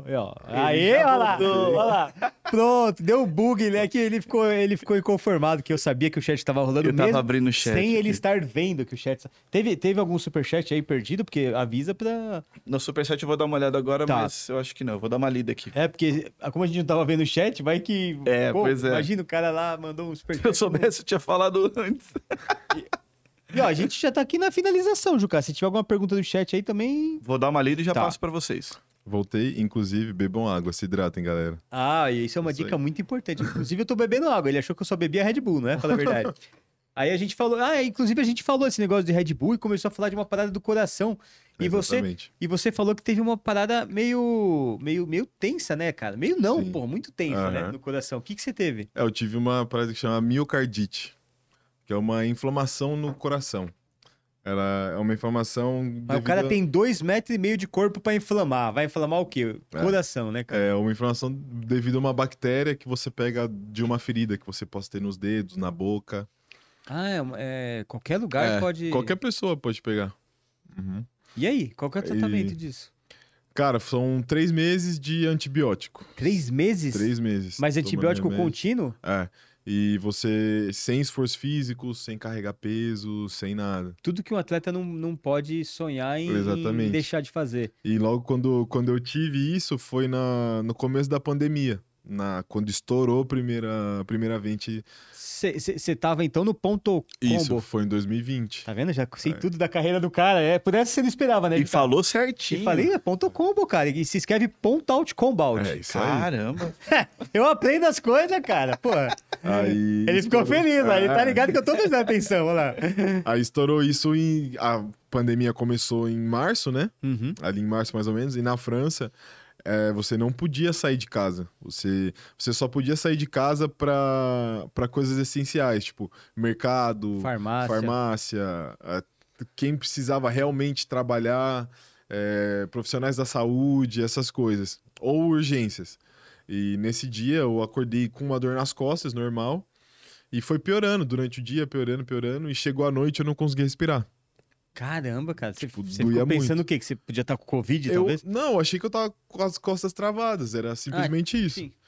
Aí, já olha lá, voltou. olha lá. Pronto, deu um bug, né? Que ele ficou inconformado, que eu sabia que o chat tava rolando Eu tava mesmo, abrindo o chat sem ele aqui. estar vendo que o chat... Teve algum superchat aí perdido? Porque avisa pra... No Superchat eu vou dar uma olhada agora, Tá. mas eu acho que não. Eu vou dar uma lida aqui. É, porque como a gente não tava vendo o chat, vai que... Pois é. Imagina o cara lá, mandou um Se superchat. eu soubesse, eu tinha falado antes. E ó, a gente já tá aqui na finalização, Juca. Se tiver alguma pergunta do chat aí também... Vou dar uma lida e já Tá. passo pra vocês. Voltei, inclusive, bebam água, se hidratem, galera. Ah, e isso é uma Isso dica aí. muito importante. Inclusive, eu tô bebendo água. Ele achou que eu só bebia Red Bull, não é? Fala a verdade. Aí a gente falou... inclusive a gente falou esse negócio de Red Bull e começou a falar de uma parada do coração. Exatamente. E você falou que teve uma parada meio tensa, né, cara? Meio não, Sim. pô, muito tensa, né, Aham. no coração. O que você teve? Eu tive uma parada que chama miocardite, que é uma inflamação no coração. Ela é uma inflamação Mas o cara devido tem 2,5 metros de corpo pra inflamar. Vai inflamar o quê? Coração, né, cara? É uma inflamação devido a uma bactéria que você pega de uma ferida que você possa ter nos dedos, na boca. Qualquer lugar pode... Qualquer pessoa pode pegar. Uhum. E aí? Qual que é o tratamento disso? Cara, são 3 meses de antibiótico. 3 meses? 3 meses. Mas tomando antibiótico remédio. contínuo? É. E você sem esforço físico, sem carregar peso, sem nada. Tudo que um atleta não pode sonhar em Exatamente. deixar de fazer. E logo quando eu tive isso foi no começo da pandemia. Quando estourou a primeira vez. Você tava então no ponto Isso, combo. foi em 2020. Tá vendo? Já sei tudo da carreira do cara. Por essa você não esperava, né? E falou E certinho. falei, é ponto combo, cara. E se escreve ponto out combo out. É, isso aí. Caramba. Eu aprendo as coisas, cara. Pô, Aí ele ficou estourou. feliz, né? Ele tá É. ligado que eu tô prestando atenção, olha lá. Aí estourou isso a pandemia começou em março, né? Uhum. Ali em março mais ou menos. E na França, você não podia sair de casa. Você só podia sair de casa para coisas essenciais, tipo mercado, farmácia, quem precisava realmente trabalhar, profissionais da saúde, essas coisas. Ou urgências. E nesse dia eu acordei com uma dor nas costas, normal. E foi piorando durante o dia, piorando. E chegou a noite e eu não conseguia respirar. Caramba, cara. Você Tipo, ficou doía pensando muito. o quê? Que você podia estar com Covid, talvez? Não, eu achei que eu tava com as costas travadas. Era simplesmente isso. Sim.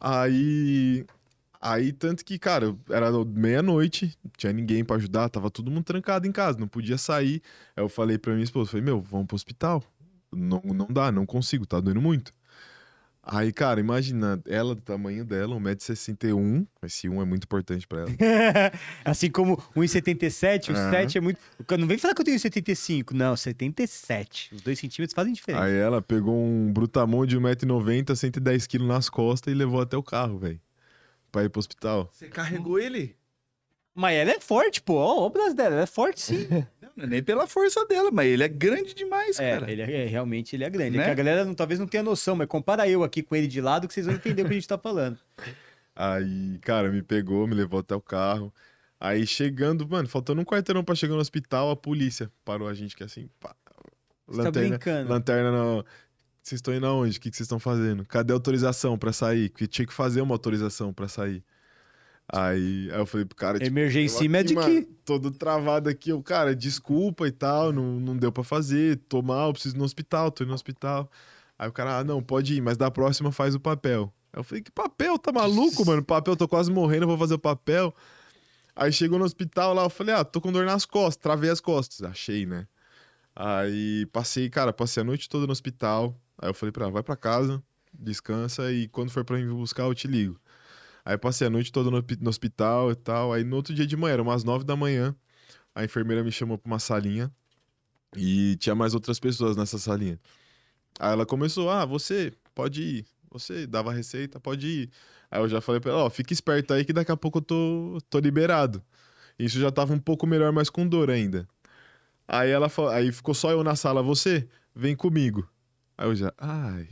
Aí, tanto que, cara, era meia-noite, não tinha ninguém pra ajudar, tava todo mundo trancado em casa, não podia sair. Aí eu falei pra minha esposa, vamos pro hospital. Não dá, não consigo, tá doendo muito. Aí, cara, imagina, ela do tamanho dela, 1,61 m, esse 1 é muito importante pra ela. Assim como 1,77, o Aham. 7 é muito... Não vem falar que eu tenho 1,75, não, 77. Os 2 centímetros fazem diferença. Aí ela pegou um Brutamon de 1,90 m, 110 kg nas costas e levou até o carro, velho, pra ir pro hospital. Você carregou ele? Mas ela é forte, pô. Ó, o braço dela, ela é forte sim. Não é nem pela força dela, mas ele é grande demais, cara. Realmente ele é grande. É Né? que a galera talvez não tenha noção, mas compara eu aqui com ele de lado que vocês vão entender o que a gente tá falando. Aí, cara, me pegou, me levou até o carro. Aí chegando, mano, faltando um quarteirão pra chegar no hospital, a polícia parou a gente que assim, pá. Você tá brincando. Lanterna não. Vocês estão indo aonde? O que vocês estão fazendo? Cadê a autorização pra sair? Porque tinha que fazer uma autorização pra sair. Aí eu falei pro cara, tipo, Emergency eu aqui, Medic. mano, todo travado aqui. Eu, cara, desculpa e tal, não deu pra fazer. Tô mal, preciso ir no hospital, tô indo no hospital. Aí o cara, não, pode ir, mas da próxima faz o papel. Aí eu falei, que papel? Tá maluco, mano? Papel, tô quase morrendo, eu vou fazer o papel. Aí chegou no hospital lá, eu falei, tô com dor nas costas, travei as costas. Achei, né? Aí passei a noite toda no hospital. Aí eu falei pra ela, vai pra casa, descansa e quando for pra mim buscar eu te ligo. Aí passei a noite toda no hospital e tal. Aí no outro dia de manhã, era umas 9 da manhã, a enfermeira me chamou pra uma salinha e tinha mais outras pessoas nessa salinha. Aí ela começou, você pode ir. Você dava a receita, pode ir. Aí eu já falei pra ela, fica esperto aí que daqui a pouco eu tô liberado. Isso já tava um pouco melhor, mas com dor ainda. Aí ela falou, aí ficou só eu na sala, você vem comigo. Aí eu já,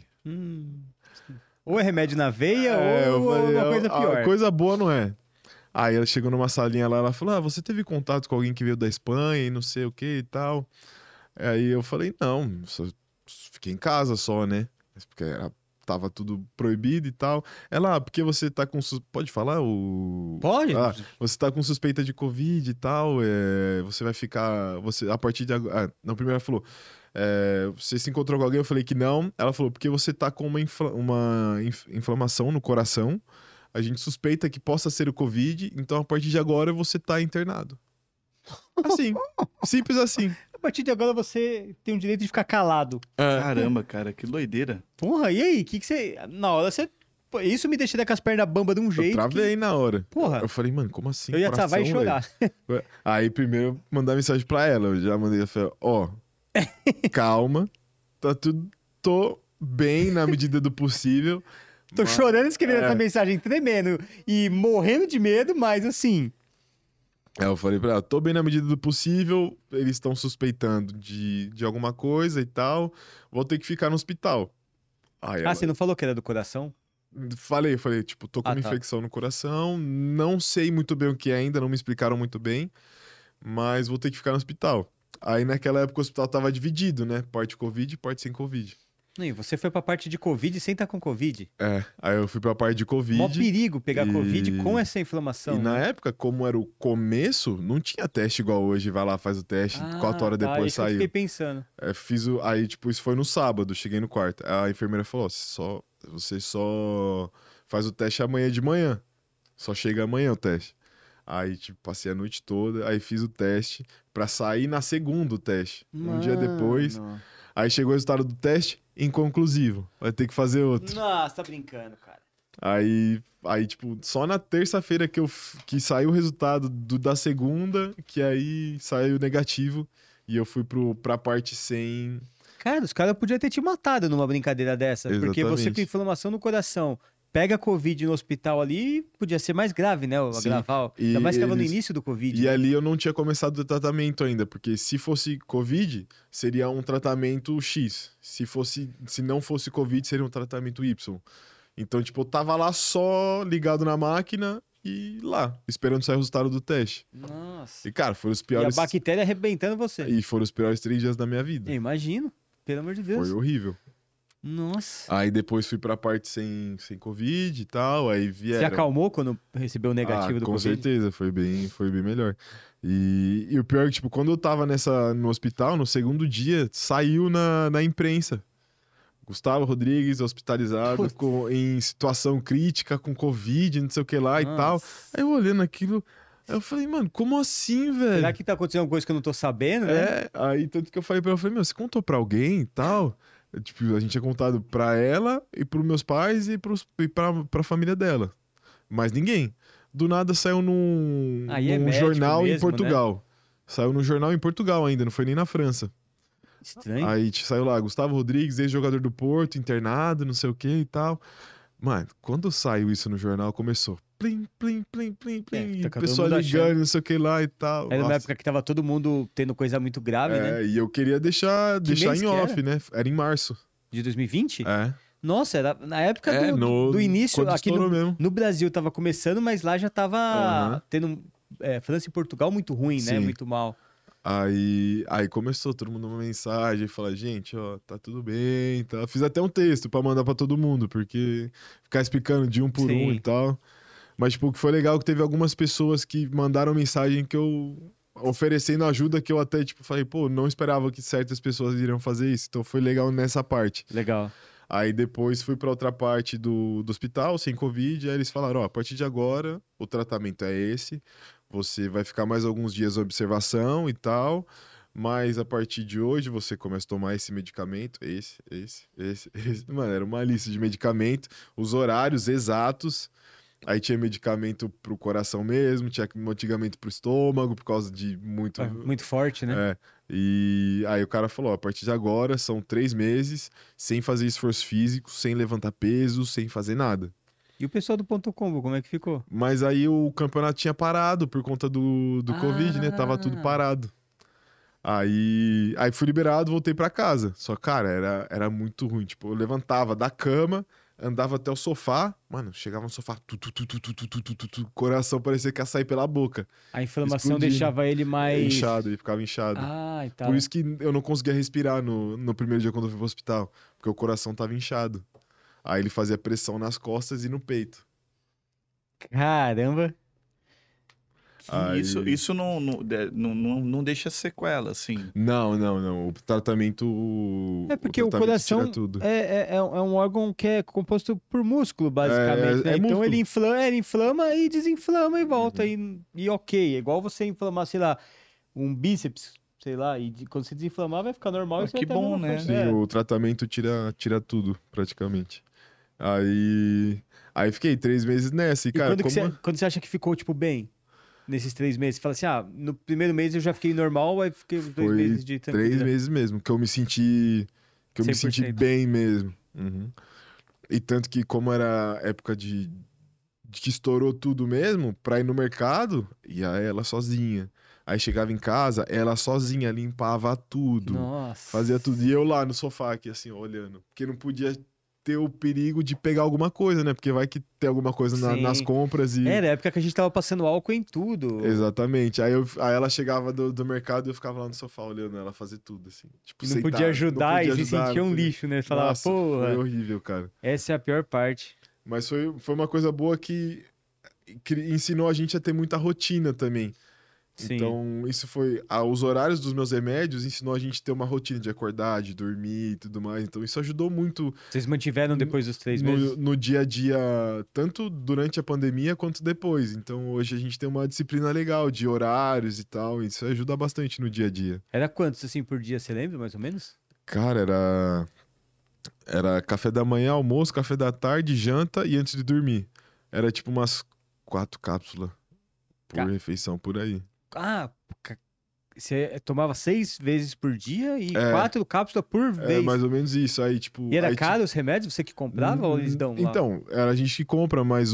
Ou é remédio na veia, eu ou falei, uma coisa pior. Coisa boa não é. Aí ela chegou numa salinha lá, ela falou, você teve contato com alguém que veio da Espanha e não sei o que e tal. Aí eu falei, não, só fiquei em casa só, né? Porque tava tudo proibido e tal. Ela, porque você tá com... Pode falar? Pode. Você tá com suspeita de Covid e tal, você vai ficar... a partir de agora... não, primeiro ela falou, você se encontrou com alguém? Eu falei que não. Ela falou, porque você tá com uma inflamação no coração, a gente suspeita que possa ser o Covid, então a partir de agora você tá internado. Assim, simples assim. A partir de agora você tem o direito de ficar calado. Caramba, cara, que doideira. Porra, e aí? Que você... Na hora você... Pô, isso me deixa com as pernas bambas de um jeito. Eu travei na hora. Porra. Eu falei, mano, como assim? Eu ia travar e chorar. Aí primeiro eu mandar mensagem pra ela. Eu já mandei, eu falei, calma, tá tudo... Tô bem na medida do possível. Tô chorando escrevendo essa mensagem, tremendo e morrendo de medo, mas assim... Aí eu falei pra ela, tô bem na medida do possível, eles estão suspeitando de alguma coisa e tal, vou ter que ficar no hospital. Aí ela... você não falou que era do coração? Falei, tipo, tô com uma infecção no coração, não sei muito bem o que é ainda, não me explicaram muito bem, mas vou ter que ficar no hospital. Aí naquela época o hospital tava dividido, né? Parte Covid e parte sem Covid. E você foi pra parte de Covid sem estar com Covid. Aí eu fui pra parte de Covid. Mó perigo pegar Covid com essa inflamação. E na época, como era o começo, não tinha teste igual hoje, vai lá, faz o teste, 4 horas depois saiu. Eu fiquei pensando. Aí, tipo, isso foi no sábado, cheguei no quarto. A enfermeira falou, você só faz o teste amanhã de manhã. Só chega amanhã o teste. Aí, tipo, passei a noite toda, aí fiz o teste pra sair na segunda o teste. Um dia depois... Aí chegou o resultado do teste, inconclusivo. Vai ter que fazer outro. Nossa, tá brincando, cara. Aí tipo, só na terça-feira que saiu o resultado da segunda, que aí saiu negativo. E eu fui pra parte sem... Cara, os caras podiam ter te matado numa brincadeira dessa. Exatamente. Porque você com inflamação no coração, pega Covid no hospital ali, podia ser mais grave, né? Agravar. Ainda mais que estava no início do Covid. E ali eu não tinha começado o tratamento ainda, porque se fosse Covid, seria um tratamento X. Se não fosse Covid, seria um tratamento Y. Então, tipo, eu tava lá só ligado na máquina e lá, esperando sair o resultado do teste. Nossa. E, cara, foram os piores... E a bactéria arrebentando você. E foram os piores 3 dias da minha vida. Eu imagino. Pelo amor de Deus. Foi horrível. Nossa. Aí depois fui pra parte sem Covid e tal, aí vieram... Você acalmou quando recebeu o negativo do com Covid? Com certeza, foi bem melhor. E o pior é que, tipo, quando eu tava no hospital, no segundo dia, saiu na imprensa. Gustavo Rodrigues hospitalizado em situação crítica, com Covid, não sei o que lá e tal. Aí eu olhando aquilo... Aí eu falei, mano, como assim, velho? Será que tá acontecendo alguma coisa que eu não tô sabendo, né? Aí tanto que eu falei pra ela, você contou pra alguém e tal? Tipo, a gente tinha contado pra ela e pros meus pais e pra família dela. Mas ninguém. Do nada saiu num jornal mesmo, em Portugal. Né? Saiu num jornal em Portugal ainda, não foi nem na França. Estranho. Aí saiu lá, Gustavo Rodrigues, ex-jogador do Porto, internado, não sei o que e tal. Mano, quando saiu isso no jornal, começou plim, plim, plim, plim, plim, e o pessoal ligando, não sei o que lá e tal. Era uma época que tava todo mundo tendo coisa muito grave, né? E eu queria deixar em off, né? Era em março. De 2020? Nossa, era na época do início, quando aqui estourou mesmo. no Brasil tava começando, mas lá já tava Aham. tendo França e Portugal muito ruim, né? Sim. Muito mal. Aí começou todo mundo uma mensagem, falar, gente, ó, tá tudo bem, tá? Fiz até um texto pra mandar pra todo mundo, porque ficar explicando de um por um Sim. e tal. Mas, tipo, o que foi legal é que teve algumas pessoas que mandaram mensagem que eu oferecendo ajuda que eu até, tipo, falei, pô, não esperava que certas pessoas iriam fazer isso. Então foi legal nessa parte. Legal. Aí depois fui pra outra parte do hospital, sem Covid, aí eles falaram, ó, a partir de agora o tratamento é esse, você vai ficar mais alguns dias em observação e tal, mas a partir de hoje você começa a tomar esse medicamento, esse. Mano, era uma lista de medicamento, os horários exatos, aí tinha medicamento pro coração mesmo, tinha medicamento pro estômago, por causa de muito... Muito forte, né? É, e aí o cara falou, ó, a partir de agora são 3 meses sem fazer esforço físico, sem levantar peso, sem fazer nada. E o pessoal do Ponto Combo, como é que ficou? Mas aí o campeonato tinha parado por conta do Covid, né? Tava tudo parado. Aí fui liberado, voltei pra casa. Só, cara, era muito ruim. Tipo, eu levantava da cama, andava até o sofá. Mano, chegava no sofá, coração parecia que ia sair pela boca. A inflamação Explodindo. deixava ele mais... Inchado, ele ficava inchado. Ah, e tal. Por isso que eu não conseguia respirar no primeiro dia quando eu fui pro hospital. Porque o coração tava inchado. Aí ele fazia pressão nas costas e no peito. Caramba. Aí... Isso não deixa sequela, assim. Não. O tratamento. É porque o tratamento coração tira tudo. é um órgão que é composto por músculo, basicamente, né? É Então músculo. ele inflama e desinflama e volta. E ok, é igual você inflamar, sei lá, um bíceps, sei lá, e quando você desinflamar vai ficar normal. Ah, e você que vai ter a bom, mesma né? força. Sim, É. o tratamento tira tudo, praticamente. Aí fiquei 3 meses nessa. E, E cara, quando você acha que ficou, tipo, bem, nesses 3 meses? Você fala assim, no primeiro mês eu já fiquei normal, aí fiquei uns 2 foi meses de 3 tranquilidade. meses mesmo, que eu me senti. Que eu me senti 100%. bem mesmo. Uhum. E tanto que, como era época de que estourou tudo mesmo, pra ir no mercado, ia ela sozinha. Aí chegava em casa, ela sozinha limpava tudo. Nossa. Fazia tudo. E eu lá no sofá aqui, assim, olhando. Porque não podia ter o perigo de pegar alguma coisa, né? Porque vai que tem alguma coisa Sim. nas compras e... Era a época que a gente tava passando álcool em tudo. Exatamente. Aí ela chegava do mercado e eu ficava lá no sofá olhando ela fazer tudo, assim. Tipo, E não sentado, podia ajudar e se ajudar, sentia não um podia. lixo, né? Falava, Nossa, porra, foi horrível, cara. essa é a pior parte. Mas foi uma coisa boa que ensinou a gente a ter muita rotina também. Sim. Então, isso foi... os horários dos meus remédios ensinou a gente a ter uma rotina de acordar, de dormir e tudo mais. Então, isso ajudou muito Vocês mantiveram depois dos 3 meses? no dia a dia, tanto durante a pandemia quanto depois. Então, hoje a gente tem uma disciplina legal de horários e tal. Isso ajuda bastante no dia a dia. Era quantos, assim, por dia, você lembra, mais ou menos? Cara, era café da manhã, almoço, café da tarde, janta e antes de dormir. Era tipo umas 4 cápsulas por refeição, por aí. Ah, você tomava 6 vezes por dia e É. 4 cápsulas por É vez. mais ou menos isso. Aí, tipo. E era aí, caro os remédios? Você que comprava ou eles dão lá? Então, era a gente que compra, mas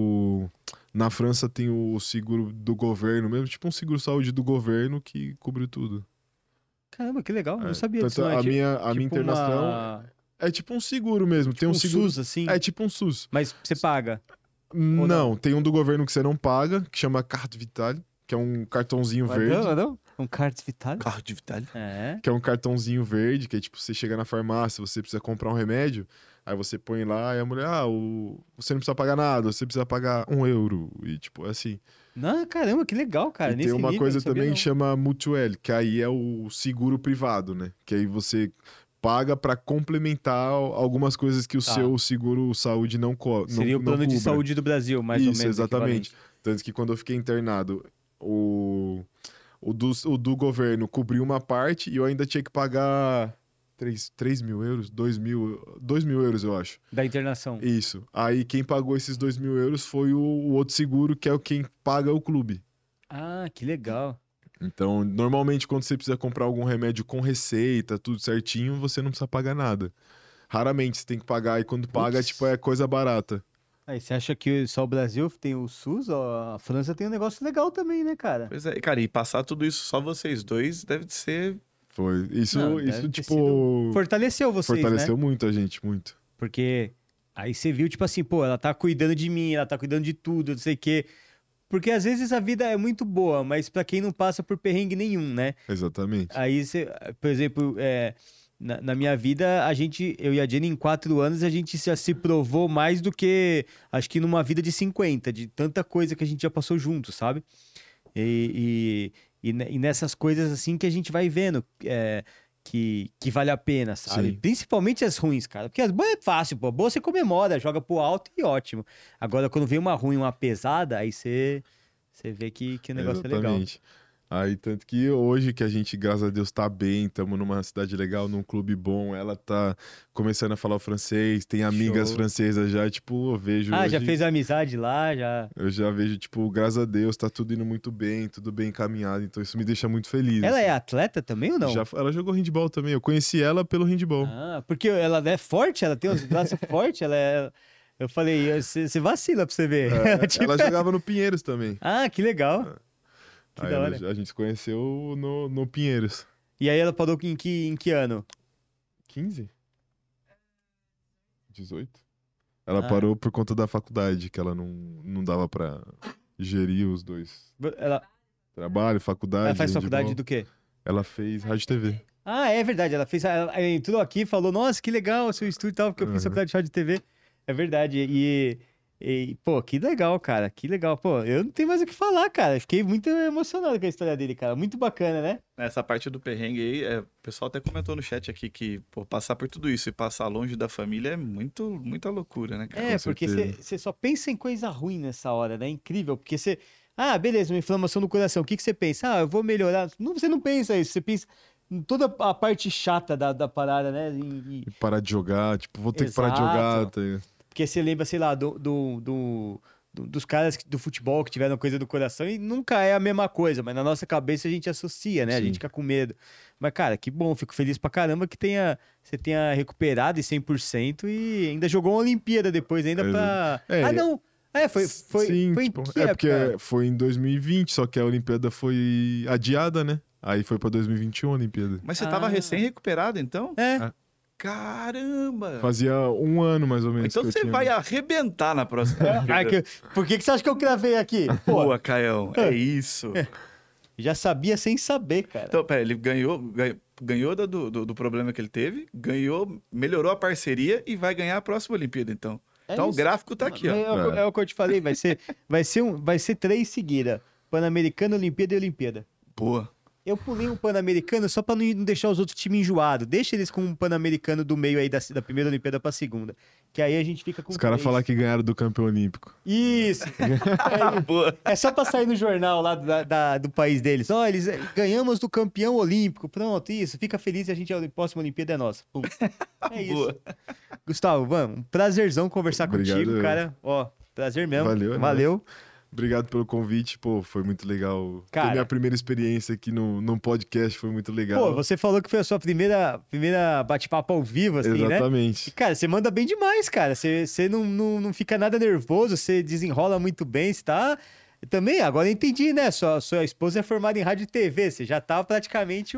na França tem o seguro do governo mesmo, tipo um seguro-saúde do governo que cobre tudo. Caramba, que legal. Eu não É, sabia tanto disso. Não. É a minha tipo internação é tipo um seguro mesmo. Tem um um seguro. SUS, assim? É tipo um SUS. Mas você paga. Não, tem um do governo que você não paga, que chama Carte Vitale, que é um cartãozinho verde. Não? Um Carte Vitale? Carro de Vitale. É. Que é um cartãozinho verde, que é tipo, você chega na farmácia, você precisa comprar um remédio, aí você põe lá e a mulher, você não precisa pagar nada, você precisa pagar €1. E tipo, assim. Não, caramba, que legal, cara. E Nesse tem uma nível, coisa eu não sabia, também não. que chama Mutuelle, que aí é o seguro privado, né? Que aí você paga pra complementar algumas coisas que o Tá. seu seguro saúde não cobre. Seria o plano de saúde do Brasil, mais ou Isso, menos. exatamente. equivalente. Tanto que quando eu fiquei internado, o do governo cobriu uma parte e eu ainda tinha que pagar 3 mil euros, 2 mil euros, eu acho. Da internação. Isso. Aí quem pagou esses 2 mil euros foi o outro seguro, que é quem paga o clube. Ah, que legal. Então, normalmente, quando você precisa comprar algum remédio com receita, tudo certinho, você não precisa pagar nada. Raramente você tem que pagar, e quando paga, Putz. tipo, é coisa barata. Aí você acha que só o Brasil tem o SUS? Ó, a França tem um negócio legal também, né, cara? Pois é, cara, e passar tudo isso só vocês dois deve ser. Foi. Isso, Não, deve ter tipo, sido- Fortaleceu vocês, fortaleceu né? muito a gente, muito. Porque aí você viu, tipo assim, pô, ela tá cuidando de mim, ela tá cuidando de tudo, não sei o quê. Porque às vezes a vida é muito boa, mas pra quem não passa por perrengue nenhum, né? Exatamente. Aí você, por exemplo, na minha vida, eu e a Jenny, em 4 anos, a gente já se provou mais do que, acho que numa vida de 50, de tanta coisa que a gente já passou junto, sabe? E nessas coisas assim que a gente vai vendo que vale a pena, sabe? Sim. Principalmente as ruins, cara. Porque as boas é fácil, pô. A boa você comemora, joga pro alto e ótimo. Agora, quando vem uma ruim, uma pesada, aí você vê que o negócio é legal. Exatamente. Aí, tanto que hoje que a gente, graças a Deus, tá bem, estamos numa cidade legal, num clube bom, ela tá começando a falar o francês, tem amigas Show. francesas já, tipo, eu vejo Ah, hoje, já fez amizade lá, já. eu já vejo, tipo, graças a Deus, tá tudo indo muito bem, tudo bem encaminhado, então isso me deixa muito feliz. Ela assim. é atleta também ou não? Ela jogou handball também, eu conheci ela pelo handball. Ah, porque ela é forte, ela tem os braços fortes, ela é... Eu falei, você vacila pra você ver. Tipo- Ela jogava no Pinheiros também. Ah, que legal. Que Aí da hora. a gente se conheceu no Pinheiros. E aí ela parou em que ano? 15? 18? Ela Ah. parou por conta da faculdade, que ela não dava pra gerir os dois. Ela Trabalho, faculdade. faz faculdade handball. do quê? Ela fez rádio e TV. Ah, é verdade. Ela entrou aqui e falou: Nossa, que legal o seu estúdio e tal, porque eu fiz Uhum. faculdade de rádio e TV. É verdade. Pô, que legal, cara. Que legal. Pô, eu não tenho mais o que falar, cara. Fiquei muito emocionado com a história dele, cara. Muito bacana, né? Essa parte do perrengue aí, o pessoal até comentou no chat aqui que, pô, passar por tudo isso e passar longe da família é muita loucura, né, cara? É, Com porque certeza. você só pensa em coisa ruim nessa hora, né? Incrível, porque você... Ah, beleza, uma inflamação no coração. O que você pensa? Ah, eu vou melhorar. Não, você não pensa isso. Você pensa em toda a parte chata da parada, né? E parar de jogar, tipo, vou ter que parar de jogar. Exato. Porque você lembra, sei lá, dos caras do futebol que tiveram coisa do coração e nunca é a mesma coisa, mas na nossa cabeça a gente associa, né? A Sim. gente fica com medo. Mas, cara, que bom, fico feliz pra caramba que você tenha recuperado em 100% e ainda jogou uma Olimpíada depois, ainda pra... É, Ah, não! Foi Sim, em tipo, que porque época? foi em 2020, só que a Olimpíada foi adiada, né? Aí foi pra 2021 a Olimpíada. Mas você tava Ah. recém-recuperado, então? É, Caramba! Fazia um ano, mais ou menos. Então que eu você tinha- vai arrebentar na próxima Ah, Olimpíada. por que você acha que eu gravei aqui? Pô, Boa, Caião, é isso. já sabia sem saber, cara. Então, pera, ele ganhou do problema que ele teve, melhorou a parceria e vai ganhar a próxima Olimpíada, então. É Então o isso. gráfico tá aqui, ó. É o que eu te falei, vai ser 3 seguidas. Pan-Americano, Olimpíada e Olimpíada. Boa. Eu pulei um Pan-Americano só pra não deixar os outros times enjoados. Deixa eles com um Pan-Americano do meio aí da primeira Olimpíada pra segunda. Que aí a gente fica com Os caras 3. falaram que ganharam do campeão olímpico. Isso! Boa. É só pra sair no jornal lá do país deles. Ó, eles ganhamos do campeão olímpico. Pronto, isso. Fica feliz e a próxima Olimpíada é nossa. Pum. É isso. Boa. Gustavo, vamos. Um prazerzão conversar Obrigado, contigo, eu. cara. Ó, prazer mesmo. Valeu, é Valeu. Obrigado pelo convite, pô, foi muito legal. Cara. Foi minha primeira experiência aqui num podcast, foi muito legal. Pô, você falou que foi a sua primeira bate-papo ao vivo, assim, né? Exatamente. E, cara, você manda bem demais, cara. Você não fica nada nervoso, você desenrola muito bem, você tá... Também, agora eu entendi, né? Sua esposa é formada em rádio e TV, você já tá praticamente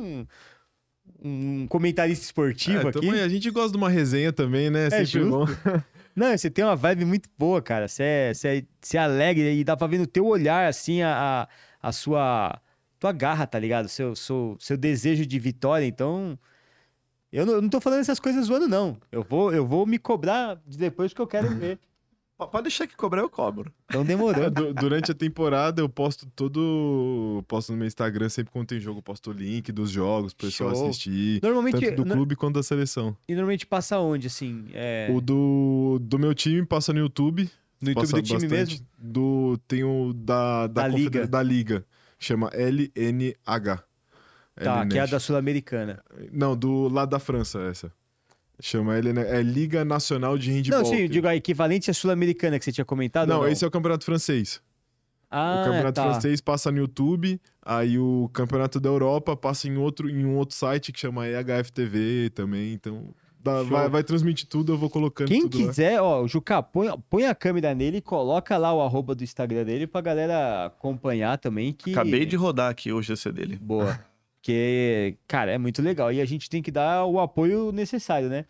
um comentarista esportivo aqui. A gente gosta de uma resenha também, né? Sempre justo. bom. Não, você tem uma vibe muito boa, cara. Você é alegre e dá pra ver no teu olhar, assim, a tua garra, tá ligado? Seu desejo de vitória. Então, eu não tô falando essas coisas zoando, não. Eu vou me cobrar depois que eu quero ver. Pode deixar que cobrar, eu cobro. Então demorou. Durante a temporada eu posto no meu Instagram, sempre quando tem jogo, eu posto o link dos jogos pro pessoal Show. assistir. Normalmente, Tanto do clube quanto da seleção. E normalmente passa onde, assim? O do meu time passa no YouTube. No YouTube Passa do time bastante. mesmo? Tem o da Liga. Da Liga. Chama LNH. Tá, que é a LNH. da Sul-Americana. Não, do lado da França, essa. Chama é Liga Nacional de Handball. Não, sim, eu digo a equivalente à Sul-Americana que você tinha comentado. Não, ou esse é o Campeonato Francês. Ah, O Campeonato tá. Francês passa no YouTube, aí o Campeonato da Europa passa em um outro site que chama EHFTV também, então Show. vai transmitir tudo, eu vou colocando Quem tudo lá. quiser, ó, o Juca, põe a câmera nele e coloca lá o arroba do Instagram dele pra galera acompanhar também. Que... Acabei de rodar aqui o GC dele. Boa. Porque, cara, é muito legal. E a gente tem que dar o apoio necessário, né?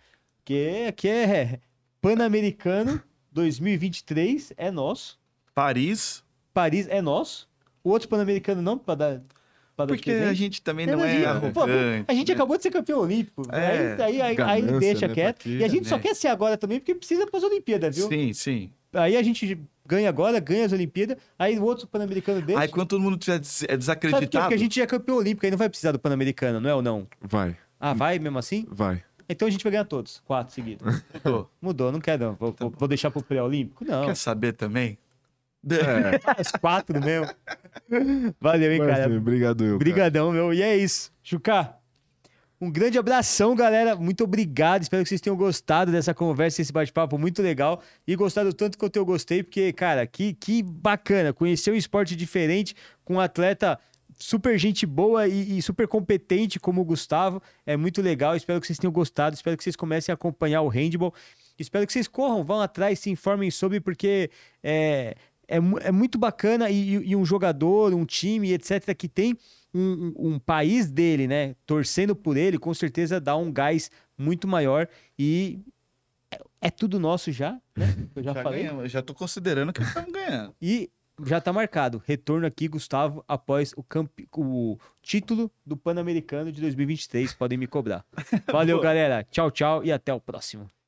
Porque aqui é Pan-Americano 2023, é nosso. Paris, Paris é nosso. O outro Pan-Americano não, pra dar porque de a presente. gente também É, não mas é pô, arrogante. a gente né? acabou de ser campeão olímpico. É, aí ganância, deixa né, quieto. pra quê, E a gente só né? quer ser agora também, porque precisa para as Olimpíadas, viu? Sim, sim. Aí a gente ganha agora, ganha as Olimpíadas. Aí o outro Pan-Americano deixa. Aí quando todo mundo tiver Sabe por quê? desacreditado... Porque a gente já é campeão olímpico, aí não vai precisar do Pan-Americano, não é ou não? Vai, Ah, vai mesmo assim? vai. Então a gente vai ganhar todos, 4 seguidos. Pô, Mudou, não quero não. Vou deixar pro pré-olímpico? Não. quer saber também? É, As 4 mesmo. Valeu, hein, mas, cara. obrigado eu, cara. Obrigadão, meu. E é isso. Chuca, um grande abração, galera. Muito obrigado. Espero que vocês tenham gostado dessa conversa, esse bate-papo muito legal. E gostado tanto quanto eu gostei, porque, cara, que bacana. Conhecer um esporte diferente com um atleta super gente boa e super competente como o Gustavo. É muito legal. Espero que vocês tenham gostado. Espero que vocês comecem a acompanhar o handball. Espero que vocês corram, vão atrás, se informem sobre, porque é muito bacana e um jogador, um time, etc., que tem um país dele, né, torcendo por ele, com certeza dá um gás muito maior e é tudo nosso já, né? Eu já falei. Ganhamos, já tô considerando que estamos ganhando. E já tá marcado. Retorno aqui, Gustavo, após o título do Pan-Americano de 2023. Podem me cobrar. Valeu, Boa. galera. Tchau, tchau e até o próximo.